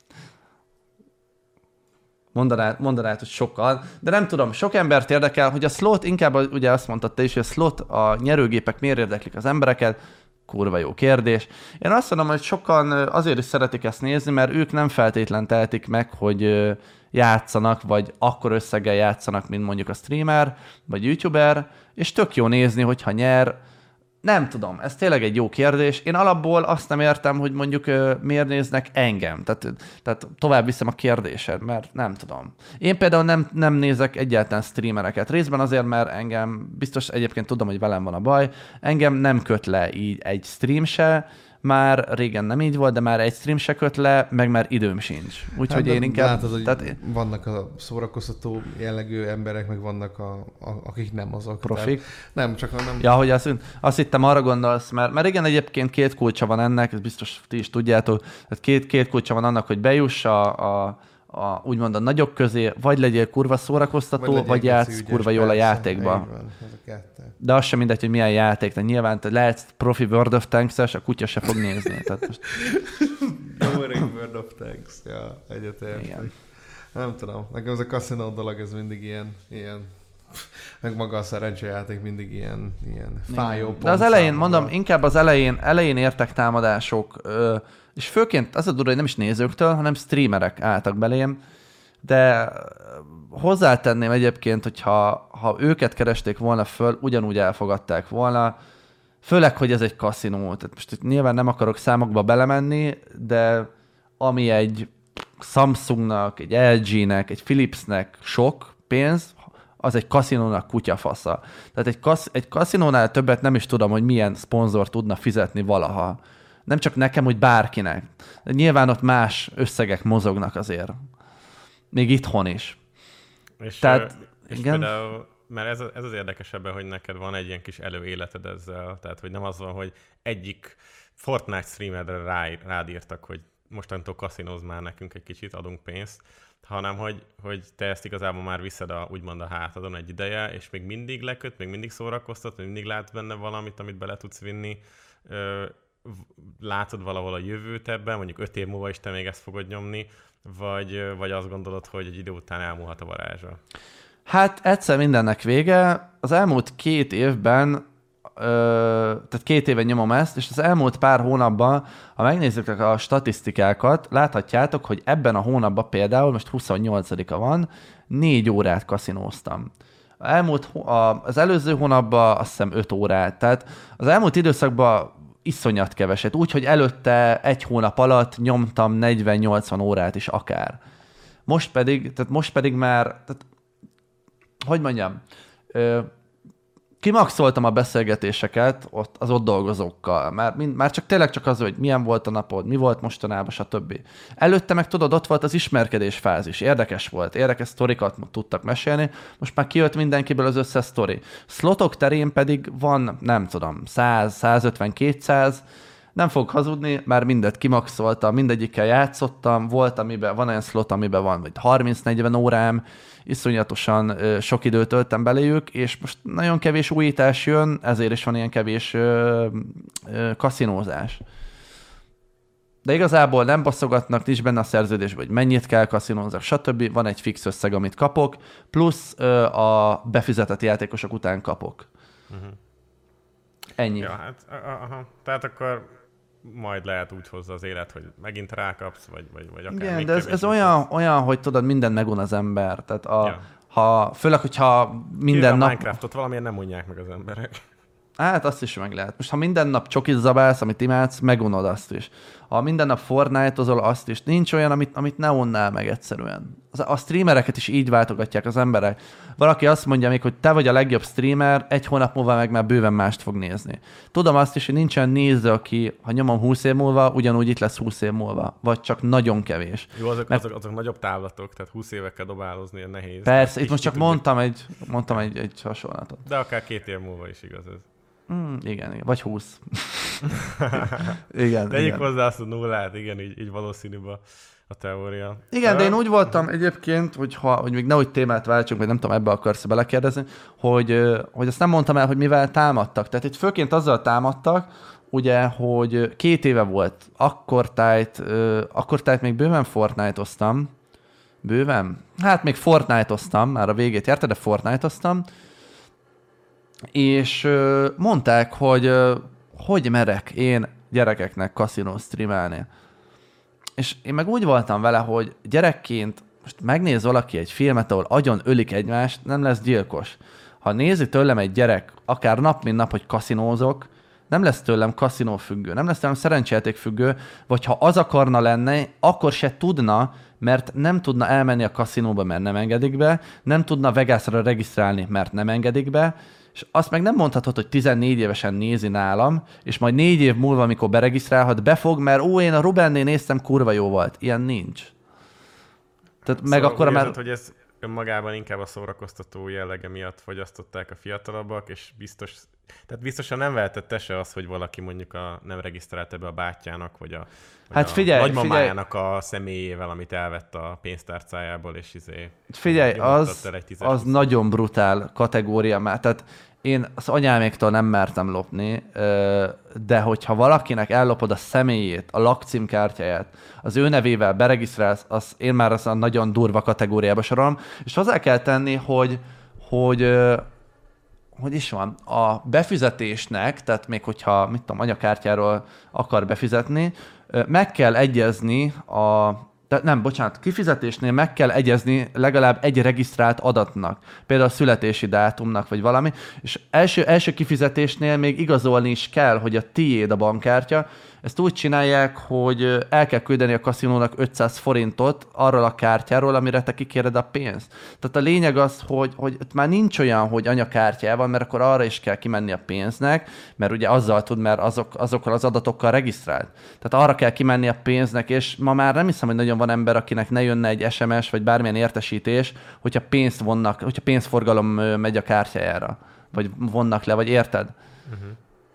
Mondanád, mondanád, hogy sokkal, de nem tudom, sok embert érdekel, hogy a slot, inkább ugye azt mondtad te is, hogy a slot, a nyerőgépek miért érdeklik az embereket, kurva jó kérdés. Én azt mondom, hogy sokan azért is szeretik ezt nézni, mert ők nem feltétlen tehetik meg, hogy játszanak, vagy akkor összeggel játszanak, mint mondjuk a streamer, vagy youtuber, és tök jó nézni, hogyha nyer. Nem tudom, ez tényleg egy jó kérdés. Én alapból azt nem értem, hogy mondjuk miért néznek engem. Tehát, tehát tovább viszem a kérdésed, mert nem tudom. Én például nem, nem nézek egyáltalán streamereket. Részben azért, mert engem, biztos egyébként tudom, hogy velem van a baj, engem nem köt le így egy stream se, már régen nem így volt, de már egy stream se köt le, meg már időm sincs. Úgyhogy hát, én inkább... Látod, hogy tehát... vannak a szórakoztató jellegű emberek, meg vannak, a, a, akik nem azok. Profik? Tehát nem, csak nem... Ja, hogy azt, azt hittem arra gondolsz, mert, mert igen, egyébként két kulcsa van ennek, ez biztos ti is tudjátok, tehát két, két kulcsa van annak, hogy bejuss a, a, a úgymond a nagyok közé, vagy legyél kurva szórakoztató, vagy, vagy játsz kurva jól a játékba. De az sem mindegy, hogy milyen játék. Tehát nyilván te lehetsz profi World of Tanks-es, a kutya se fog nézni. Tehát most... Jó öreg World of Tanks. Ja, egyetértek. Nem tudom. Nekem ez a casino dolog, ez mindig ilyen, ilyen meg maga a szerencsejáték mindig ilyen, ilyen fájó pont. De az elején, számomra. mondom, inkább az elején, elején értek támadások, és főként az a durva, hogy nem is nézőktől, hanem streamerek álltak belém, de hozzátenném egyébként, hogyha ha őket keresték volna föl, ugyanúgy elfogadták volna, főleg, hogy ez egy kaszinó. Tehát most nyilván nem akarok számokba belemenni, de ami egy Samsungnak, egy el gé-nek, egy Philipsnek sok pénz, az egy kaszinónak kutyafasza. Tehát egy, kasz, egy kaszinónál többet nem is tudom, hogy milyen szponzor tudna fizetni valaha. Nem csak nekem, hogy bárkinek. De nyilván ott más összegek mozognak azért. Még itthon is. És, Tehát, és igen? például, mert ez, ez az érdekesebben, hogy neked van egy ilyen kis előéleted ezzel, tehát hogy nem az van, hogy egyik Fortnite streamerre rá, rád írtak, hogy mostantól kaszinóz már nekünk egy kicsit, adunk pénzt, hanem hogy, hogy te ezt igazából már viszed a, úgymond a hátadon egy ideje, és még mindig leköt, még mindig szórakoztat, még mindig látsz benne valamit, amit bele tudsz vinni. Ö, látod valahol a jövőt ebben, mondjuk öt év múlva is te még ezt fogod nyomni, vagy, vagy azt gondolod, hogy egy idő után elmúlhat a varázsa? Hát egyszer mindennek vége. Az elmúlt két évben, ö, tehát két éve nyomom ezt, és az elmúlt pár hónapban, ha megnézzük a statisztikákat, láthatjátok, hogy ebben a hónapban például, most huszonnyolcadika van, négy órát kaszinóztam. Elmúlt, az előző hónapban azt hiszem öt órát, tehát az elmúlt időszakban iszonyat keveset, úgyhogy előtte egy hónap alatt nyomtam negyven-nyolcvan órát is akár. Most pedig, tehát most pedig már, tehát, hogy mondjam, ö, kimaxoltam a beszélgetéseket ott, az ott dolgozókkal, már, mind, már csak tényleg csak az, hogy milyen volt a napod, mi volt mostanában, stb. Előtte meg tudod, ott volt az ismerkedés fázis, érdekes volt, érdekes sztorikat tudtak mesélni, most már kijött mindenkiből az összes sztori. Slotok terén pedig van, nem tudom, száz, százötven, kétszáz, nem fogok hazudni, már mindet kimaxoltam, mindegyikkel játszottam, volt, amiben, van olyan slot, amiben van vagy harminc-negyven órám, iszonyatosan ö, sok időt töltem beléjük, és most nagyon kevés újítás jön, ezért is van ilyen kevés ö, ö, kaszinózás. De igazából nem baszogatnak, nincs benne a szerződésben, hogy mennyit kell kaszinózak, stb. Van egy fix összeg, amit kapok, plusz ö, a befizetett játékosok után kapok. Uh-huh. Ennyi. Ja, hát, aha. Tehát akkor majd lehet úgy hozza az élet, hogy megint rákapsz, vagy, vagy, vagy akár igen, még de ez, ez olyan, olyan, hogy tudod, minden megun az ember. Tehát a, ja. ha, főleg, hogyha minden Kérem, nap... Minecraftot valamilyen nem mondják meg az emberek. Hát azt is meg lehet. Most ha minden nap csokit zabálsz, amit imádsz, megunod azt is. Ha minden nap Fortnite-ozol, azt is. Nincs olyan, amit, amit ne unnál meg egyszerűen. A streamereket is így váltogatják az emberek. Valaki azt mondja még, hogy te vagy a legjobb streamer, egy hónap múlva meg már bőven mást fog nézni. Tudom azt is, hogy nincs olyan néző, aki, ha nyomom húsz év múlva, ugyanúgy itt lesz húsz év múlva. Vagy csak nagyon kevés. Jó, azok, Mert... azok, azok nagyobb távlatok, tehát húsz évekkel dobálózni nehéz. Persze, itt most csak mondtam egy, mondtam egy, egy hasonlatot. De akár két év múlva is igaz ez. Mm, igen, igen, vagy húsz. igen, Tegyük igen. hozzá azt a nullát, igen, így, így valószínűbb a, a teória. Igen, de én úgy voltam egyébként, hogy, ha, hogy még nehogy témát váltsunk, vagy nem tudom, ebbe akarsz belekérdezni, hogy, hogy azt nem mondtam el, hogy mivel támadtak. Tehát itt főként azzal támadtak, ugye, hogy két éve volt, akkor tájt, akkor tájt még bőven Fortnite-oztam. Bőven? Hát még Fortnite-oztam, már a végét járta, de Fortnite-oztam. És mondták, hogy hogy merek én gyerekeknek kaszinó streamelni. És én meg úgy voltam vele, hogy gyerekként most megnéz valaki egy filmet, ahol agyon ölik egymást, nem lesz gyilkos. Ha nézi tőlem egy gyerek, akár nap mint nap, hogy kaszinózok, nem lesz tőlem kaszinófüggő, nem lesz tőlem szerencsejátékfüggő, vagy ha az akarna lenni, akkor se tudna, mert nem tudna elmenni a kaszinóba, mert nem engedik be, nem tudna Vegasra regisztrálni, mert nem engedik be, és azt meg nem mondhatod, hogy tizennégy évesen nézi nálam, és majd négy év múlva, amikor beregisztrálhat, befog, mert ó, én a Rubennél néztem, kurva jó volt. Ilyen nincs. Tehát Szóval meg akkor már... már... Érzed, hogy ez önmagában inkább a szórakoztató jellege miatt fogyasztották a fiatalabbak, és biztos, tehát biztosan nem vehetett se az, hogy valaki mondjuk a, nem regisztrált be a bátyjának, vagy a, vagy hát figyelj, a nagymamájának figyelj. a személyével, amit elvett a pénztárcájából, és izé... Figyelj, az, az nagyon brutál kategória már. Tehát én az anyáméktól nem mertem lopni, de hogyha valakinek ellopod a személyét, a lakcímkártyáját, az ő nevével beregisztrálsz, az én már az a nagyon durva kategóriába sorolom, és hozzá kell tenni, hogy, hogy hogy is van, a befizetésnek, tehát még hogyha, mit tudom, anyakártyáról akar befizetni, meg kell egyezni a de nem, bocsánat, kifizetésnél meg kell egyezni legalább egy regisztrált adatnak, például a születési dátumnak, vagy valami, és első, első kifizetésnél még igazolni is kell, hogy a tiéd a bankkártya. Ezt úgy csinálják, hogy el kell küldeni a kaszinónak ötszáz forintot arról a kártyáról, amire te kikéred a pénzt. Tehát a lényeg az, hogy, hogy már nincs olyan, hogy anyakártyával, mert akkor arra is kell kimenni a pénznek, mert ugye azzal tud, mert azok, azokkal az adatokkal regisztrált. Tehát arra kell kimenni a pénznek, és ma már nem hiszem, hogy nagyon van ember, akinek ne jönne egy es em es, vagy bármilyen értesítés, hogyha pénzt vonnak, hogyha pénzforgalom megy a kártyájára, vagy vonnak le, vagy érted? Uh-huh.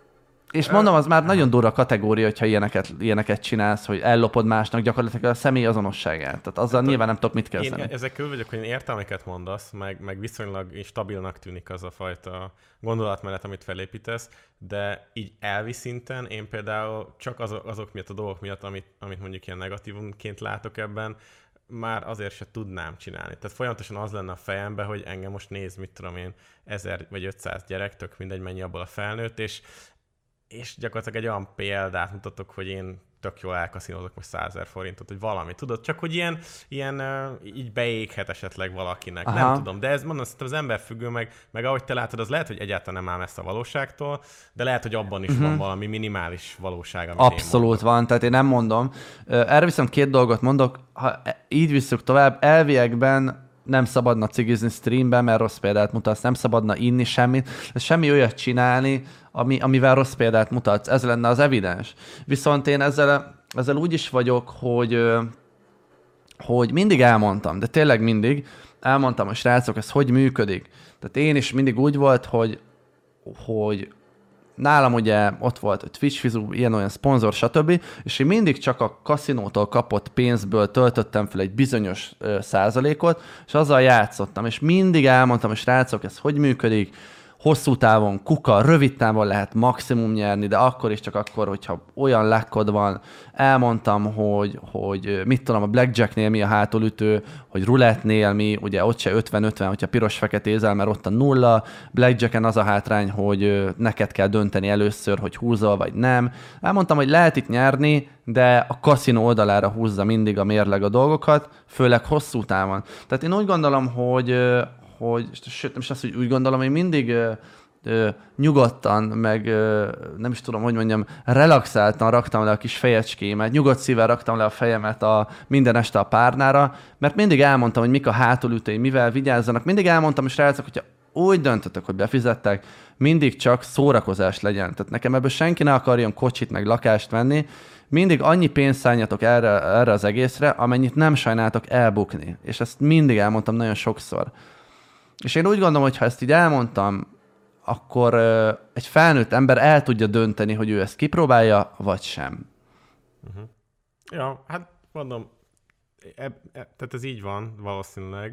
És mondom, az már nagyon durva kategória, hogyha ilyeneket, ilyeneket csinálsz, hogy ellopod másnak gyakorlatilag a személy azonosságát. Tehát azzal hát, nyilván nem tudok mit kezdeni. Én ezek körül vagyok, hogy én értem, amiket mondasz, meg, meg viszonylag stabilnak tűnik az a fajta gondolatmenet, amit felépítesz, de így elvi szinten én például csak azok, azok miatt a dolgok miatt, amit, amit mondjuk ilyen negatívumként látok ebben, már azért se tudnám csinálni. Tehát folyamatosan az lenne a fejemben, hogy engem most néz, mit tudom én, ezer vagy ötszáz gyerek, tök mindegy, mennyi abból a felnőtt, és és gyakorlatilag egy olyan példát mutatok, hogy én tök jól elkaszínozok most százezer forintot, hogy valami, tudod, csak hogy ilyen, ilyen így beéghet esetleg valakinek, Aha. nem tudom, de ez mondom, szerintem az ember függő, meg, meg ahogy te látod, az lehet, hogy egyáltalán nem áll messze a valóságtól, de lehet, hogy abban is uh-huh. van valami minimális valóság, amit Abszolút van, tehát én nem mondom. Erre viszont két dolgot mondok, ha így visszük tovább, elviekben nem szabadna cigizni streamben, mert rossz példát mutatsz, nem szabadna inni semmit, semmi olyat csinálni, ami, amivel rossz példát mutatsz. Ez lenne az evidens. Viszont én ezzel, ezzel úgy is vagyok, hogy, hogy mindig elmondtam, de tényleg mindig elmondtam, hogy srácok, ez hogy működik. Tehát én is mindig úgy volt, hogy, hogy nálam ugye ott volt a Twitch fizu, ilyen-olyan szponzor, stb. És én mindig csak a kaszinótól kapott pénzből töltöttem fel egy bizonyos ö, százalékot, és azzal játszottam. És mindig elmondtam, hogy srácok, ez hogy működik, hosszú távon kuka, rövid távon lehet maximum nyerni, de akkor is csak akkor, hogyha olyan lakkod van. Elmondtam, hogy, hogy mit tudom, a blackjacknél mi a hátulütő, hogy rulettnél mi, ugye ott se ötven-ötven, hogyha piros-feketézel, mert ott a nulla. Blackjacken az a hátrány, hogy neked kell dönteni először, hogy húzol vagy nem. Elmondtam, hogy lehet itt nyerni, de a kaszinó oldalára húzza mindig a mérleg a dolgokat, főleg hosszú távon. Tehát én úgy gondolom, hogy hogy, sőt, nem is azt, hogy úgy gondolom, hogy mindig ö, ö, nyugodtan, meg ö, nem is tudom, hogy mondjam, relaxáltan raktam le a kis fejecskémet, nyugodt szívvel raktam le a fejemet a, minden este a párnára, mert mindig elmondtam, hogy mik a hátulütői, mivel vigyázzanak. Mindig elmondtam, és rácok, hogyha úgy döntötök, hogy befizettek, mindig csak szórakozás legyen. Tehát nekem ebből senki ne akarjon kocsit, meg lakást venni, mindig annyi pénzt szálljatok erre, erre az egészre, amennyit nem sajnáltok elbukni. És ezt mindig elmondtam nagyon sokszor. És én úgy gondolom, hogy ha ezt így elmondtam, akkor uh, egy felnőtt ember el tudja dönteni, hogy ő ezt kipróbálja, vagy sem. Uh-huh. Ja, hát mondom, e, e, tehát ez így van valószínűleg.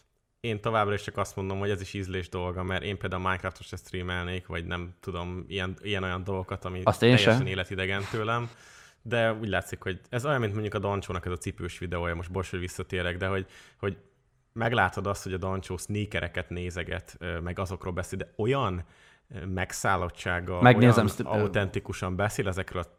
Én továbbra is csak azt mondom, hogy ez is ízlés dolga, mert én például Minecraftos se streamelnék, vagy nem tudom, ilyen, ilyen-olyan dolgokat, ami teljesen sem. Életidegen tőlem. De úgy látszik, hogy ez olyan, mint mondjuk a Dancsónak ez a cipős videója, most bocs, hogy visszatérek, de hogy, hogy meglátod azt, hogy a Dancsó sneakereket nézeget, meg azokról beszél, de olyan megszállottsággal, Megnézem, olyan autentikusan beszél ezekről a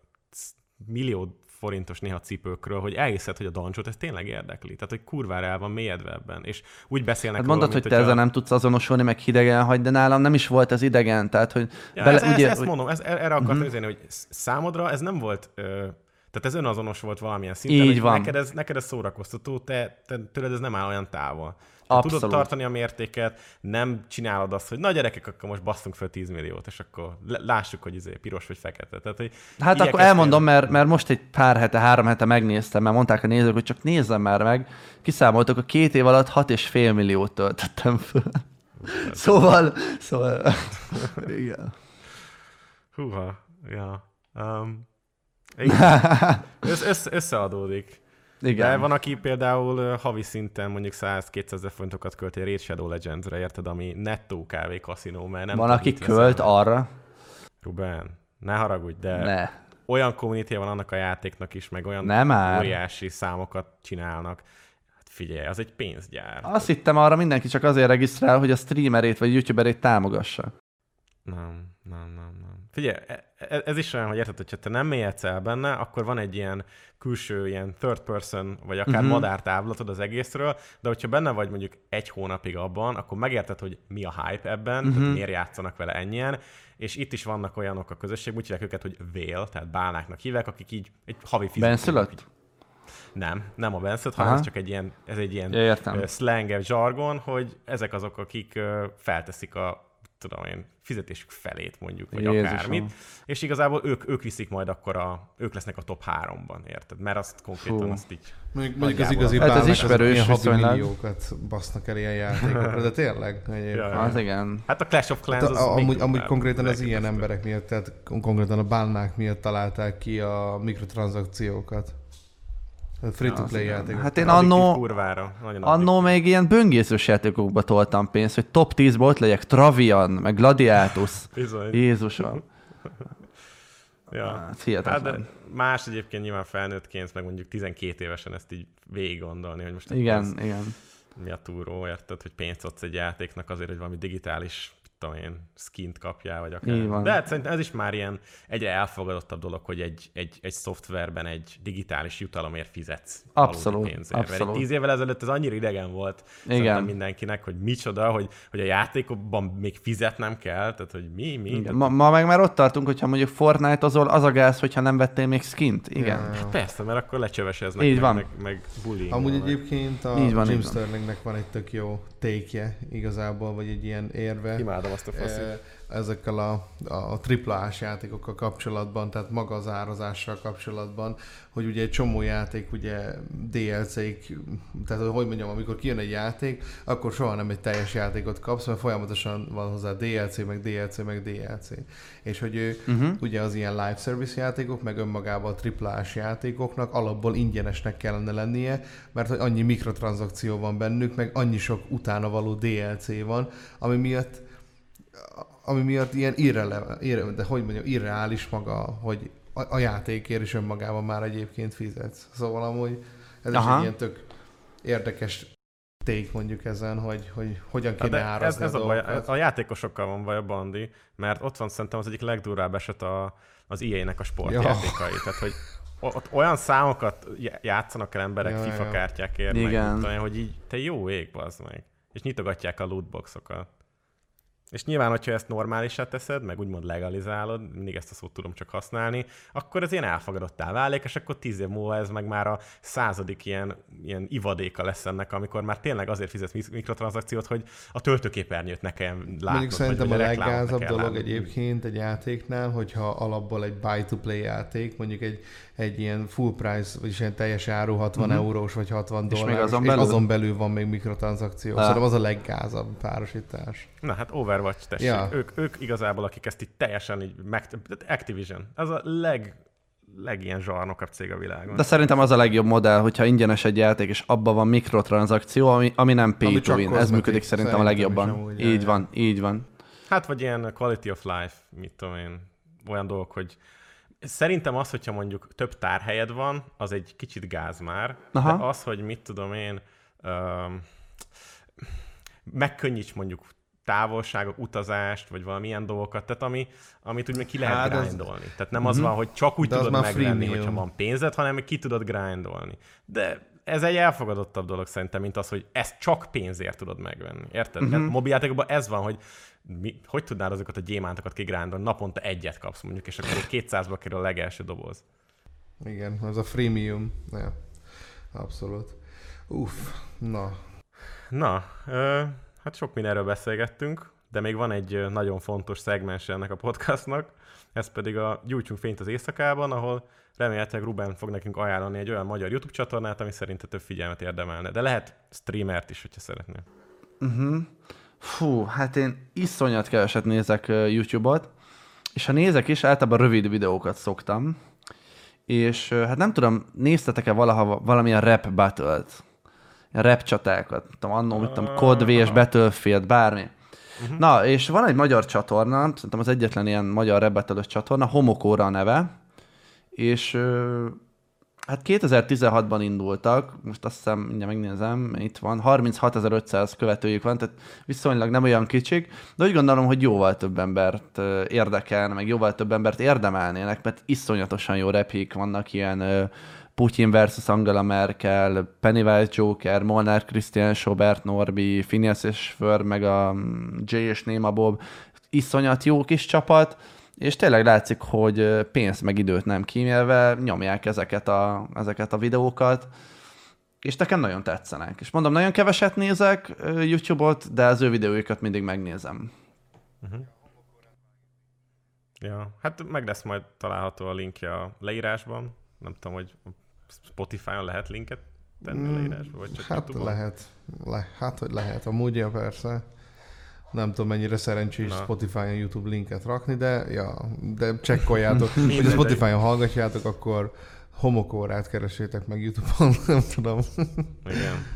millió forintos néha cipőkről, hogy elhiszed, hogy a Dancsót ez tényleg érdekli. Tehát, hogy kurvára el van mélyedve ebben. És úgy beszélnek hát mondod, róla, hogy te ezzel a... nem tudsz azonosulni, meg hidegen hagy, de nálam nem is volt ez idegen. Tehát, hogy ja, bele, ez, ugye, ezt, ezt hogy... mondom, ez, erre akartam uh-huh. nézni, hogy számodra ez nem volt... Ö... Tehát ez önazonos volt valamilyen szinten, így van. Neked, ez, neked ez szórakoztató, te, te, tőled ez nem áll olyan távol. Tudod tartani a mértéket, nem csinálod azt, hogy na gyerekek, akkor most basszunk fel tíz milliót, és akkor lássuk, hogy izé piros vagy fekete. Tehát, hogy hát akkor elmondom, mert, mert most egy pár hete, három hete megnéztem, mert mondták a nézők, hogy csak nézzem már meg. Kiszámoltak, a két év alatt hat és fél milliót töltöttem föl. szóval, szóval, igen. Húha, ja. Um, Össze, össze, összeadódik. Igen. De van, aki például havi szinten mondjuk száz-kétszáz forintokat költ egy Raid Shadow Legends-re, érted, ami nettó kávé kaszinó, mert nem... Van, aki költ veszel. Arra. Ruben, ne haragudj, de ne. Olyan community van annak a játéknak is, meg olyan óriási számokat csinálnak. Hát figyelj, az egy pénzgyár. Azt hittem, arra mindenki csak azért regisztrál, hogy a streamerét vagy youtuberét támogassa. Nem, nem, nem, nem. Figyelj, ez is olyan, hogy érted, hogyha te nem mélyedsz el benne, akkor van egy ilyen külső, ilyen third person, vagy akár uh-huh. madártávlatod az egészről, de hogyha benne vagy mondjuk egy hónapig abban, akkor megérted, hogy mi a hype ebben, uh-huh. tehát miért játszanak vele ennyien, és itt is vannak olyanok a közösség, úgy hívják őket, hogy whale, tehát bálnáknak hívják, akik így egy havi fizetők. Benszülött? Nem, nem a benszülött, hanem ez csak egy ilyen, ez egy ilyen ja, slang, zsargon, hogy ezek azok, akik felteszik a tudom én, fizetésük felét mondjuk, vagy Jézusom. akármit, és igazából ők, ők viszik majd akkor a, ők lesznek a top háromban, érted? Mert azt konkrétan Fú. azt így... Mondjuk, mondjuk az igazi Hát ez pálmák, ismerős azok ilyen viszonylag. havi milliókat basznak el ilyen játékokra, de tényleg? Egyébként. Ja, ja. Az igen. Hát a Clash of Clans Hát az a, még amúgy, amúgy durvább, konkrétan az ilyen elképesztő. emberek miatt, tehát konkrétan a bálnák miatt találták ki a mikrotranszakciókat. A free-to-play Ja, az játékok. Hát én Addiktív annó, kurvára. Nagyon annó még ilyen böngészős játékokba toltam pénzt, hogy top tízbe ott legyek Travian, meg Gladiatus. Bizony. Jézusom. Ja. Hát Hát hihetetlen. de más egyébként nyilván felnőttként, meg mondjuk tizenkét évesen ezt így végig gondolni, hogy most Igen, ez igen. mi a túró, érted, hogy pénzt adsz egy játéknak azért, hogy valami digitális, mit tudom én, skint kapjál, vagy akár. Így van. De hát szerintem ez is már ilyen egyre elfogadottabb dolog, hogy egy, egy, egy szoftverben egy digitális jutalomért fizetsz. valódi Abszolút, pénzért. Mert abszolút. egy tíz évvel ezelőtt ez annyira idegen volt Igen. szerintem mindenkinek, hogy micsoda, hogy, hogy a játékokban még fizetnem kell, tehát hogy mi, mi. Igen. Ma, ma meg már ott tartunk, hogyha mondjuk Fortnite-ozol, az a gáz, hogyha nem vettél még skint. Igen. Ja, ja. Persze, mert akkor lecsöveseznek, Így meg, van. meg, meg bullying. Amúgy egyébként a Így van, Jim így van. Sterlingnek van egy tök jó take-je igazából, vagy egy ilyen érve. Imádom azt a faszit. Eh, ezekkel a, a triplás játékokkal kapcsolatban, tehát maga az árazással kapcsolatban, hogy ugye egy csomó játék, ugye dé el cé-k, tehát hogy mondjam, amikor kijön egy játék, akkor soha nem egy teljes játékot kapsz, mert folyamatosan van hozzá dé el cé, meg dé el cé, meg dé el cé. És hogy ő, Uh-huh. ugye az ilyen live service játékok, meg önmagában a triplás játékoknak alapból ingyenesnek kellene lennie, mert hogy annyi mikrotranszakció van bennük, meg annyi sok utána való dé el cé van, ami miatt ami miatt ilyen irrele, irre, de hogy mondjam, irreális maga, hogy a, a játékért is önmagában már egyébként fizetsz. Szóval amúgy ez Aha. is egy ilyen tök érdekes take mondjuk ezen, hogy, hogy hogyan Na, kéne de ez, árazni ez a a, baj, dolgokat. a játékosokkal van baj a Bandi, mert ott van szerintem az egyik legdurvább eset a, az í á-nek a sportjátékai. Tehát, hogy ott olyan számokat játszanak el emberek Ja, FIFA ja. kártyákért, Igen. meg tudom, hogy így te jó ég, bazd meg. És nyitogatják a lootboxokat. És nyilván, hogyha ezt normálisá teszed, meg úgymond legalizálod, mindig ezt a szót tudom csak használni, akkor ez ilyen elfogadottá válik, és akkor tíz év múlva ez meg már a századik ilyen, ilyen ivadéka lesz ennek, amikor már tényleg azért fizetsz mikrotranszakciót, hogy a töltőképernyőt ne kelljen látnod. Mondjuk szerintem vagy, a vagy reklámot ne leggázabb kell dolog látnod. egyébként egy játéknál, hogyha alapból egy buy-to-play játék, mondjuk egy, egy ilyen full price, vagyis ilyen teljes áru hatvan Mhm. eurós vagy hatvan És még dolláros, azon és belül? azon belül van még mikrotranszakció. Ah. Szerintem az a leggázabb párosítás. Na hát Overwatch, tessék. Ja. Ők, ők igazából, akik ezt így teljesen így meg... Activision. Az a leg, leg ilyen zsarnokabb cég a világon. De szerintem az a legjobb modell, hogyha ingyenes egy játék, és abban van mikrotranszakció, ami, ami nem pay Ami to csak win. Ez kozmetik, működik szerintem a szerintem legjobban. is amúgy, ja, Így ja. van, így van. Hát vagy ilyen quality of life, mit tudom én, olyan dolgok, hogy szerintem az, hogyha mondjuk több tárhelyed van, az egy kicsit gáz már, Aha. de az, hogy mit tudom én, öm, megkönnyíts mondjuk távolságok, utazást, vagy valamilyen dolgokat, tehát ami, amit úgy meg ki lehet Hát az- grindolni. Tehát nem az van, hogy csak úgy De az tudod már megvenni, freemium. hogyha van pénzed, hanem ki tudod grindolni. De ez egy elfogadottabb dolog szerintem, mint az, hogy ezt csak pénzért tudod megvenni. Érted? Uh-huh. Mert mobiljátékokban ez van, hogy mi, hogy tudnád azokat a gyémántokat kigrindolni? Naponta egyet kapsz mondjuk, és akkor kétszázba kerül a legelső doboz. Igen, az a freemium. Ja, abszolút. Uff, na. Na, ö, hát sok mindenről beszélgettünk, de még van egy ö, nagyon fontos szegmens ennek a podcastnak, ez pedig a Gyújtsunk fényt az éjszakában, ahol remélhetőleg Ruben fog nekünk ajánlani egy olyan magyar YouTube csatornát, ami szerinte több figyelmet érdemelne. De lehet streamert is, hogyha szeretnél. Uh-huh. Fú, hát én iszonyat keveset nézek uh, YouTube-ot, és ha nézek is, általában rövid videókat szoktam, és uh, hát nem tudom, néztetek-e valaha valamilyen rap battle-t? Ilyen rap csatákat, nem tudom, annó, mit tudom, Cod V és Battlefield, bármi. Uh-huh. Na, és van egy magyar csatorna, szerintem az egyetlen ilyen magyar rap battle-ös csatorna, Homokóra a neve, és uh, hát kétezer-tizenhatban indultak, most azt hiszem, mindjárt megnézem, itt van, harminchatozer-ötszáz követőjük van, tehát viszonylag nem olyan kicsik, de úgy gondolom, hogy jóval több embert érdekelne, meg jóval több embert érdemelnének, mert iszonyatosan jó repik vannak, ilyen Putyin versus Angela Merkel, Pennywise Joker, Molnár Krisztián, Sobert Norbi, Phineas és För, meg a Jay és Néma Bob, iszonyat jó kis csapat, és tényleg látszik, hogy pénzt meg időt nem kímélve nyomják ezeket a, ezeket a videókat, és nekem nagyon tetszenek. És mondom, nagyon keveset nézek YouTube-ot, de az ő videóikat mindig megnézem. Uh-huh. Ja, hát meg lesz majd található a linkje a leírásban. Nem tudom, hogy Spotify-on lehet linket tenni a leírásba, vagy csak Hát YouTube-on? lehet. Le, hát, hogy lehet. Amúgy, ja, persze. Nem tudom, mennyire szerencsés Na. Spotify-on YouTube linket rakni, de ja, de csekkoljátok. hogy a Spotify-on hallgatjátok, akkor homokórát keresétek meg YouTube-on, nem tudom. Igen.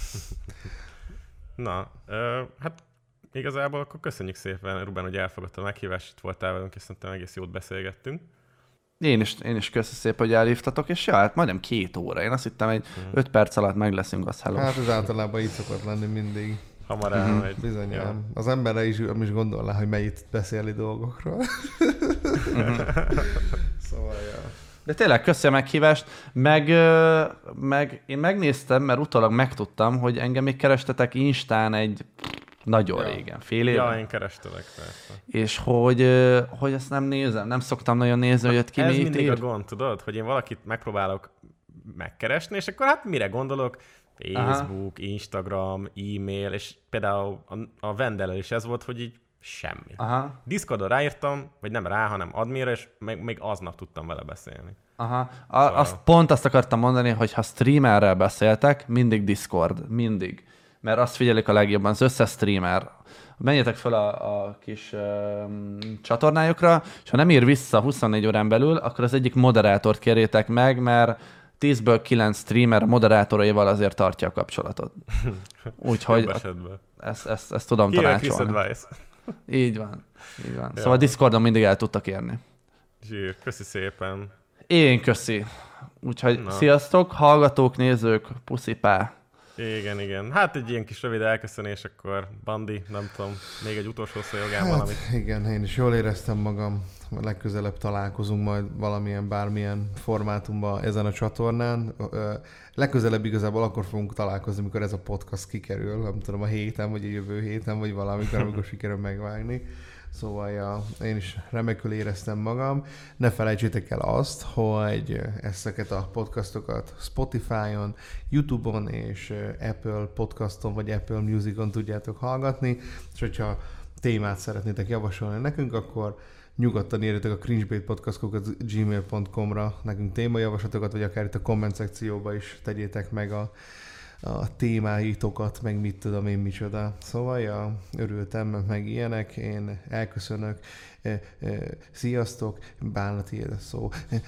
Na, ö, hát igazából akkor köszönjük szépen, Ruben, hogy elfogadta a meghívást, itt voltál velünk, és szerintem egész jót beszélgettünk. Én is, én is köszi szépen, hogy elhívtatok, és ja, hát majdnem két óra. Én azt hittem, egy hmm. öt perc alatt meg leszünk, az hello. Hát ez általában így szokott lenni mindig. Hamar elmegy. Bizonyám. Az emberre is, is gondolná, hogy mennyit beszélni dolgokról. Szóval, ja. De tényleg köszi a meghívást, meg, ö, meg én megnéztem, mert utólag megtudtam, hogy engem még kerestetek Instán egy nagyon Ja. régen, fél éve. Ja, én kerestelek, persze. És hogy, ö, hogy ezt nem nézem, nem szoktam nagyon nézni, hogy ott ki Ez mit mindig ír. a gond, tudod, hogy én valakit megpróbálok megkeresni, és akkor hát mire gondolok? Facebook, Aha. Instagram, e-mail, és például a, a Vendellel is ez volt, hogy így semmi. Aha. Discordon ráírtam, vagy nem rá, hanem admira, és meg, még aznap tudtam vele beszélni. Aha. A, szóval... azt, pont azt akartam mondani, hogy ha streamerrel beszéltek, mindig Discord, mindig. Mert azt figyelik a legjobban, az összes streamer. Menjetek fel a, a kis um, csatornájukra, és ha nem ír vissza huszonnégy órán belül, akkor az egyik moderátort kérjétek meg, mert tízből kilenc streamer a moderátoraival azért tartja a kapcsolatot. Úgyhogy ezt, ezt, ezt tudom tanácsolni. Így van. Így van. Ja. Szóval Discordon mindig el tudtak érni. Zsír, köszi szépen. Én köszi. Úgyhogy Na. sziasztok, hallgatók, nézők, puszipá. Igen, igen. Hát egy ilyen kis rövid elköszönés, akkor Bandi, nem tudom, még egy utolsó szó jogán hát, valamit. Igen, én is jól éreztem magam. Legközelebb találkozunk majd valamilyen, bármilyen formátumban ezen a csatornán. Legközelebb igazából akkor fogunk találkozni, amikor ez a podcast kikerül, nem tudom, a héten, vagy a jövő héten, vagy valamikor, amikor sikerül megvágni. Szóval ja, én is remekül éreztem magam. Ne felejtsétek el azt, hogy ezeket a podcastokat Spotify-on, YouTube-on és Apple Podcaston vagy Apple Musicon tudjátok hallgatni, és hogyha témát szeretnétek javasolni nekünk, akkor nyugodtan írjatok a cringebait-podcastokat gmail pont com-ra nekünk témajavaslatokat, vagy akár itt a komment szekcióba is tegyétek meg a a témáitokat, meg mit tudom én micsoda. Szóval, ja, örültem, meg ilyenek, én elköszönök. Sziasztok, Bálna, tiéd a szó.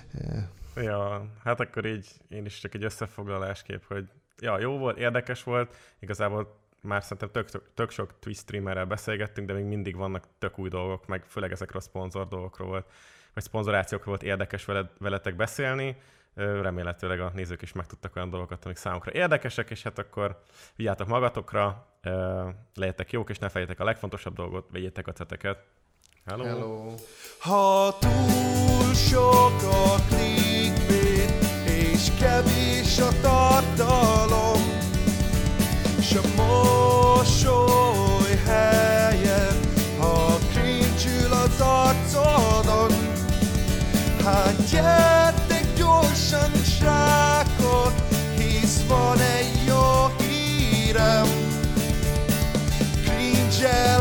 Ja, hát akkor így én is csak egy összefoglalásképp, hogy ja, jó volt, érdekes volt, igazából már szerintem tök, tök, tök sok Twitch streamerrel beszélgettünk, de még mindig vannak tök új dolgok, meg főleg ezekről a szponzor dolgokról volt, vagy szponzorációkról volt érdekes veled, veletek beszélni. Remélhetőleg a nézők is megtudtak olyan dolgokat, amik számukra érdekesek, és hát akkor vigyátok magatokra, legyetek jók, és ne felejétek a legfontosabb dolgot, vegyétek a ceteket. Hello! Hello. Ha túl sok a clickbait, és kevés a tartalom, s a mosoly helyett, ha cringe-ül az arcodon, hát gyertek gyorsan, srákok, hisz van egy jó hírem, cringe